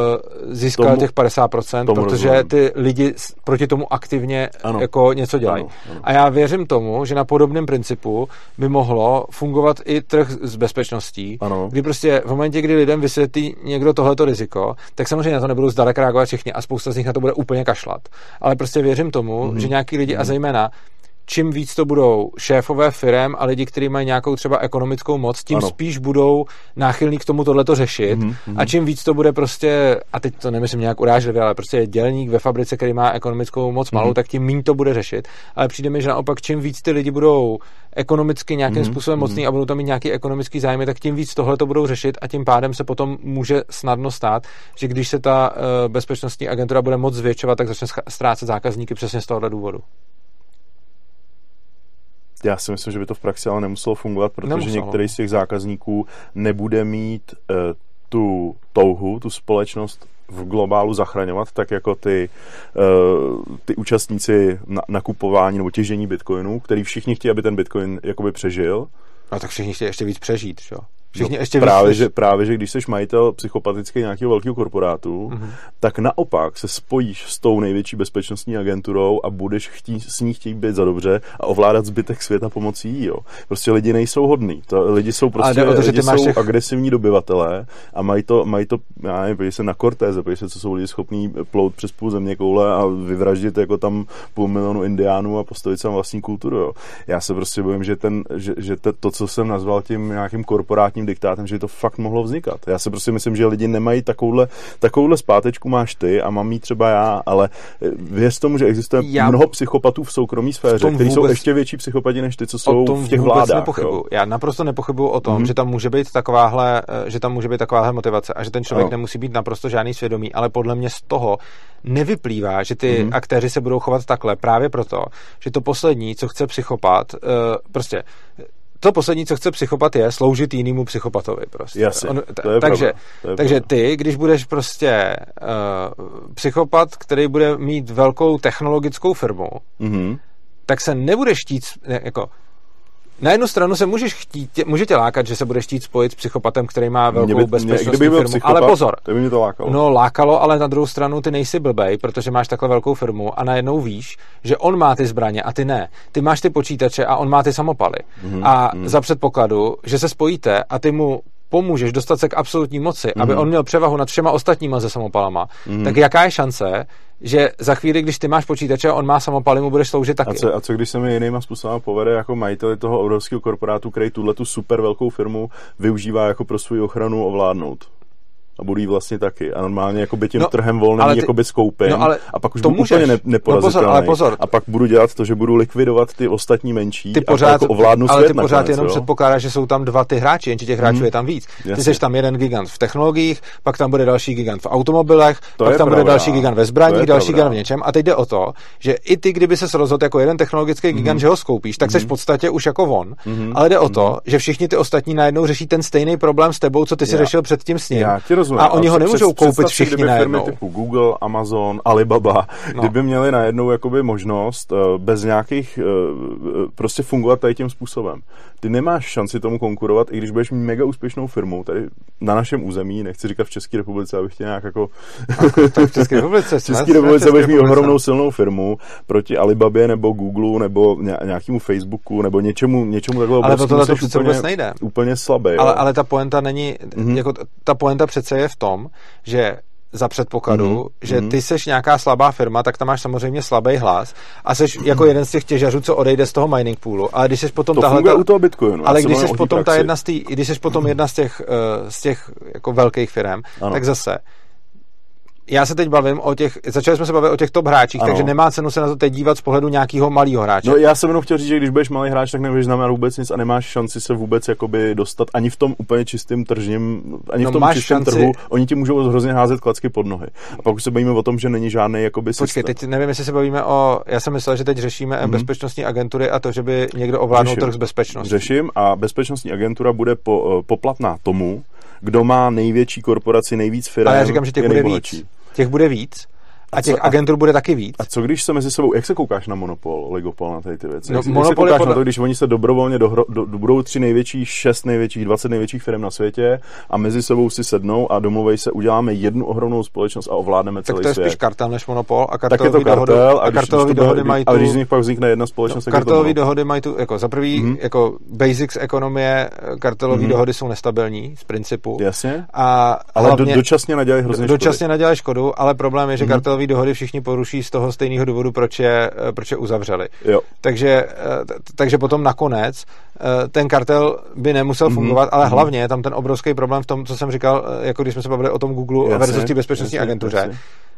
získal tomu, těch padesát procent, protože rozumím. Ty lidi proti tomu aktivně ano. jako něco dělají. Ano, ano. A já věřím tomu, že na podobném principu by mohlo fungovat i trh s bezpečností, ano. kdy prostě v momentě, kdy lidem vysvětlí někdo tohleto riziko, tak samozřejmě na to nebudou zdaleka reagovat všichni a spousta z nich na to bude úplně kašlat. Ale prostě věřím tomu, mm-hmm. že nějaký lidi mm-hmm. a zejména čím víc to budou šéfové firem a lidi, kteří mají nějakou třeba ekonomickou moc, tím ano. spíš budou náchylní k tomu tohleto řešit mm-hmm. a čím víc to bude prostě, a teď to nemyslím nějak urážlivě, ale prostě dělník ve fabrice, který má ekonomickou moc malou, mm-hmm. tak tím míň to bude řešit. Ale přijde mi, že naopak čím víc ty lidi budou ekonomicky nějakým mm-hmm. způsobem mocný a budou tam mít nějaký ekonomický zájmy, tak tím víc tohleto budou řešit a tím pádem se potom může snadno stát, že když se ta uh, bezpečnostní agentura bude moc zvětšovat, tak začne ztrácet zákazníky přesně z tohoto důvodu. Já si myslím, že by to v praxi ale nemuselo fungovat, protože nemuselo. Některý z těch zákazníků nebude mít uh, tu touhu, tu společnost v globálu zachraňovat, tak jako ty, uh, ty účastníci na, nakupování nebo těžení bitcoinů, který všichni chtějí, aby ten bitcoin jakoby přežil. A tak všichni chtějí ještě víc přežít, jo? Všichni no, ještě právě, víc, že, právě, že když jsi majitel psychopatický nějakého velkého korporátu, uh-huh. tak naopak se spojíš s tou největší bezpečnostní agenturou a budeš chtít, s ní chtít být za dobře a ovládat zbytek světa pomocí jí. Jo. Prostě lidi nejsou hodní. To, lidi jsou prostě to, lidi jsou těch... agresivní dobyvatelé a mají to, mají to já nevím, podívej se na Cortéze, podívej se, co jsou lidi schopní plout přes půl země koule a vyvraždit jako tam půl milionu indiánů a postavit se na vlastní kulturu. Jo. Já se prostě bojím, že, ten, že, že to, to, co jsem nazval tím nějakým korporátním diktátem, že to fakt mohlo vznikat. Já si prostě myslím, že lidi nemají takovouhle, takovouhle zpátečku máš ty a mám jí třeba já, ale věř tomu, že existuje já mnoho psychopatů v soukromé sféře, kteří jsou ještě větší psychopati než ty, co jsou v těch vládách. Já naprosto nepochybuju o tom, mm-hmm. že tam může být takováhle, že tam může být takováhle motivace a že ten člověk no. nemusí být naprosto žádný svědomí, ale podle mě z toho nevyplývá, že ty mm-hmm. aktéři se budou chovat takhle právě proto, že to poslední, co chce psychopat, prostě to poslední, co chce psychopat, je sloužit jinému psychopatovi prostě. Jasně, On, t- to je takže to je takže ty, když budeš prostě uh, psychopat, který bude mít velkou technologickou firmu, mm-hmm. tak se nebudeš chtít, jako na jednu stranu se můžeš chtít, může tě lákat, že se budeš chtít spojit s psychopatem, který má velkou by, bezpečnostní mě, firmu, ale pozor. To by mě to lákalo. No, lákalo, ale na druhou stranu ty nejsi blbej, protože máš takhle velkou firmu a najednou víš, že on má ty zbraně a ty ne. Ty máš ty počítače a on má ty samopaly. Mm-hmm. A mm. za předpokladu, že se spojíte a ty mu pomůžeš dostat se k absolutní moci, mm-hmm. aby on měl převahu nad všema ostatníma se samopalama, mm-hmm. tak jaká je šance, že za chvíli, když ty máš počítače a on má samopaly, mu budeš sloužit taky. A co, a co když se mi jinýma způsobem povede jako majiteli toho obrovského korporátu, který tuhletu super velkou firmu využívá jako pro svou ochranu ovládnout? A budu jí vlastně taky. A normálně jakoby tím no, trhem volným ty, jakoby skoupím. No, a pak už budu úplně ne, neporazitelný. No, ale pozor. A pak budu dělat to, že budu likvidovat ty ostatní menší ty pořád, a jako ovládnu ale svět ty pořád nakonec, jenom jo? předpokládáš, že jsou tam dva ty hráči, jenže těch hráčů hmm. je tam víc. Jasně. Ty seš tam jeden gigant v technologiích, pak tam bude další gigant v automobilech, to pak tam pravda. Bude další gigant ve zbraních, další pravda. Gigant v něčem. A teď jde o to, že i ty, kdyby se rozhodl jako jeden technologický hmm. gigant, že ho skoupíš, tak seš v podstatě už jako on. Ale jde o to, že všichni ty ostatní najednou řeší ten stejný problém s tebou, co ty si řešil předtím s ním. A oni ho nemůžou koupit všichni najednou. Firmy typu Google, Amazon, Alibaba, no. kdyby měli najednou jakoby možnost uh, bez nějakých uh, prostě fungovat tady tím způsobem. Ty nemáš šanci tomu konkurovat, i když budeš mít mega úspěšnou firmu tady na našem území, nechci říkat v České republice, abych tě nějak jako... Tak v České republice. V České republice budeš mít ohromnou silnou firmu proti Alibabě nebo Google nebo nějakému Facebooku nebo něčemu, něčemu takhle ale to, to přece vůbec nejde. Úplně slabý. Ale, ale ta poenta není, mm-hmm. jako ta poenta přece je v tom, že za předpokladu, mm-hmm. že ty seš nějaká slabá firma, tak tam máš samozřejmě slabý hlas a seš jako jeden z těch těžařů, co odejde z toho mining poolu. Ale když seš potom to tahle, u toho Bitcoinu. Ale když seš potom ta jedna z tý, když seš potom jedna z těch, uh, z těch jako velkých firm, ano. tak zase já se teď bavím o těch, začali jsme se bavit o těch top hráčích, ano. takže nemá cenu se na to teď dívat z pohledu nějakého malého hráče. No já jsem jenom chtěl říct, že když budeš malý hráč, tak nebudeš znamenat vůbec nic a nemáš šanci se vůbec jakoby dostat ani v tom úplně čistým tržním, ani no v tom čistém šanci... trhu. Oni ti můžou hrozně házet klacky pod nohy. A pak už se bavíme o tom, že není žádný jakoby systém. Počkej, teď nevím, jestli se bavíme o, já jsem myslel, že teď řešíme mm-hmm. bezpečnostní agentury a to, že by někdo ovládnul trh s bezpečností. Řeším a bezpečnostní agentura bude po, poplatná tomu, kdo má největší korporaci, nejvíc firem. Ale já říkám, že těch bude víc. Těch bude víc a, a těch co, agentur bude taky víc. A co když se mezi sebou, jak se koukáš na monopol, oligopol, na tady ty věci? No, jak, monopol jak se koukáš podle... na to, když oni se dobrovolně dohro, do, budou tři největší, šest největších, dvacet největších firm na světě a mezi sebou si sednou a domluví se, uděláme jednu ohromnou společnost a ovládneme celý svět. Tak to je spíš kartel než monopol a kartelový kartel, dohody, a kartelový dohody mají tu... A když z nich pak vznikne jedna společnost, no, kartelový dohody mají tu, jako za prvý, mm-hmm. jako basics ekonomie, kartelové mm-hmm. dohody jsou nestabilní z principu. Jasně. A ale hlavně, dočasně nadělají hrozně škody. Dočasně nadělají škodu, ale problém je, že mm-hmm. kartelové dohody všichni poruší z toho stejného důvodu, proč je, proč je uzavřeli. Jo. Takže, takže potom nakonec ten kartel by nemusel mm-hmm. fungovat, ale mm-hmm. hlavně je tam ten obrovský problém v tom, co jsem říkal, jako když jsme se bavili o tom Google versus té bezpečnostní jasně, agentuře. Jasně.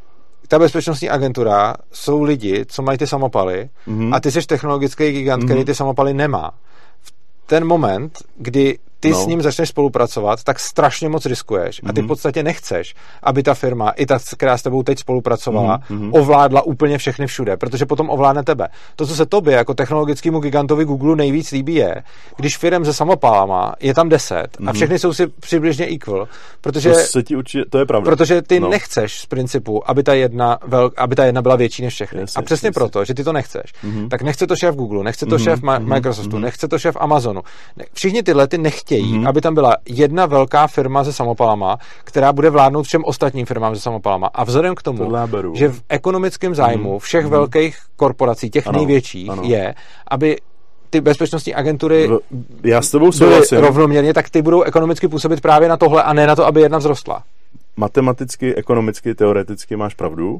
Ta bezpečnostní agentura jsou lidi, co mají ty samopaly mm-hmm. a ty jsi technologický gigant, mm-hmm. který ty samopaly nemá. V ten moment, kdy ty no. s ním začneš spolupracovat, tak strašně moc riskuješ. Mm-hmm. A ty v podstatě nechceš, aby ta firma, i ta, která s tebou teď spolupracovala, mm-hmm. ovládla úplně všechny všude, protože potom ovládne tebe. To, co se tobě jako technologickému gigantovi Google nejvíc líbí, je, když firem se samopálama je tam deset mm-hmm. a všechny jsou si přibližně equal, protože, to, se ti určitě, to je pravda. Protože ty no. nechceš z principu, aby ta jedna, vel, aby ta jedna byla větší než všechny. Jasně, a přesně jasně. proto, že ty to nechceš, mm-hmm. tak nechce to šéf Google, nechce to mm-hmm. šéf Ma- Microsoftu, mm-hmm. nechce to šéf Amazonu. Všichni tyhle ty nechtějí, mm-hmm. aby tam byla jedna velká firma se samopalama, která bude vládnout všem ostatním firmám se samopalama. A vzhledem k tomu, že v ekonomickém zájmu všech mm-hmm. velkých korporací, těch ano, největších, ano. je, aby ty bezpečnostní agentury v, já s tebou byly rovnoměrně, tak ty budou ekonomicky působit právě na tohle a ne na to, aby jedna vzrostla. Matematicky, ekonomicky, teoreticky máš pravdu.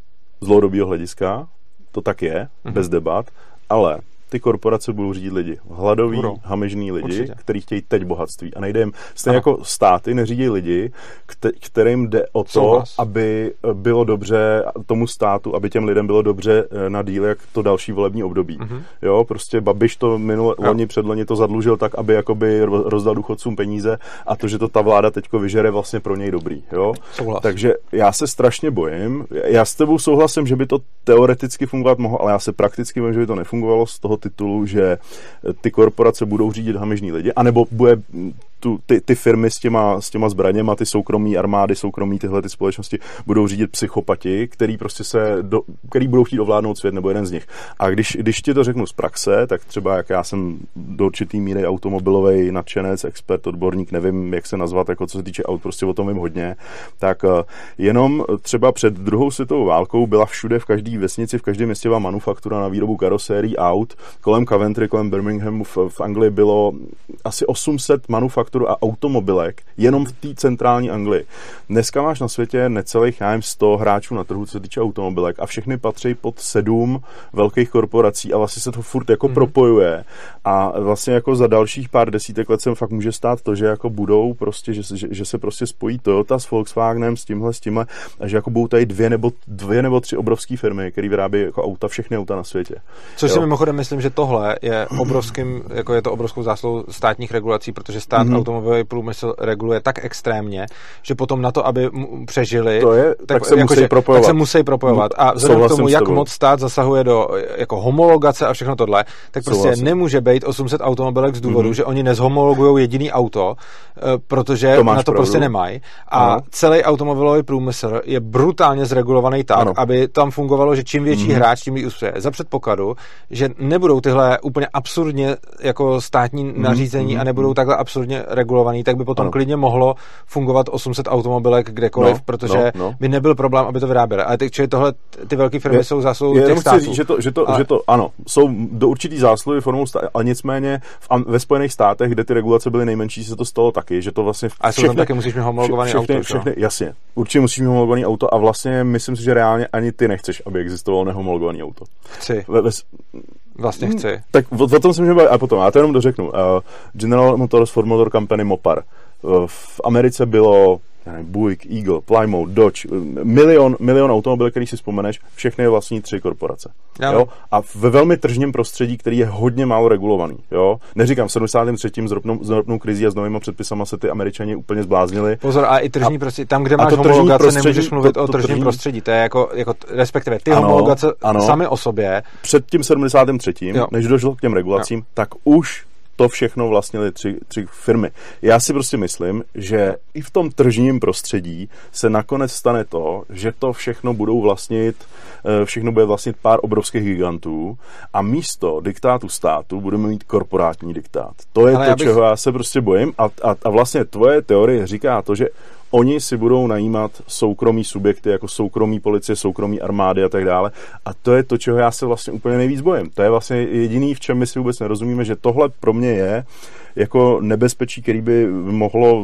Z dlouhodobého hlediska to tak je, mm-hmm. bez debat, ale ty korporace budou řídit lidi. Hladoví, budou. hamižní lidi, určitě. Kteří chtějí teď bohatství. A nejde jim, stejně jako státy neřídí lidi, kterým jde o to, Souhlas. aby bylo dobře tomu státu, aby těm lidem bylo dobře na díl, jak to další volební období. Mm-hmm. Jo, prostě Babiš to minule, loni, předloni to zadlužil tak, aby jakoby rozdal důchodcům peníze a to, že to ta vláda teďko vyžere, vlastně pro něj dobrý. Jo? Takže já se strašně bojím. Já s tebou souhlasím, že by to teoreticky fungovat mohlo, ale já se prakticky bojím, že by to nefungovalo z toho titulu, že ty korporace budou řídit hamižní lidi, anebo bude tu, ty, ty firmy s těma, s těma zbraněma, ty soukromí armády, soukromí tyhle ty společnosti budou řídit psychopati, který prostě se, do, který budou chtít ovládnout svět, nebo jeden z nich. A když, když ti to řeknu z praxe, tak třeba jak já jsem do určitý míry automobilový nadšenec, expert, odborník, nevím, jak se nazvat, jako co se týče aut, prostě o tom vím hodně, tak jenom třeba před druhou světovou válkou byla všude v každé vesnici, v každém městě byla manufaktura na výrobu karosérií aut. Kolem Coventry, kolem Birminghamu v, v Anglii bylo asi osm set manufaktur a automobilek jenom v té centrální Anglii. Dneska máš na světě necelých, já nevím, sto hráčů na trhu, co se týče automobilek a všechny patří pod sedm velkých korporací a vlastně se to furt jako mm. propojuje a vlastně jako za dalších pár desítek let se fakt může stát to, že jako budou prostě, že, že, že se prostě spojí Toyota s Volkswagenem, s tímhle, s tímhle a že jako budou tady dvě nebo, dvě nebo tři obrovské firmy, které vyrábí jako auta, všechny auta na světě. Což si mimochodem myslím, že tohle je obrovským, jako je to obrovskou zásluhou státních regulací, protože stát mm. automobilový průmysl reguluje tak extrémně, že potom na to, aby přežili, to je, tak, tak, se jako, musí že, tak se musí propojovat. A vzhledem k tomu, jak moc stát zasahuje do jako homologace a všechno tohle, tak prostě Souhlasím. nemůže být osm set automobilek z důvodu, mm-hmm. že oni nezhomologujou jediný auto, protože to na to pravdu. prostě nemají. A ano. celý automobilový průmysl je brutálně zregulovaný tak, ano. aby tam fungovalo, že čím větší mm-hmm. hráč, tím víc uspěje. Za předpokladu, že nebudou tyhle úplně absurdně jako státní mm-hmm. nařízení mm-hmm. a nebudou takhle absurdně regulovaný, tak by potom ano. klidně mohlo fungovat osm set automobilek kdekoliv, no, protože no, no. by nebyl problém, aby to vyráběli. Ale ty, čili tohle, ty velké firmy je, jsou zásluhou těch států. Říct, že to, že to, ale... že to, ano, jsou do určitý zásluhy formou státu, ale nicméně v, ve Spojených státech, kde ty regulace byly nejmenší, se to stalo taky, že to vlastně a všechny, tam taky musíš mít homologovaný všechny, auto. Všechny, jasně, určitě musíš mít homologovaný auto a vlastně myslím si, že reálně ani ty nechceš, aby existovalo nehomologovaný auto. Chci. Ve, ve, Vlastně chci. Tak o, o tom si můžeme bavit a potom, já to jenom dořeknu. Uh, General Motors Ford Motor Company Mopar. Uh, v Americe bylo nevím, Buick, Eagle, Plymouth, Dodge, milion, milion automobilů, který si vzpomeneš, všechny je vlastní tři korporace. Jo? A ve velmi tržním prostředí, který je hodně málo regulovaný. Jo? Neříkám, v sedmdesátém třetím s ropnou, s ropnou krizí a s novými předpisama se ty Američani úplně zbláznili. Pozor, a i tržní a, prostředí, tam, kde máš homologace, nemůžeš mluvit to, to o tržním tržní... prostředí. To je jako, jako respektive ty ano, homologace ano. sami o sobě. Před tím sedmdesátým třetím Jo. než došlo k těm regulacím, jo. tak už to všechno vlastnili tři, tři firmy. Já si prostě myslím, že i v tom tržním prostředí se nakonec stane to, že to všechno budou vlastnit, všechno bude vlastnit pár obrovských gigantů a místo diktátu státu budeme mít korporátní diktát. To je Ale to, já bych... čeho já se prostě bojím a, a, a vlastně tvoje teorie říká to, že oni si budou najímat soukromí subjekty, jako soukromí policie, soukromí armády a tak dále. A to je to, čeho já se vlastně úplně nejvíc bojím. To je vlastně jediný, v čem my si vůbec nerozumíme, že tohle pro mě je jako nebezpečí, který by mohlo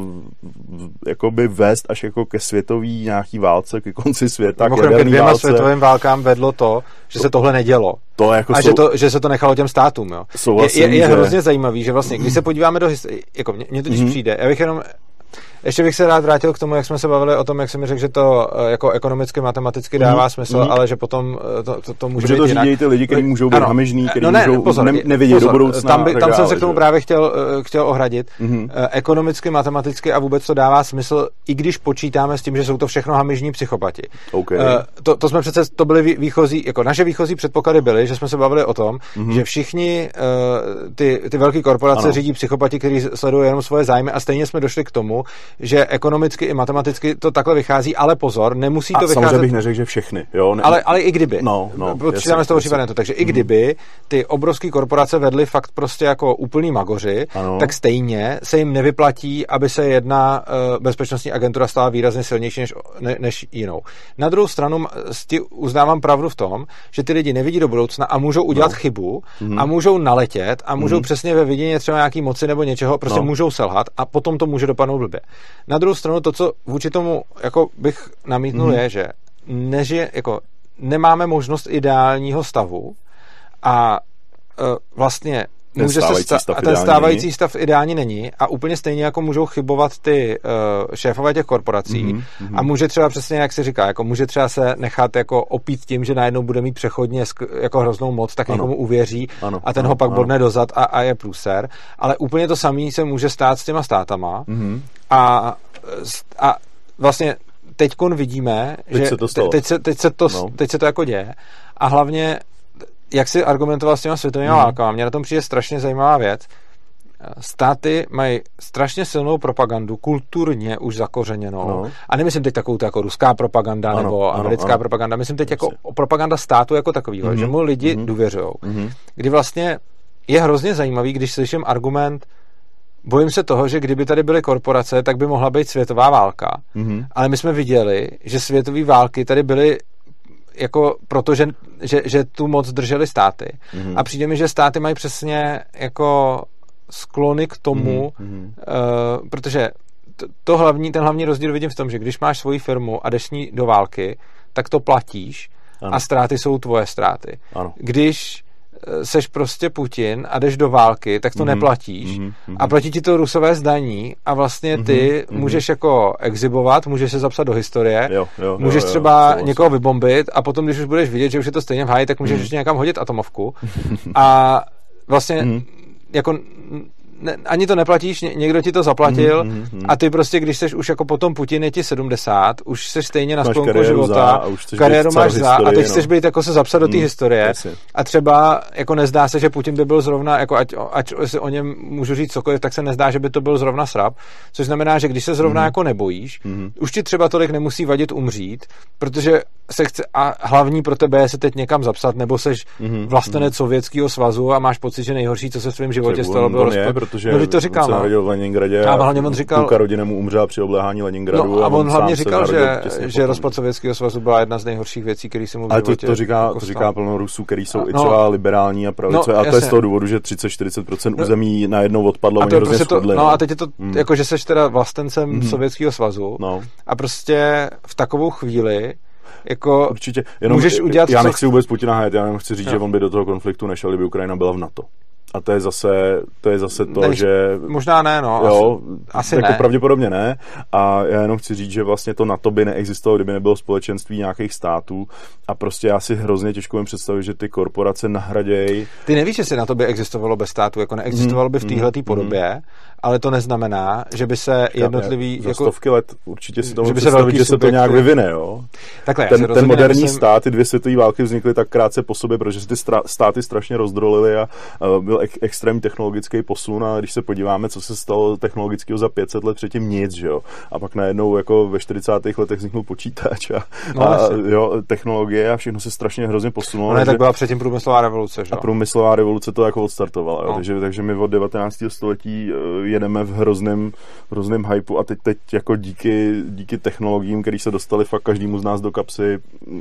jakoby vést až jako ke světový nějaký válce, ke konci světa. Mimochodem ke dvěma válce. Světovým válkám vedlo to, že se tohle nedělo. To jako a sou... že, to, že se to nechalo těm státům. Jo. Souhlasím, je je, je že... hrozně zajímavý, že vlastně, když se podíváme do historie, jako mě, mě totiž mm-hmm. přijde, já bych jenom Ještě bych se rád vrátil k tomu, jak jsme se bavili o tom, jak jsem mi řekl, že to jako ekonomicky, matematicky dává mm. smysl, mm. ale že potom to, to, to může Protože být jinak. Protože to řídějí ty lidi, kteří můžou být hamižní, kteří no ne, můžou pozor, ne, nevědět pozor, do budoucna. Tam, by, tam dále, jsem se k tomu že? právě chtěl, chtěl ohradit. Mm. Ekonomicky, matematicky a vůbec to dává smysl, i když počítáme s tím, že jsou to všechno hamižní psychopati. Okay. To, to jsme přece, to byly výchozí, jako naše výchozí předpoklady byly, že jsme se bavili o tom, mm. že všichni ty, ty velké korporace ano. řídí psychopati, kteří sledují jenom svoje zájmy a stejně jsme došli k tomu, že ekonomicky i matematicky to takhle vychází, ale pozor, nemusí to a vycházet. Samozřejmě bych neřekl, že všechny, jo. Ne... Ale, ale i kdyby. No, no. Počítáme z toho variantu. Takže i kdyby ty obrovské korporace vedly fakt prostě jako úplný magoři, ano. tak stejně se jim nevyplatí, aby se jedna uh, bezpečnostní agentura stala výrazně silnější než, ne, než jinou. Na druhou stranu sti uznávám pravdu v tom, že ty lidi nevidí do budoucna a můžou udělat no. chybu mm. a můžou naletět a můžou mm. přesně ve vidění třeba nějaký moci nebo něčeho, prostě no. můžou selhat a potom to může dopadnout blbě. Na druhou stranu to, co vůči tomu jako bych namítnul, mm. je, že nežije, jako nemáme možnost ideálního stavu a uh, vlastně ten může se sta- stav a ten stávající není. stav ideální není a úplně stejně jako můžou chybovat ty uh, šéfové těch korporací mm-hmm. a může třeba přesně, jak se říká, jako může třeba se nechat jako opít tím, že najednou bude mít přechodně sk- jako hroznou moc, tak ano. někomu uvěří ano. a ten ano. ho pak ano. bodne dozad a, a je průser, ale úplně to samé se může stát s těma státama mm-hmm. a, a vlastně teďkon vidíme, teď že se to stalo. teď, se, teď, se to, no. teď se to jako děje a hlavně jak jsi argumentoval s těma světovými hmm. válkama, mě na tom přijde strašně zajímavá věc. Státy mají strašně silnou propagandu, kulturně už zakořeněnou. No. A nemyslím teď takovou jako ruská propaganda ano, nebo ano, americká ano. propaganda, myslím teď jako propaganda státu jako takovýho, mm-hmm. že mu lidi mm-hmm. důvěřují. Mm-hmm. Kdy vlastně je hrozně zajímavý, když slyším argument, bojím se toho, že kdyby tady byly korporace, tak by mohla být světová válka. Mm-hmm. Ale my jsme viděli, že světové války tady byly jako proto, že, že, že tu moc držely státy. Mm-hmm. A přijde mi, že státy mají přesně jako sklony k tomu, mm-hmm. uh, protože to, to hlavní, ten hlavní rozdíl vidím v tom, že když máš svoji firmu a jdeš s ní do války, tak to platíš ano. a ztráty jsou tvoje ztráty. Ano. Když seš prostě Putin a jdeš do války, tak to mm-hmm. neplatíš mm-hmm. a platí ti to Rusové zdaní a vlastně ty mm-hmm. můžeš jako exhibovat, můžeš se zapsat do historie, jo, jo, můžeš jo, jo, třeba jo, někoho vybombit a potom, když už budeš vidět, že už je to stejně v háji, tak můžeš mm-hmm. ještě někam hodit atomovku a vlastně mm-hmm. jako ne, ani to neplatíš, ně, někdo ti to zaplatil mm, mm, mm. a ty prostě, když seš už jako potom Putin je ti sedmdesát, už seš stejně na sklonku života, za, kariéru máš za historii, a teď no. chceš být jako se zapsat do té mm, historie jasně. a třeba jako nezdá se, že Putin by byl zrovna, jako ať, ať si o něm můžu říct cokoliv, tak se nezdá, že by to byl zrovna srab, což znamená, že když se zrovna mm. jako nebojíš, mm. už ti třeba tolik nemusí vadit umřít, protože se chce, a hlavní pro tebe je se teď někam zapsat, nebo seš mm. vlastenec Sovětského svazu a máš pocit, že nejhorší, co se v svém životě stalo, bylo protože no, to říkal, on se narodil v Leningradě a, a on říkal, půlka rodiny mu umřela při obléhání Leningradu. No, a on, on hlavně říkal, že, že rozpad Sovětského svazu byla jedna z nejhorších věcí, který se mu v životě ale to, to říká, to říká plno Rusů, který jsou no, i třeba liberální a pravicové. No, a to je z toho důvodu, že třicet až čtyřicet procent území najednou odpadlo, oni hrozně shodli. No a teď je to, hmm. jako že seš teda vlastencem hmm. Sovětského svazu no. a prostě v takovou chvíli jako určitě. Jenom, můžeš udělat... Já nechci vůbec Putina hájet, já jenom chci říct, no. že on by do toho konfliktu nešel, kdyby Ukrajina byla v NATO. A to je zase to, je zase to Než, že... Možná ne, no. Jo, asi jako ne. pravděpodobně ne. A já jenom chci říct, že vlastně to NATO by neexistovalo, kdyby nebylo společenství nějakých států. A prostě já si hrozně těžko jim představit, že ty korporace nahradějí... Ty nevíš, jestli NATO by existovalo bez státu, jako neexistovalo by v téhleté mm, podobě, mm. ale to neznamená, že by se jednotlivý... Za jako, stovky let určitě si tomu představit, že se to nějak vyvine, jo. Takhle, ten, ten moderní nemyslím... stát, ty dvě světové války vznikly tak krátce po sobě, protože se ty státy strašně rozdrolily a byl ek- extrémní technologický posun a když se podíváme, co se stalo technologického za pět set let předtím nic, že jo. A pak najednou jako ve čtyřicátých letech vzniknul počítač a, no, a jo, technologie a všechno se strašně hrozně posunulo. No ne, tak byla předtím průmyslová revoluce, že jo. A průmyslová revoluce to jako odstartovala, no. takže, takže my od devatenáctého století jedeme v hrozném, hrozném hypeu a teď, teď jako díky, díky technologiím, které se dostaly fakt každému z nás do kapsy,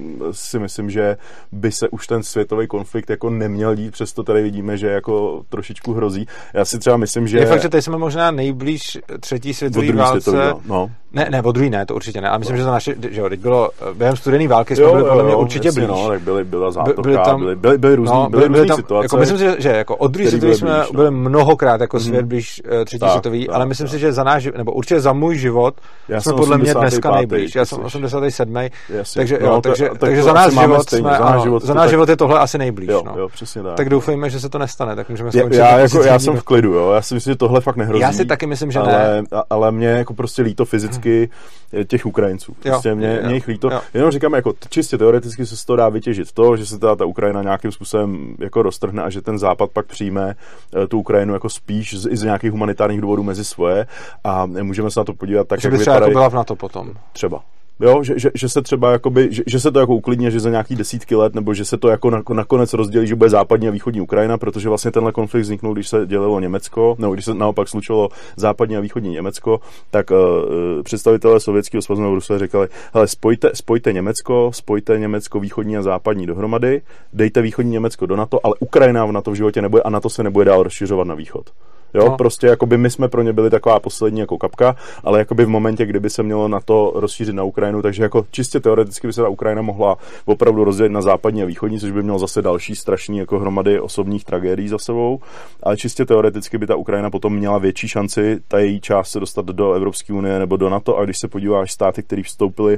si myslím, že by se už ten světový konflikt jako neměl dít, přesto tady vidíme, že jako trošičku hrozí. Já si třeba myslím, že... Je fakt, že tady jsme možná nejblíž třetí světové válce. Světový, no. Ne, ne, od druhý ne, to určitě ne. Ale myslím, no. že to naše, že jo, teď bylo během studené války jsme jo, byli podle mě určitě jasně, blíž. No, tak byly, byla zátoka, byly, tam, byly, byly, byly různý, no, byly, byly různý tam, situace. Jako myslím si, že, že jako od druhé světové jsme blíž, byli no. mnohokrát jako svět mm. blíž uh, třetí světový, ale myslím si, že za náš, nebo určitě za můj život já jsme podle mě dneska nejblíž. Já jsem osmdesátý sedmý takže jo, takže takže za náš život jsme, za náš život je tohle asi nejblíž. Jo, přesně tak. Tak doufejme, že se to nestane, tak můžeme skončit. Já jsem v klidu, jo. Já si myslím, že tohle fakt nehrozí. Já si taky myslím, že ne. Ale mě jako prostě líto fyzicky těch Ukrajinců. Prostě mě, mě jich líto. Jo. Jenom říkám, jako čistě teoreticky se z toho dá vytěžit to, že se teda ta Ukrajina nějakým způsobem jako roztrhne a že ten Západ pak přijme tu Ukrajinu jako spíš z, i z nějakých humanitárních důvodů mezi svoje a můžeme se na to podívat tak, že jak by třeba vypadají. Jako byla v NATO potom. Třeba. Jo, že, že, že se třeba jakoby, že, že se to jako uklidně, že za nějaký desítky let, nebo že se to jako nakonec rozdělí, že bude západní a východní Ukrajina, protože vlastně tenhle konflikt vzniknul, když se dělilo Německo, nebo když se naopak slučilo západní a východní Německo, tak uh, představitelé Sovětského svazu nebo Rusové říkali, hele, spojte, spojte Německo, spojte Německo východní a západní dohromady, dejte východní Německo do NATO, ale Ukrajina v NATO v životě nebude a NATO se nebude dál rozšiřovat na východ. Jo, no. Prostě jakoby my jsme pro ně byli taková poslední jako kapka, ale jakoby v momentě, kdyby se mělo na to rozšířit na Ukrajinu, takže jako čistě teoreticky by se ta Ukrajina mohla opravdu rozdělit na západní a východní, což by mělo zase další strašný jako hromady osobních tragédií za sebou, ale čistě teoreticky by ta Ukrajina potom měla větší šanci ta její část se dostat do Evropské unie nebo do NATO a když se podíváš státy, které vstoupily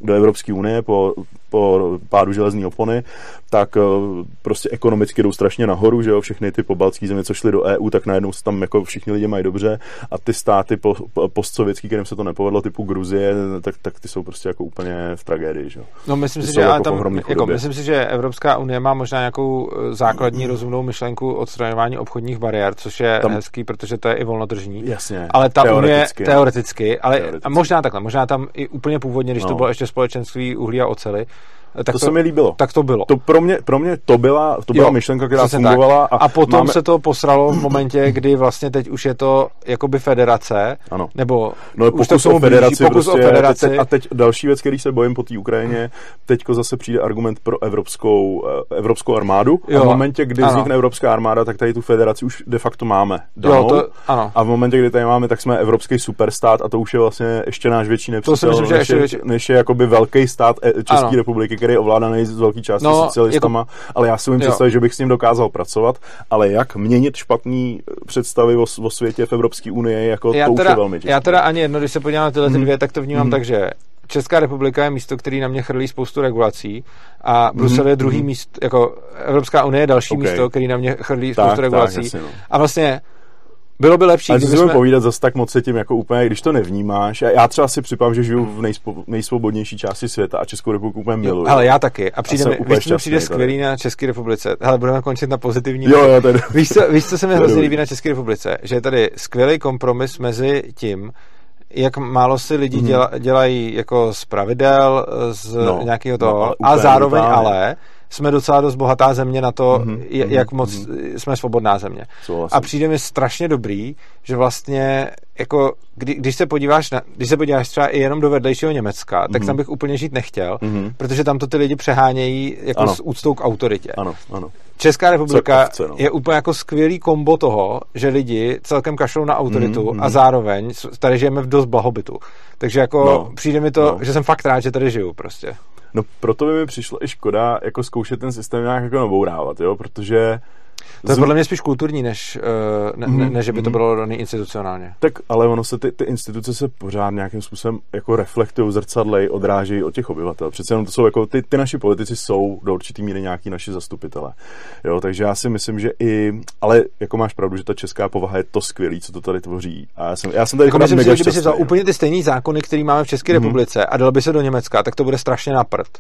do Evropské unie po, po pádu železné opony, tak prostě ekonomicky jdou strašně nahoru, že jo, všechny ty pobaltské země, co šly do E U, tak najednou se tam jako všichni lidi mají dobře a ty státy po, po, postsovětský, kterým se to nepovedlo, typu Gruzie, tak, tak ty jsou prostě jako úplně v tragédii, že jo. No myslím si, že jako tam, jako, myslím si, že Evropská unie má možná nějakou základní rozumnou myšlenku odstraňování obchodních bariér, což je tam hezký, protože to je i volnotržní. Jasně. Ale ta teoreticky, unie teoreticky, ale teoreticky. A možná takhle, možná tam i úplně původně, když no. to bylo ještě společenství uhlí a oceli, tak to, to se mi líbilo. Tak to bylo. To pro mě, pro mě to byla, to byla jo, myšlenka, která fungovala. A, a potom máme... se to posralo v momentě, kdy vlastně teď už je to jakoby federace. Ano. Nebo no, už pokus to o federaci. Pokus prostě, o federaci. Teď, a teď další věc, který se bojím po té Ukrajině, teďko zase přijde argument pro evropskou, evropskou armádu. Jo. A v momentě, kdy ano. vznikne evropská armáda, tak tady tu federaci už de facto máme danou. Jo, to, ano. A v momentě, kdy tady máme, tak jsme evropský superstát a to už je vlastně ještě náš větší nepřítel, než, je, než je jakoby velký stát České ano. republiky, který je ovládaný z velké části no, socialistama, jako, ale já si umím představit, že bych s ním dokázal pracovat, ale jak měnit špatný představy o, o světě v Evropské unii, jako já to teda, už je velmi těžké. Já teda ani jedno, když se podívám na tyhle mm. dvě, tak to vnímám mm. tak, že Česká republika je místo, který na mě chrlí spoustu regulací a Brusel je druhý mm. místo, jako Evropská unie je další okay. místo, který na mě chrlí spoustu tak, regulací. Tak, jasně, no. A vlastně bylo by lepší, ale kdyby jsme... povídat zase tak moc se tím jako úplně, když to nevnímáš. Já třeba si připám, že žiju v nejspo, nejsvobodnější části světa a Českou republiku úplně miluji. Ale já taky. A přijde mi, víš, co mi přijde skvělý na České republice. Hele, budeme končit na pozitivní. Jo, jo, tady... víš, co, víš, co se mi hrozně líbí na České republice? Že je tady skvělý kompromis mezi tím, jak málo si lidi hmm. děla, dělají jako z pravidel, z no, nějakého toho, no, a zároveň brutálně. Ale jsme docela dost bohatá země na to, mm-hmm, jak moc mm-hmm. jsme svobodná země. Souhlasím. A přijde mi strašně dobrý, že vlastně jako, kdy, když se podíváš na, když se podíváš třeba i jenom do vedlejšího Německa, tak mm-hmm. tam bych úplně žít nechtěl, mm-hmm. protože tam to ty lidi přehánějí jako ano. s úctou k autoritě. Ano, ano. Česká republika chce, no. je úplně jako skvělý kombo toho, že lidi celkem kašlou na autoritu mm-hmm. a zároveň tady žijeme v dost blahobytu. Takže jako no, přijde mi to, no. že jsem fakt rád, že tady žiju prostě. No proto by mi přišlo i škoda jako zkoušet ten systém nějak jako nabourávat, jo, protože to je podle mě spíš kulturní, než, ne, ne, než že by to bylo daný institucionálně. Tak ale ono se, ty, ty instituce se pořád nějakým způsobem jako reflektují, zrcadlej, odrážejí od těch obyvatel. Přece jenom to jsou jako, ty, ty naši politici jsou do určitý míry nějaký naši zastupitelé. Jo, takže já si myslím, že i, ale jako máš pravdu, že ta česká povaha je to skvělý, co to tady tvoří. A já jsem, já jsem tady jako myslím, mega že kdyby si vzal úplně ty stejný zákony, který máme v České mm-hmm. republice a dal by se do Německa, tak to bude strašně na prd.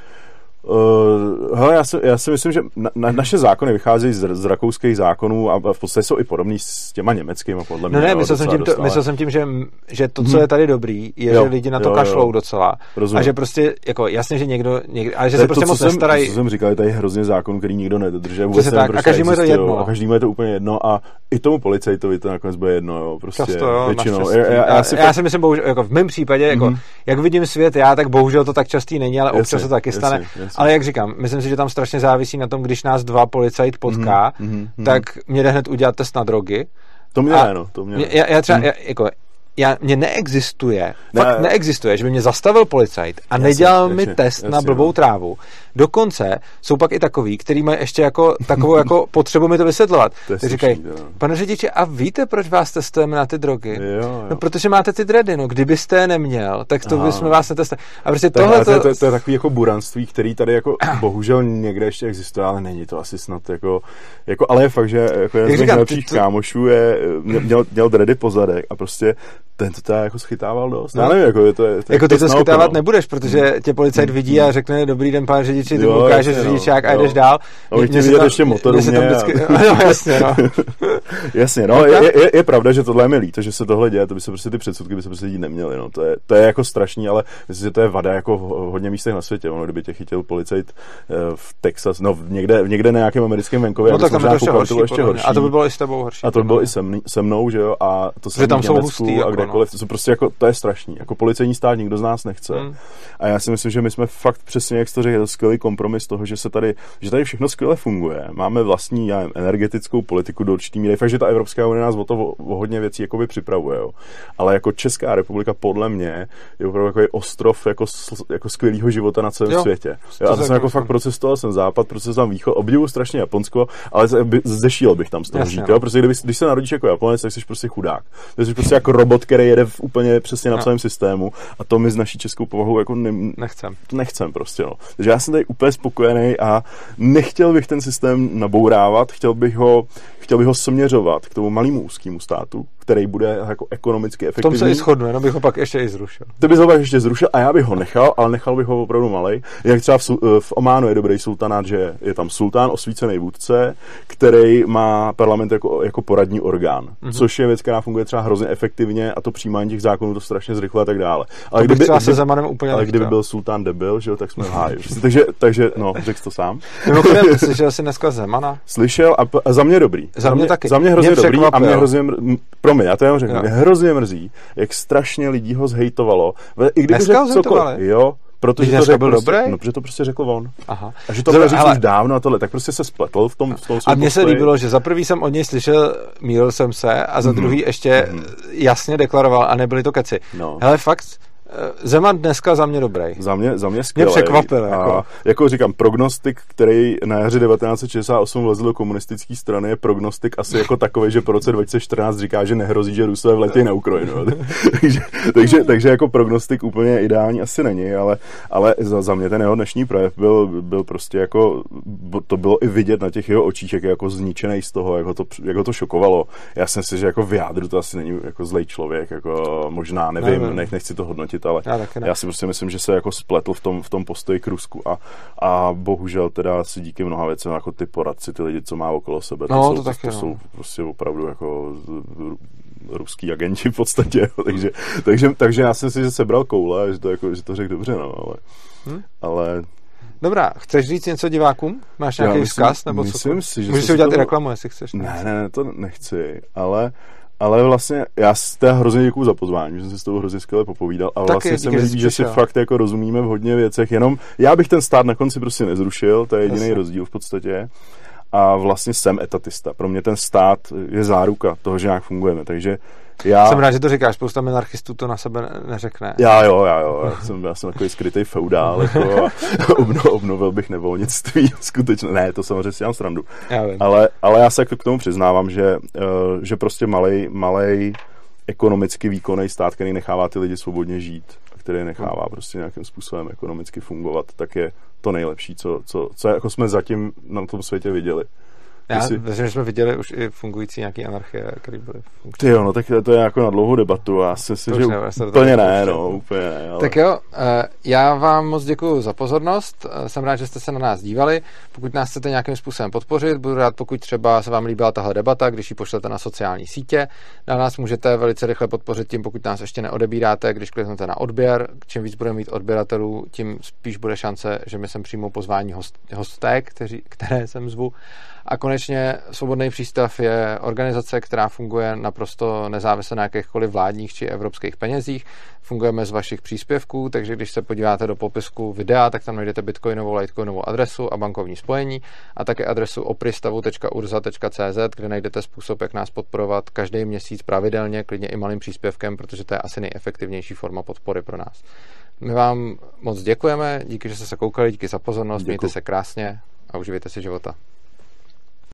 Uh, hele, já, si, já si myslím, že na, na, naše zákony vycházejí z, z rakouských zákonů a v podstatě jsou i podobný s těma německými, podle mě. No ne, myslel jsem, tím to, myslel jsem tím, že, že to, co je tady dobrý, je, jo, že lidi na to jo, kašlou jo. docela. Rozumím. A že prostě, jako jasně, že někdo, někdo ale že se prostě to, moc nestarají. To, co jsem říkal, je tady hrozně zákon, který nikdo nedodržuje. Tak, a každému je to jedno. A každému je to úplně jedno a i tomu policajtovi to nakonec bude jedno, jo, prostě. Často, jo, většinou. Já, já, já, si, já si myslím, bohužel, jako v mém případě, jako, mm-hmm. jak vidím svět já, tak bohužel to tak častý není, ale občas to taky stane. Ale jak říkám, myslím si, že tam strašně závisí na tom, když nás dva policajt potká, mm, mm, mm. tak mě jde hned udělat test na drogy. To mě ne, no. To mě já, já třeba, mm. já, jako, já, mě neexistuje, ne, fakt neexistuje, že by mě zastavil policajt a jasně, nedělal jasně, mi test jasně, na blbou no. trávu. Dokonce jsou pak i takový, který mají ještě jako takovou jako potřebu mi to vysvětlovat. Ty říkají, pane řidiči, a víte, proč vás testujeme na ty drogy? Jo, jo. No, protože máte ty dready, no, kdybyste je neměl, tak to bychom vás netestovali. A prostě tohle to... To, to je takový jako buranství, který tady jako bohužel někde ještě existuje, ale není to asi snad jako, jako ale je fakt, že jako jeden z mých nejlepších to... kámošů je, měl, měl dready po zadek a prostě ten to teda jako schytával dost. No. Já nevím, jako, je to, je to jako ty to schytávat no. nebudeš, protože tě policajt vidí a řekne, dobrý den, pane řidiči, ty mu ukážeš řidičák no, a jdeš dál. A oni ti vidět ještě motor u mě. Vždycky... no, jasně, no. jasně, no, je, je, je pravda, že tohle je mi líto, že se tohle děje, to by se prostě ty předsudky by se prostě dít neměly, no. To je, to je jako strašný, ale myslím, že to je vada jako v hodně místech na světě, ono, kdyby tě chytil policajt v Texas, no někde, někde na nějakém americkém venkově, no, tak tam je to horší, ještě horší. A to by bylo i s tebou horší. A to by bylo i se mnou, že jo, a to se tam jsou hustý a kdekoliv, to jsou prostě jako to je strašný. Jako policejní stát nikdo z nás nechce. Hmm. A já si myslím, že my jsme fakt přesně, jak jste řekl, je to skvělý kompromis toho, že se tady, že tady všechno skvěle funguje. Máme vlastní, já nevím, energetickou politiku do určitý míry. Fakt, že ta Evropská unie nás o to o, o hodně věcí jakoby připravuje. Jo. Ale jako Česká republika podle mě je opravdu jako ostrov jako, jako skvělého života na celém jo, světě. Jo, a to jsem jako fakt procestoval jsem západ, procestoval východ, obdivuju strašně Japonsko, ale zešíl bych tam z toho žít. No. Prostě kdyby, když se narodíš jako Japonec, tak jsi prostě chudák. Ty jsi prostě jako robot, který který jede v úplně přesně napsaném no. systému a to my s naší českou povahou jako ne, nechcem. Nechcem prostě, no. Takže já jsem tady úplně spokojený a nechtěl bych ten systém nabourávat, chtěl bych ho, chtěl bych ho směřovat k tomu malému úzkému státu, který bude jako ekonomicky efektivní. V tom se i shodnu, jenom bych ho pak ještě i zrušil. Ty bys ho pak ještě zrušil a já bych ho nechal, ale nechal bych ho opravdu malej. Jak třeba v, v Ománu je dobrý sultanát, že je tam sultán, osvícený vůdce, který má parlament jako, jako poradní orgán, mm-hmm. což je věc, která funguje třeba hrozně efektivně a to přijímání těch zákonů to strašně zrychluje a tak dále. Ale, kdyby, třeba se Zemanem úplně ale kdyby byl sultán debil, že jo, tak jsme v háji. takže, takže, no, řekl to sám. Mimochodem, slyšel jsi dneska Zemana? Slyšel a, a za mě dobrý. Za mě taky. Za mě hrozně mě dobrý a mě hrozně, pro mě, já to jenom řeknu, mě hrozně mrzí, jak strašně lidí ho zhejtovalo. I kdyby dneska ho zhejtovali? Jo, protože to, řekl prostě, no, protože to prostě řekl on. Aha. A že to bylo říct už dávno a tohle, tak prostě se spletl v tom, v tom A mně se líbilo, že za prvý jsem od něj slyšel, mýlil jsem se a za druhý ještě mm-hmm. jasně deklaroval a nebyly to keci. No. Hele, fakt, Zeman dneska za mě dobrý. Za mě, za mě skvělý. Mě překvapil. Jako. A jako říkám, prognostik, který na jaře devatenáct set šedesát osm vlezl do komunistické strany, je prognostik asi jako takový, že po roce dva tisíce čtrnáct říká, že nehrozí, že Rusové vletějí na Ukrajinu. takže, takže, takže jako prognostik úplně ideální asi není, ale, ale za, za mě ten jeho dnešní projev byl, byl prostě jako, to bylo i vidět na těch jeho očích, jak je jako zničený z toho, jak ho to, jak ho to šokovalo. Já jsem si, že jako v jádru to asi není jako zlej člověk, jako možná, nevím, ne, ne. Nech, nechci to hodnotit, ale já, já si prostě myslím, že se jako spletl v tom, v tom postoji k Rusku a, a bohužel teda si díky mnoha věcem jako ty poradci, ty lidi, co má okolo sebe, to, no, jsou, to, taky, to no. jsou prostě opravdu jako ruský agenti v podstatě, takže, takže, takže já si myslím, že sebral koule, že to, jako, že to řekl dobře, no, ale, hmm? ale Dobrá, chceš říct něco divákům? Máš nějaký myslím, vzkaz? Nebo myslím si, že můžeš si udělat toho... i reklamu, jestli chceš. Ne, ne, ne, to nechci, ale Ale vlastně já teda hrozně děkuju za pozvání, že jsem si s tebou hrozně skvěle popovídal a vlastně se mi líbí, že si fakt jako rozumíme v hodně věcech, jenom já bych ten stát na konci prostě nezrušil, to je jediný rozdíl v podstatě a vlastně jsem etatista. Pro mě ten stát je záruka toho, že nějak fungujeme, takže já... Jsem rád, že to říkáš, spousta minarchistů to na sebe neřekne. Já jo, já jo, já jsem, já jsem takový skrytej feudál, jako a obno, obnovil bych nevolnictví, skutečně, ne, to samozřejmě si dělám srandu. Já ale, ale já se k tomu přiznávám, že, že prostě malej, malej ekonomicky výkonný stát, který nechává ty lidi svobodně žít a který nechává prostě nějakým způsobem ekonomicky fungovat, tak je to nejlepší, co, co, co jako jsme zatím na tom světě viděli. Já si... myslím, že jsme viděli už i fungující nějaký anarchie, který byly funkční. Ty jo, no tak to je jako na dlouhou debatu a si myslím, že ne, úplně ne, no, úplně ne. Ale... Tak jo, já vám moc děkuju za pozornost, jsem rád, že jste se na nás dívali. Pokud nás chcete nějakým způsobem podpořit, budu rád, pokud třeba se vám líbila tahle debata, když ji pošlete na sociální sítě. Na nás můžete velice rychle podpořit tím, pokud nás ještě neodebíráte, když kliknete na odběr. Čím víc budeme mít odběratelů, tím spíš bude šance, že mi sem přijmou pozvání host, hosté, kteří, které sem zvu. A konečně Svobodný přístav je organizace, která funguje naprosto nezávisle na jakýchkoliv vládních či evropských penězích. Fungujeme z vašich příspěvků, takže když se podíváte do popisku videa, tak tam najdete bitcoinovou, litecoinovou adresu a bankovní spojení a také adresu opristavu tečka urza tečka cé zet, kde najdete způsob, jak nás podporovat každý měsíc pravidelně, klidně i malým příspěvkem, protože to je asi nejefektivnější forma podpory pro nás. My vám moc děkujeme, díky, že jste se koukali, díky za pozornost, Děkuji. Mějte se krásně a uživejte si života.